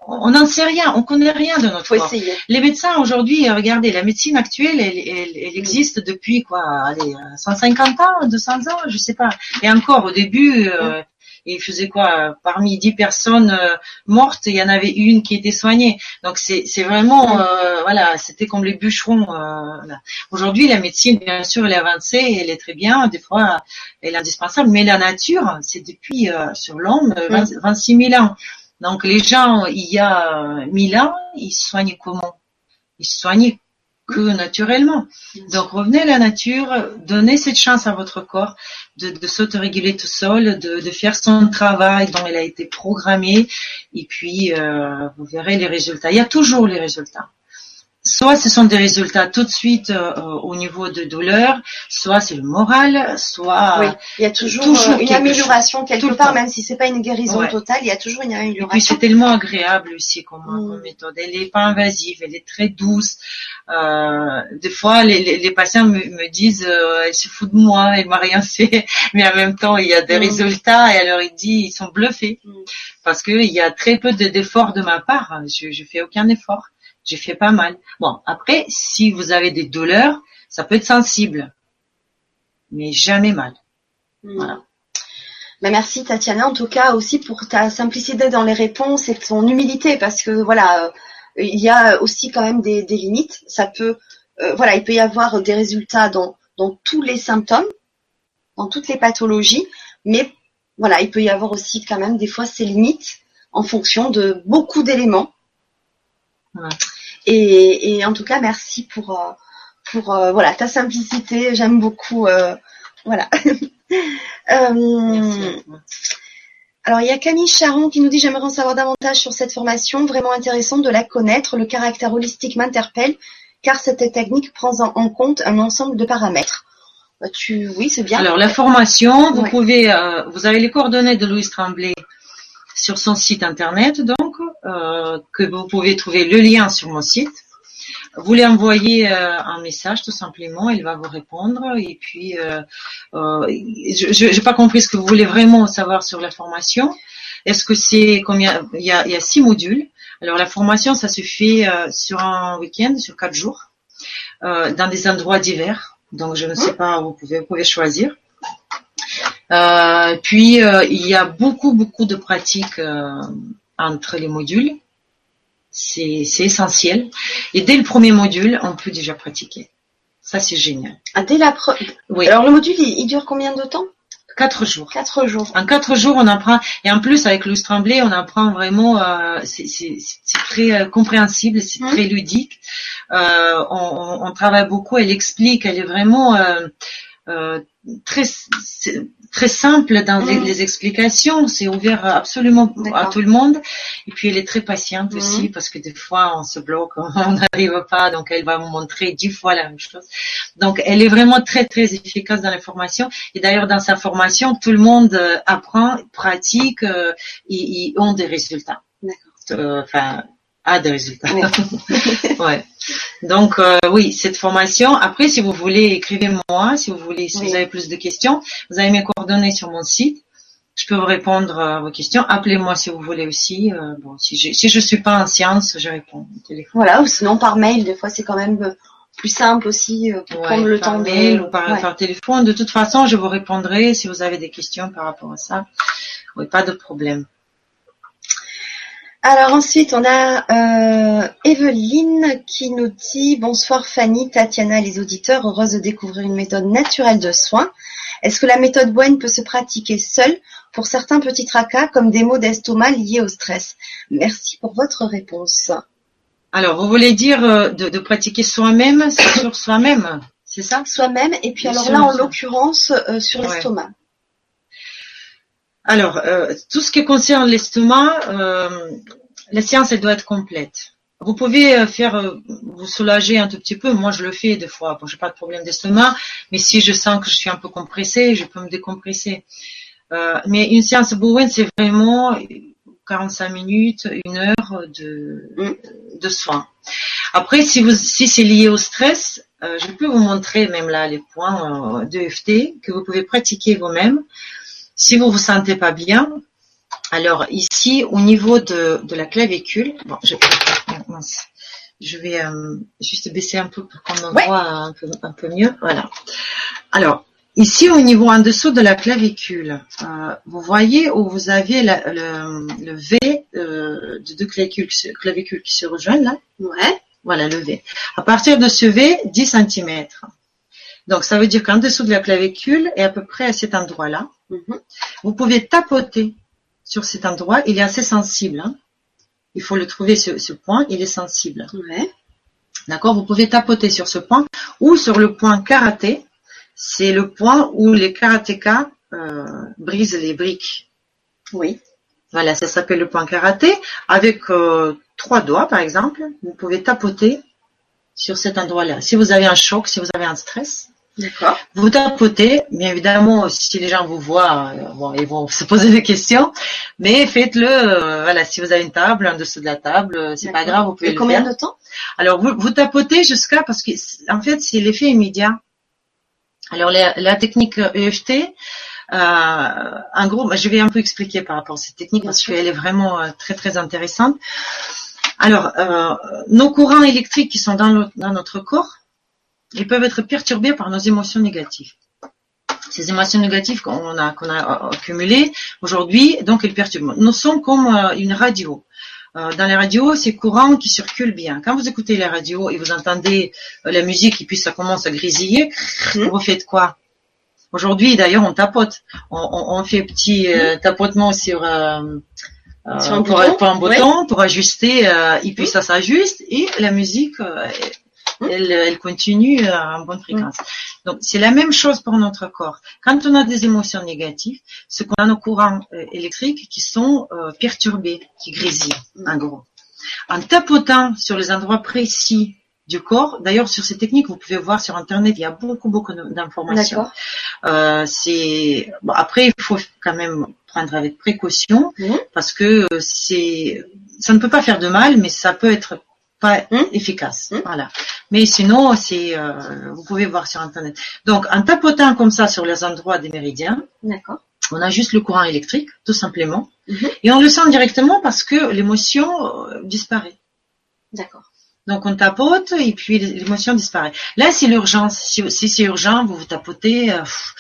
on n'en sait rien, on connaît rien de notre corps. Essayer. Les médecins aujourd'hui, regardez, la médecine actuelle, elle existe depuis quoi, allez, 150 ans, 200 ans, je sais pas. Et encore, au début, il faisait quoi, parmi 10 personnes mortes, il y en avait une qui était soignée. Donc c'est vraiment, voilà, c'était comme les bûcherons. Voilà. Aujourd'hui, la médecine, bien sûr, elle est avancée, elle est très bien, des fois, elle est indispensable. Mais la nature, c'est depuis sur l'homme 26 000 ans. Donc les gens, il y a 1000 ans, ils se soignaient comment? Ils se soignaient que naturellement. Donc revenez à la nature, donnez cette chance à votre corps de s'autoréguler tout seul, de faire son travail dont il a été programmé, et puis vous verrez les résultats. Il y a toujours les résultats. Soit ce sont des résultats tout de suite au niveau de douleur, soit c'est le moral, soit oui, il y a toujours une amélioration quelque part, même si c'est pas une guérison totale, il y a toujours une amélioration. Et puis c'est tellement agréable aussi comme méthode. Elle est pas invasive, elle est très douce. Des fois les patients me disent elle se fout de moi, elle m'a rien fait, mais en même temps il y a des résultats et alors ils sont bluffés parce que il y a très peu d'efforts de ma part. Je fais aucun effort. J'ai fait pas mal. Bon, après, si vous avez des douleurs, ça peut être sensible, mais jamais mal. Voilà. Ben merci Tatiana, en tout cas aussi pour ta simplicité dans les réponses et ton humilité, parce que voilà, il y a aussi quand même des limites. Ça peut, voilà, il peut y avoir des résultats dans tous les symptômes, dans toutes les pathologies, mais voilà, il peut y avoir aussi quand même des fois ces limites en fonction de beaucoup d'éléments. Ouais. Et en tout cas, merci pour voilà ta simplicité. J'aime beaucoup. Voilà. Merci. Alors, il y a Camille Charon qui nous dit: j'aimerais en savoir davantage sur cette formation, vraiment intéressante de la connaître. Le caractère holistique m'interpelle, car cette technique prend en compte un ensemble de paramètres. Oui, c'est bien. Alors, la formation, vous pouvez, vous avez les coordonnées de Louise Tremblay sur son site internet, donc, que vous pouvez trouver le lien sur mon site. Vous lui envoyez un message tout simplement, il va vous répondre. Et puis, je n'ai pas compris ce que vous voulez vraiment savoir sur la formation. Est-ce que c'est combien? Il y a 6 modules. Alors la formation, ça se fait sur un week-end, sur 4 jours, dans des endroits divers. Donc je ne sais pas, vous pouvez choisir. Puis il y a beaucoup de pratiques entre les modules. C'est essentiel. Et dès le premier module, on peut déjà pratiquer. Ça, c'est génial. Ah, dès la Oui. Alors le module, il dure combien de temps? 4 jours. 4 jours. En 4 jours, on apprend. Et en plus, avec Louise Tremblay, on apprend vraiment. C'est très compréhensible, c'est très ludique. On travaille beaucoup. Elle explique. Elle est vraiment très simple dans les explications, c'est ouvert absolument à tout le monde. Et puis elle est très patiente aussi, parce que des fois on se bloque, on n'arrive pas, donc elle va vous montrer 10 fois la même chose. Donc elle est vraiment très efficace dans la formation. Et d'ailleurs dans sa formation, tout le monde apprend, pratique et ont des résultats. D'accord. A des résultats. Oui. Ouais. Donc oui, cette formation. Après, si vous voulez, écrivez-moi. Si vous avez plus de questions, vous avez mes coordonnées sur mon site. Je peux vous répondre à vos questions. Appelez-moi si vous voulez aussi. Bon, si je suis pas en séance, je réponds au téléphone. Voilà, ou sinon par mail. Des fois, c'est quand même plus simple aussi pour prendre le temps par mail ou par téléphone. De toute façon, je vous répondrai si vous avez des questions par rapport à ça. Oui, pas de problème. Alors ensuite, on a Evelyne qui nous dit: bonsoir Fanny, Tatiana et les auditeurs, heureuse de découvrir une méthode naturelle de soins. Est-ce que la méthode Bowen peut se pratiquer seule pour certains petits tracas comme des maux d'estomac liés au stress? Merci pour votre réponse. Alors, vous voulez dire de pratiquer soi-même sur soi-même, c'est ça? Soi-même, et puis alors là, en l'occurrence, sur l'estomac. Alors, tout ce qui concerne l'estomac, la séance, elle doit être complète. Vous pouvez vous soulager un tout petit peu. Moi, je le fais des fois. Bon, j'ai pas de problème d'estomac, mais si je sens que je suis un peu compressée, je peux me décompresser. Mais une séance Bowen, c'est vraiment 45 minutes, 1 heure de soins. Après, si c'est lié au stress, je peux vous montrer même là les points d'EFT que vous pouvez pratiquer vous-même. Si vous vous sentez pas bien, Alors ici, au niveau de la clavicule, bon, je vais juste baisser un peu pour qu'on me voit un peu mieux. Voilà. Alors, ici, au niveau en dessous de la clavicule, vous voyez où vous avez le V de deux clavicules qui se rejoignent là. Ouais. Voilà, le V. À partir de ce V, 10 cm. Donc, ça veut dire qu'en dessous de la clavicule est à peu près à cet endroit-là. Vous pouvez tapoter sur cet endroit. Il est assez sensible. Hein. Il faut le trouver, ce point. Il est sensible. Ouais. D'accord. Vous pouvez tapoter sur ce point ou sur le point karaté. C'est le point où les karatékas brisent les briques. Oui. Voilà, ça s'appelle le point karaté. Avec 3 doigts, par exemple, vous pouvez tapoter sur cet endroit-là. Si vous avez un choc, si vous avez un stress, d'accord. Vous tapotez. Bien évidemment, si les gens vous voient, bon, ils vont se poser des questions, mais faites-le. Voilà, si vous avez une table, en dessous de la table, c'est pas grave, vous pouvez le faire. Combien de temps? Alors, vous tapotez jusqu'à, parce que en fait, c'est l'effet immédiat. Alors, la technique EFT, en gros, je vais un peu expliquer par rapport à cette technique parce qu'elle est vraiment très très intéressante. Alors, nos courants électriques qui sont dans notre corps, ils peuvent être perturbés par nos émotions négatives. Ces émotions négatives qu'on a accumulées aujourd'hui, donc elles perturbent. Nous sommes comme une radio. Dans les radios, c'est courant qui circule bien. Quand vous écoutez la radio et vous entendez la musique et puis ça commence à grésiller, vous faites quoi? Aujourd'hui, d'ailleurs, on tapote. On fait petit tapotement sur un bouton pour ajuster, et puis ça s'ajuste et la musique elle continue en bonne fréquence. Donc c'est la même chose pour notre corps. Quand on a des émotions négatives, c'est qu'on a nos courants électriques qui sont perturbés, qui grésillent en gros. En tapotant sur les endroits précis du corps, d'ailleurs sur ces techniques vous pouvez voir sur internet, il y a beaucoup d'informations. Bon, après il faut quand même prendre avec précaution parce que ça ne peut pas faire de mal, mais ça peut être pas efficace. Voilà. Mais sinon, vous pouvez voir sur internet. Donc, en tapotant comme ça sur les endroits des méridiens, on a juste le courant électrique, tout simplement, et on le sent directement parce que l'émotion disparaît. D'accord. Donc, on tapote et puis l'émotion disparaît. Là, c'est l'urgence. Si c'est urgent, vous tapotez,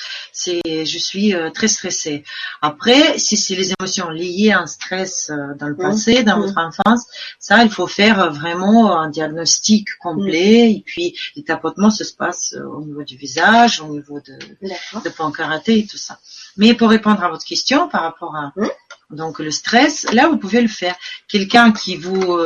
je suis très stressée. Après, si c'est les émotions liées à un stress dans le passé, dans votre enfance, ça, il faut faire vraiment un diagnostic complet. Et puis, les tapotements se passent au niveau du visage, au niveau de point karaté et tout ça. Mais pour répondre à votre question par rapport à donc le stress, là vous pouvez le faire. Quelqu'un qui vous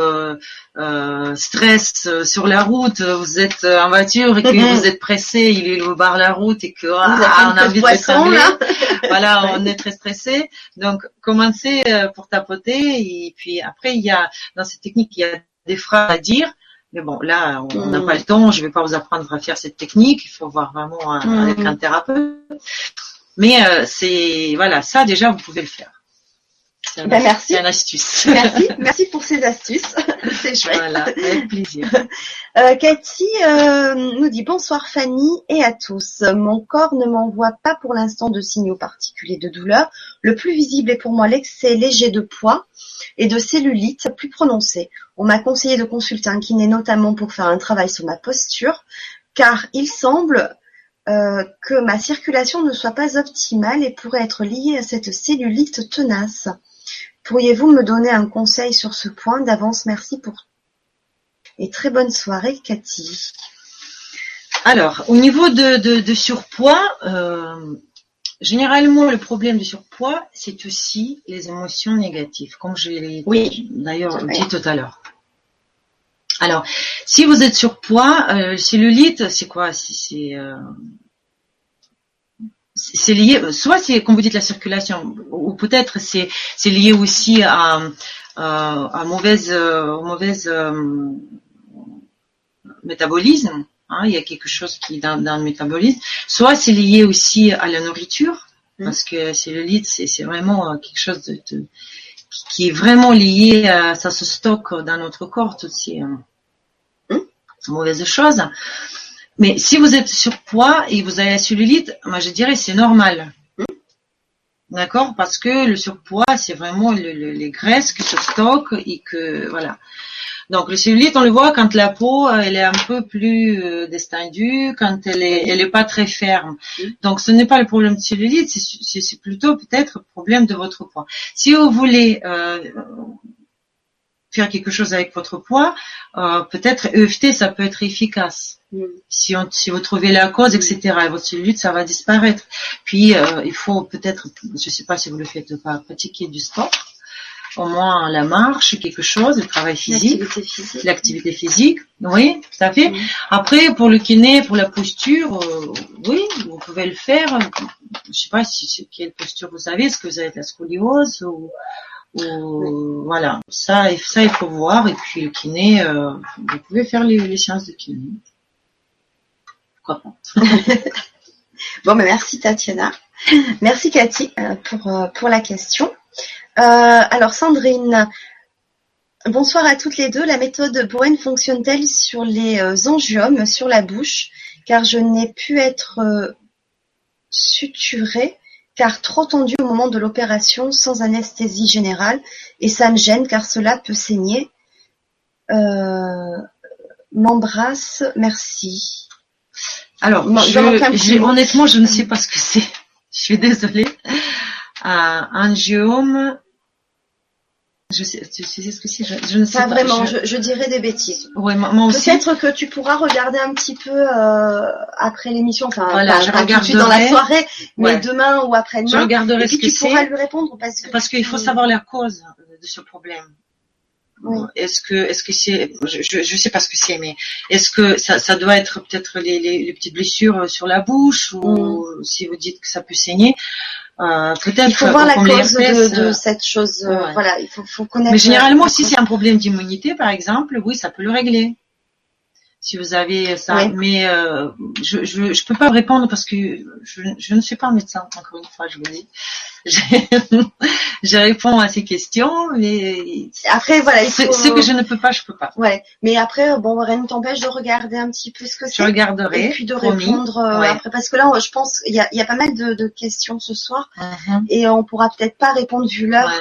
stresse sur la route, vous êtes en voiture et que vous êtes pressé, il vous barre la route et que on a envie de s'étrangler. Voilà, on est très stressé. Donc commencez pour tapoter et puis après il y a dans cette technique il y a des phrases à dire. Mais bon, là, on n'a pas le temps. Je vais pas vous apprendre à faire cette technique. Il faut voir vraiment avec un thérapeute. Mais voilà, ça déjà vous pouvez le faire. Merci. C'est une astuce. Merci pour ces astuces. C'est chouette. Voilà, avec plaisir. Cathy nous dit bonsoir Fanny et à tous. Mon corps ne m'envoie pas pour l'instant de signaux particuliers de douleur. Le plus visible est pour moi l'excès léger de poids et de cellulite plus prononcé. On m'a conseillé de consulter un kiné notamment pour faire un travail sur ma posture, car il semble que ma circulation ne soit pas optimale et pourrait être liée à cette cellulite tenace. Pourriez-vous me donner un conseil sur ce point? D'avance, merci pour et très bonne soirée, Cathy. Alors, au niveau de surpoids, généralement, le problème du surpoids, c'est aussi les émotions négatives, comme je l'ai d'ailleurs dit tout à l'heure. Alors, si vous êtes surpoids, cellulite, c'est quoi? C'est lié, soit c'est, comme vous dites, la circulation, ou peut-être c'est lié aussi à mauvaise métabolisme. Hein, il y a quelque chose qui dans le métabolisme. Soit c'est lié aussi à la nourriture, parce que cellulite, c'est vraiment quelque chose qui est vraiment lié à, ça se stocke dans notre corps, toutes ces mauvaises choses. Mais si vous êtes surpoids et vous avez la cellulite, moi je dirais c'est normal. D'accord? Parce que le surpoids, c'est vraiment les graisses qui se stockent et que, voilà. Donc, le cellulite, on le voit quand la peau, elle est un peu plus distendue, quand elle est pas très ferme. Donc, ce n'est pas le problème de cellulite, c'est plutôt peut-être le problème de votre poids. Si vous voulez faire quelque chose avec votre poids, peut-être EFT, ça peut être efficace. Si vous trouvez la cause, etc., et votre cellulite, ça va disparaître. Puis, il faut peut-être, je sais pas si vous le faites ou pas, pratiquer du sport. Au moins la marche, quelque chose, le travail physique, l'activité physique, oui, tout à fait. Après, pour le kiné, pour la posture, oui, vous pouvez le faire. Je sais pas quelle posture vous avez, est-ce que vous avez de la scoliose ou voilà, ça il faut voir. Et puis le kiné, vous pouvez faire les séances de kiné. Pourquoi pas. Bon, mais merci Tatiana. Merci Cathy pour la question. Alors Sandrine, bonsoir à toutes les deux. La méthode Bowen fonctionne-t-elle sur les angiomes sur la bouche, car je n'ai pu être suturée car trop tendue au moment de l'opération sans anesthésie générale et ça me gêne car cela peut saigner. M'embrasse, merci. Alors, honnêtement, je ne sais pas ce que c'est. Je suis désolée. Angiome, tu sais ce que c'est, je ne sais pas. Vraiment, je dirais des bêtises. Ouais, moi aussi. Peut-être que tu pourras regarder un petit peu après l'émission, enfin, voilà, je regarde tout de suite dans la soirée, mais demain ou après-demain. Je regarderai et puis ce que tu pourras lui répondre parce qu'il faut savoir la cause de ce problème. Oui. Est-ce que c'est, je sais pas ce que c'est, mais est-ce que ça doit être peut-être les petites blessures sur la bouche ou si vous dites que ça peut saigner, peut-être. Il faut voir la cause de cette chose. Voilà, il faut connaître. Mais généralement, si c'est un problème d'immunité, par exemple, oui, ça peut le régler. Si vous avez ça, mais je peux pas répondre parce que je ne suis pas médecin, encore une fois, je vous dis. Je réponds à ces questions, mais après voilà, ce que je ne peux pas, je peux pas. Ouais, mais après bon, rien ne t'empêche de regarder un petit peu ce que c'est. Je regarderai. Et puis de répondre après, parce que là, je pense il y a pas mal de questions ce soir et on pourra peut-être pas répondre vu l'heure.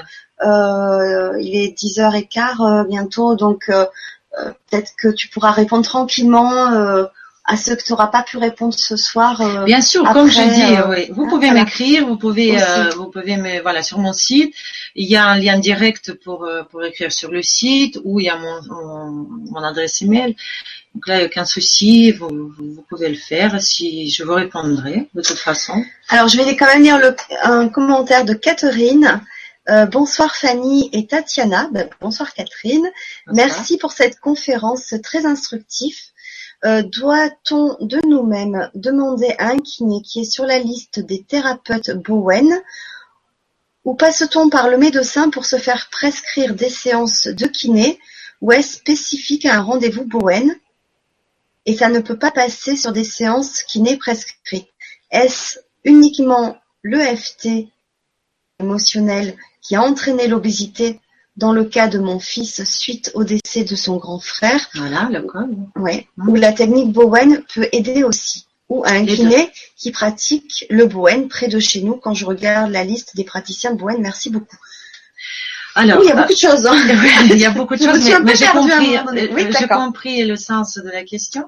Il est 10h15 bientôt, donc peut-être que tu pourras répondre tranquillement à ceux que tu n'auras pas pu répondre ce soir. Bien sûr, après, comme je dis, vous pouvez m'écrire, vous pouvez me sur mon site. Il y a un lien direct pour écrire sur le site ou il y a mon adresse email. Donc là, il n'y a aucun souci, vous pouvez le faire. Si je vous répondrai de toute façon. Alors, je vais quand même lire un commentaire de Catherine. Bonsoir Fanny et Tatiana. Bonsoir Catherine. Bonsoir. Merci pour cette conférence très instructive. Doit-on de nous-mêmes demander à un kiné qui est sur la liste des thérapeutes Bowen ou passe-t-on par le médecin pour se faire prescrire des séances de kiné ou est-ce spécifique à un rendez-vous Bowen et ça ne peut pas passer sur des séances kiné prescrites? Est-ce uniquement l'EFT émotionnel qui a entraîné l'obésité dans le cas de mon fils suite au décès de son grand frère. Voilà, le code. Ouais. Où la technique Bowen peut aider aussi. Ou un kiné qui pratique le Bowen près de chez nous quand je regarde la liste des praticiens Bowen. Merci beaucoup. Alors, il y a beaucoup de choses. Hein. Il y a beaucoup de choses, mais j'ai compris le sens de la question.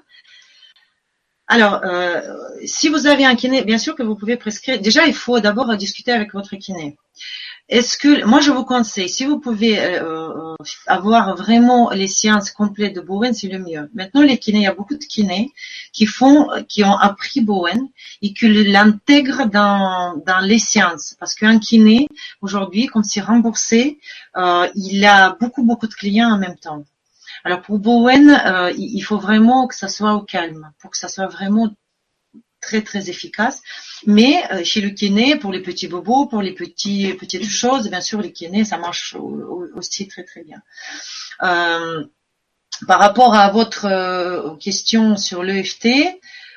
Alors, si vous avez un kiné, bien sûr que vous pouvez prescrire. Déjà, il faut d'abord discuter avec votre kiné. Moi, je vous conseille, si vous pouvez avoir vraiment les séances complètes de Bowen, c'est le mieux. Maintenant, les kinés, il y a beaucoup de kinés qui ont appris Bowen et qui l'intègrent dans les séances. Parce qu'un kiné, aujourd'hui, comme c'est remboursé, il a beaucoup de clients en même temps. Alors, pour Bowen, il faut vraiment que ça soit au calme, pour que ça soit vraiment très efficace. Mais chez le kiné, pour les petits bobos, pour les petites choses, bien sûr, les kinés, ça marche aussi très bien. Par rapport à votre question sur l'EFT,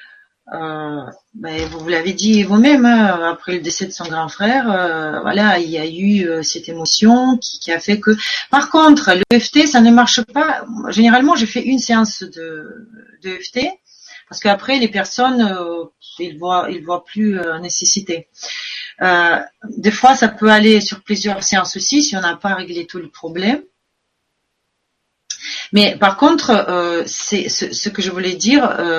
vous l'avez dit vous-même, après le décès de son grand frère, voilà, il y a eu cette émotion qui a fait que. Par contre, l'EFT, ça ne marche pas. Généralement, je fais une séance de EFT. Parce qu'après, les personnes, ils voient plus nécessité. Des fois, ça peut aller sur plusieurs séances aussi si on n'a pas réglé tout le problème. Mais par contre, c'est ce que je voulais dire,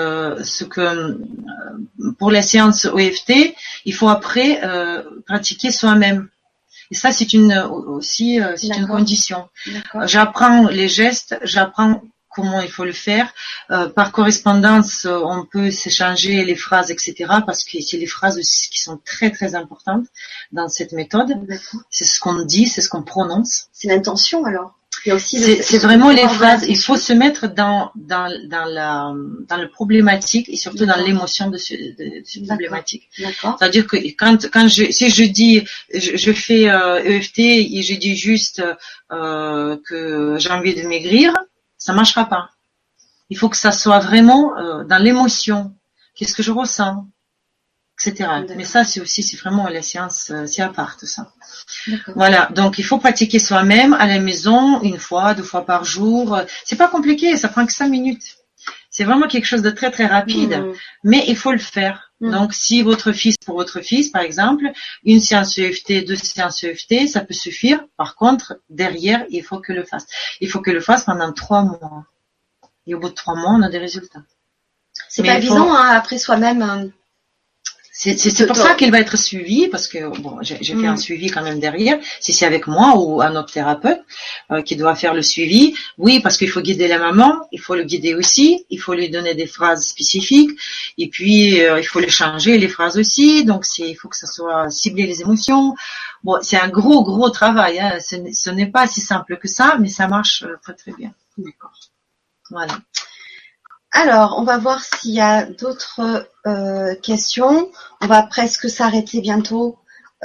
pour la séance EFT, il faut après pratiquer soi-même. Et ça, c'est une condition. J'apprends les gestes, j'apprends comment il faut le faire. Par correspondance, on peut s'échanger les phrases, etc. Parce que c'est les phrases aussi qui sont très très importantes dans cette méthode. C'est ce qu'on dit, c'est ce qu'on prononce. C'est l'intention alors. C'est vraiment les phrases. Il faut se mettre dans la problématique et surtout dans l'émotion de cette problématique. C'est-à-dire que si je dis, je fais EFT et je dis juste que j'ai envie de maigrir, ça marchera pas. Il faut que ça soit vraiment dans l'émotion. Qu'est-ce que je ressens, etc. Mais ça, c'est vraiment la séance, c'est à part tout ça. Voilà, donc il faut pratiquer soi-même à la maison, 1 fois, 2 fois par jour. C'est pas compliqué, ça prend que 5 minutes. C'est vraiment quelque chose de très très rapide, mais il faut le faire. Donc si pour votre fils par exemple, 1 séance EFT, 2 séances EFT, ça peut suffire. Par contre, derrière, il faut que le fasse. Il faut que le fasse pendant 3 mois. Et au bout de 3 mois, on a des résultats. C'est pas évident, après soi-même. C'est pour ça qu'il va être suivi, parce que bon, j'ai fait un suivi quand même derrière. Si c'est avec moi ou un autre thérapeute qui doit faire le suivi, oui, parce qu'il faut guider la maman, il faut le guider aussi, il faut lui donner des phrases spécifiques, et puis il faut les changer les phrases aussi. Donc il faut que ça soit ciblé les émotions. Bon, c'est un gros travail. Hein. Ce n'est pas si simple que ça, mais ça marche très très bien. D'accord. Voilà. Alors, on va voir s'il y a d'autres questions. On va presque s'arrêter bientôt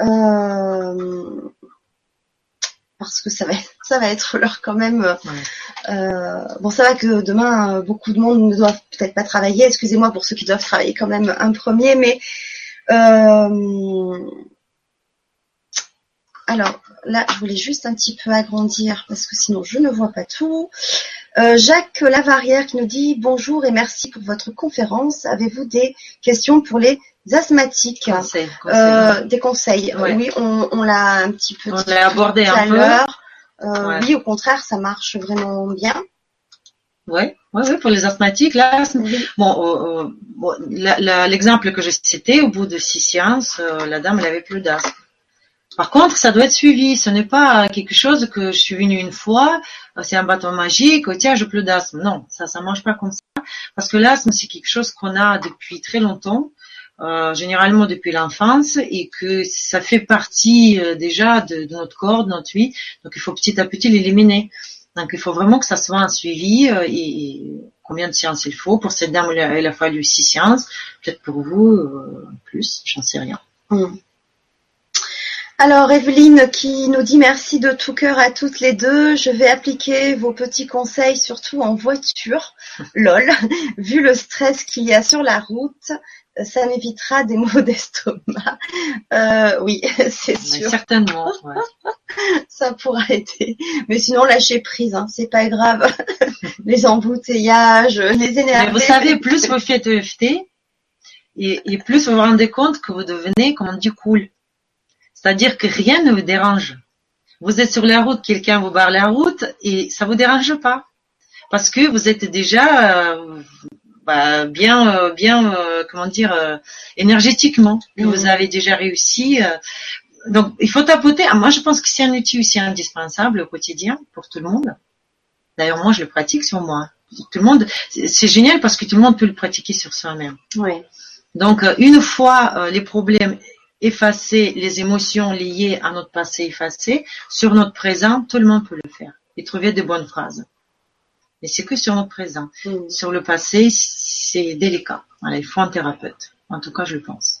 parce que ça va être l'heure quand même. Bon, ça va que demain, beaucoup de monde ne doivent peut-être pas travailler. Excusez-moi pour ceux qui doivent travailler quand même un premier, mais alors là, je voulais juste un petit peu agrandir parce que sinon je ne vois pas tout. Jacques Lavarrière qui nous dit bonjour et merci pour votre conférence. Avez-vous des questions pour les asthmatiques? Des conseils. Ouais. Oui, on l'a un petit peu dit abordé tout à l'heure. Oui, au contraire, ça marche vraiment bien. Ouais, pour les asthmatiques, là, bon, l'exemple que j'ai cité, au bout de 6 séances, la dame, elle avait plus d'asthme. Par contre, ça doit être suivi. Ce n'est pas quelque chose que je suis venue 1 fois, c'est un bâton magique, tiens, j'ai plus d'asthme. Non, ça marche pas comme ça. Parce que l'asthme, c'est quelque chose qu'on a depuis très longtemps, généralement depuis l'enfance, et que ça fait partie déjà de notre corps, de notre vie. Donc, il faut petit à petit l'éliminer. Donc, il faut vraiment que ça soit un suivi. Et combien de séances il faut? Pour cette dame, il a fallu 6 séances. Peut-être pour vous, plus, j'en sais rien. Alors Evelyne qui nous dit merci de tout cœur à toutes les deux. Je vais appliquer vos petits conseils surtout en voiture. Lol. Vu le stress qu'il y a sur la route, ça m'évitera des maux d'estomac. Oui, c'est sûr. Certainement. Ouais. Ça pourra aider. Mais sinon lâchez prise, hein, c'est pas grave. Les embouteillages, les énergies. Mais vous savez, plus vous faites EFT et plus vous vous rendez compte que vous devenez, comme on dit, cool. C'est-à-dire que rien ne vous dérange. Vous êtes sur la route, quelqu'un vous barre la route et ça vous dérange pas. Parce que vous êtes déjà bien, comment dire, énergétiquement. Vous avez déjà réussi. Donc, il faut tapoter. Moi, je pense que c'est un outil aussi indispensable au quotidien pour tout le monde. D'ailleurs, moi, je le pratique sur moi. Tout le monde, c'est génial parce que tout le monde peut le pratiquer sur soi-même. Oui. Donc, 1 fois les problèmes effacer, les émotions liées à notre passé effacé, sur notre présent, tout le monde peut le faire et trouver de bonnes phrases. Mais c'est que sur notre présent. Sur le passé, c'est délicat. Voilà, il faut un thérapeute. En tout cas, je le pense.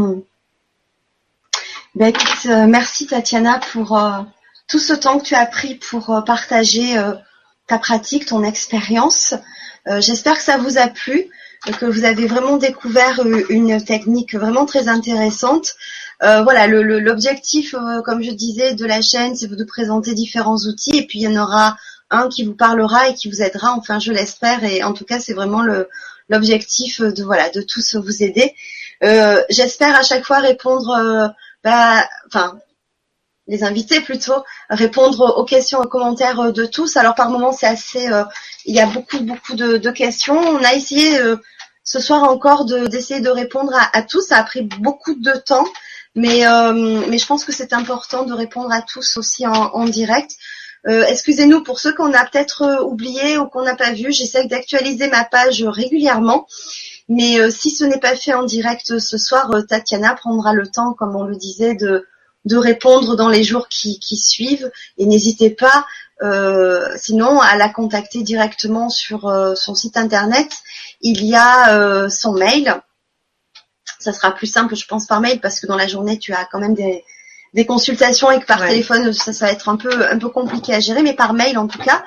Ben, écoute, merci Tatiana pour tout ce temps que tu as pris pour partager ta pratique, ton expérience. J'espère que ça vous a plu, que vous avez vraiment découvert une technique vraiment très intéressante. Voilà, l'objectif, comme je disais, de la chaîne, c'est de présenter différents outils, et puis il y en aura un qui vous parlera et qui vous aidera, enfin je l'espère, et en tout cas c'est vraiment l'objectif de tous vous aider. J'espère à chaque fois répondre les invités plutôt, répondre aux questions, aux commentaires de tous. Alors par moments c'est assez, il y a beaucoup de questions. On a essayé ce soir encore d'essayer de répondre à tous. Ça a pris beaucoup de temps, mais je pense que c'est important de répondre à tous aussi en direct. Excusez-nous pour ceux qu'on a peut-être oubliés ou qu'on n'a pas vu. J'essaie d'actualiser ma page régulièrement. Mais si ce n'est pas fait en direct ce soir, Tatiana prendra le temps, comme on le disait, de répondre dans les jours qui suivent. Et n'hésitez pas, sinon, à la contacter directement sur son site internet. Il y a son mail. Ça sera plus simple, je pense, par mail, parce que dans la journée, tu as quand même des consultations et que par téléphone, ça va être un peu compliqué à gérer, mais par mail en tout cas.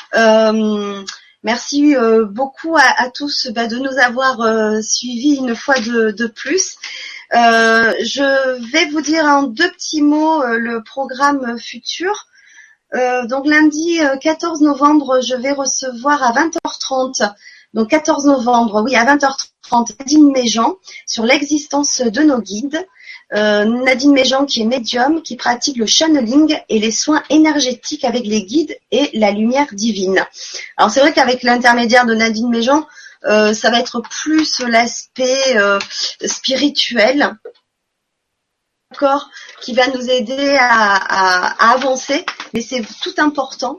Merci beaucoup à tous de nous avoir suivis une fois de plus. Je vais vous dire en 2 petits mots le programme futur. Donc lundi 14 novembre, je vais recevoir à 20h30, donc 14 novembre, oui, à 20h30, Nadine Méjean sur l'existence de nos guides. Nadine Méjean qui est médium, qui pratique le channeling et les soins énergétiques avec les guides et la lumière divine. Alors c'est vrai qu'avec l'intermédiaire de Nadine Méjean, ça va être plus l'aspect spirituel, d'accord, qui va nous aider à avancer, mais c'est tout important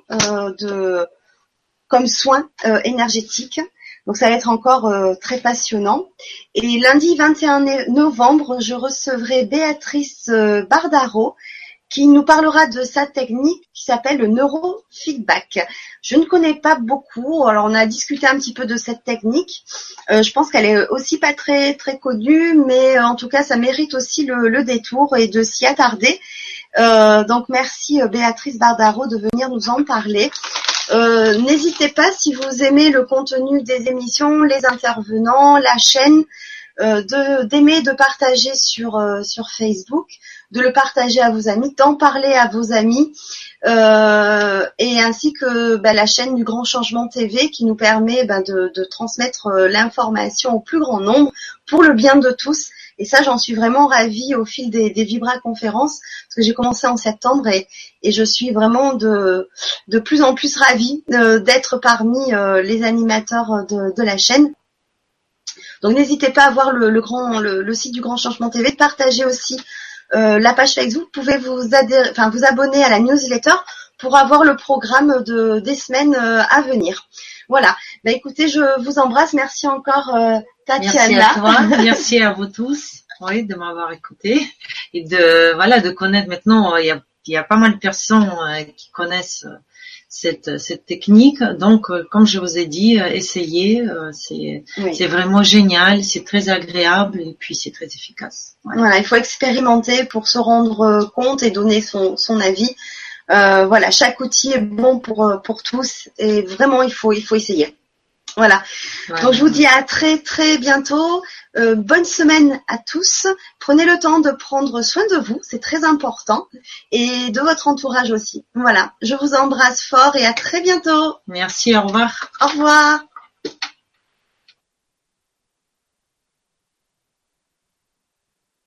comme soin énergétique. Donc ça va être encore très passionnant. Et lundi 21 novembre, je recevrai Béatrice Bardaro qui nous parlera de sa technique qui s'appelle le neurofeedback. Je ne connais pas beaucoup, alors on a discuté un petit peu de cette technique. Je pense qu'elle est aussi pas très très connue, mais en tout cas ça mérite aussi le détour et de s'y attarder. Donc merci Béatrice Bardaro de venir nous en parler. N'hésitez pas, si vous aimez le contenu des émissions, les intervenants, la chaîne, d'aimer, de partager sur Facebook, de le partager à vos amis, d'en parler à vos amis, et ainsi que la chaîne du Grand Changement TV qui nous permet de transmettre l'information au plus grand nombre pour le bien de tous. Et ça, j'en suis vraiment ravie au fil des Vibra-conférences, parce que j'ai commencé en septembre et je suis vraiment de plus en plus ravie d'être parmi les animateurs de la chaîne. Donc n'hésitez pas à voir le site du Grand Changement TV, partagez aussi la page Facebook. Vous pouvez vous abonner à la newsletter pour avoir le programme des semaines à venir. Voilà. Écoutez, je vous embrasse. Merci encore Tatiana. Merci à toi. Merci à vous tous, de m'avoir écouté et de connaître maintenant. Il y a pas mal de personnes qui connaissent cette technique. Donc, comme je vous ai dit, essayez. C'est vraiment génial. C'est très agréable et puis c'est très efficace. Voilà, il faut expérimenter pour se rendre compte et donner son avis. Chaque outil est bon pour tous et vraiment il faut essayer. Voilà. Donc je vous dis à très très bientôt. Bonne semaine à tous. Prenez le temps de prendre soin de vous, c'est très important, et de votre entourage aussi. Voilà. Je vous embrasse fort et à très bientôt. Merci, au revoir. Au revoir.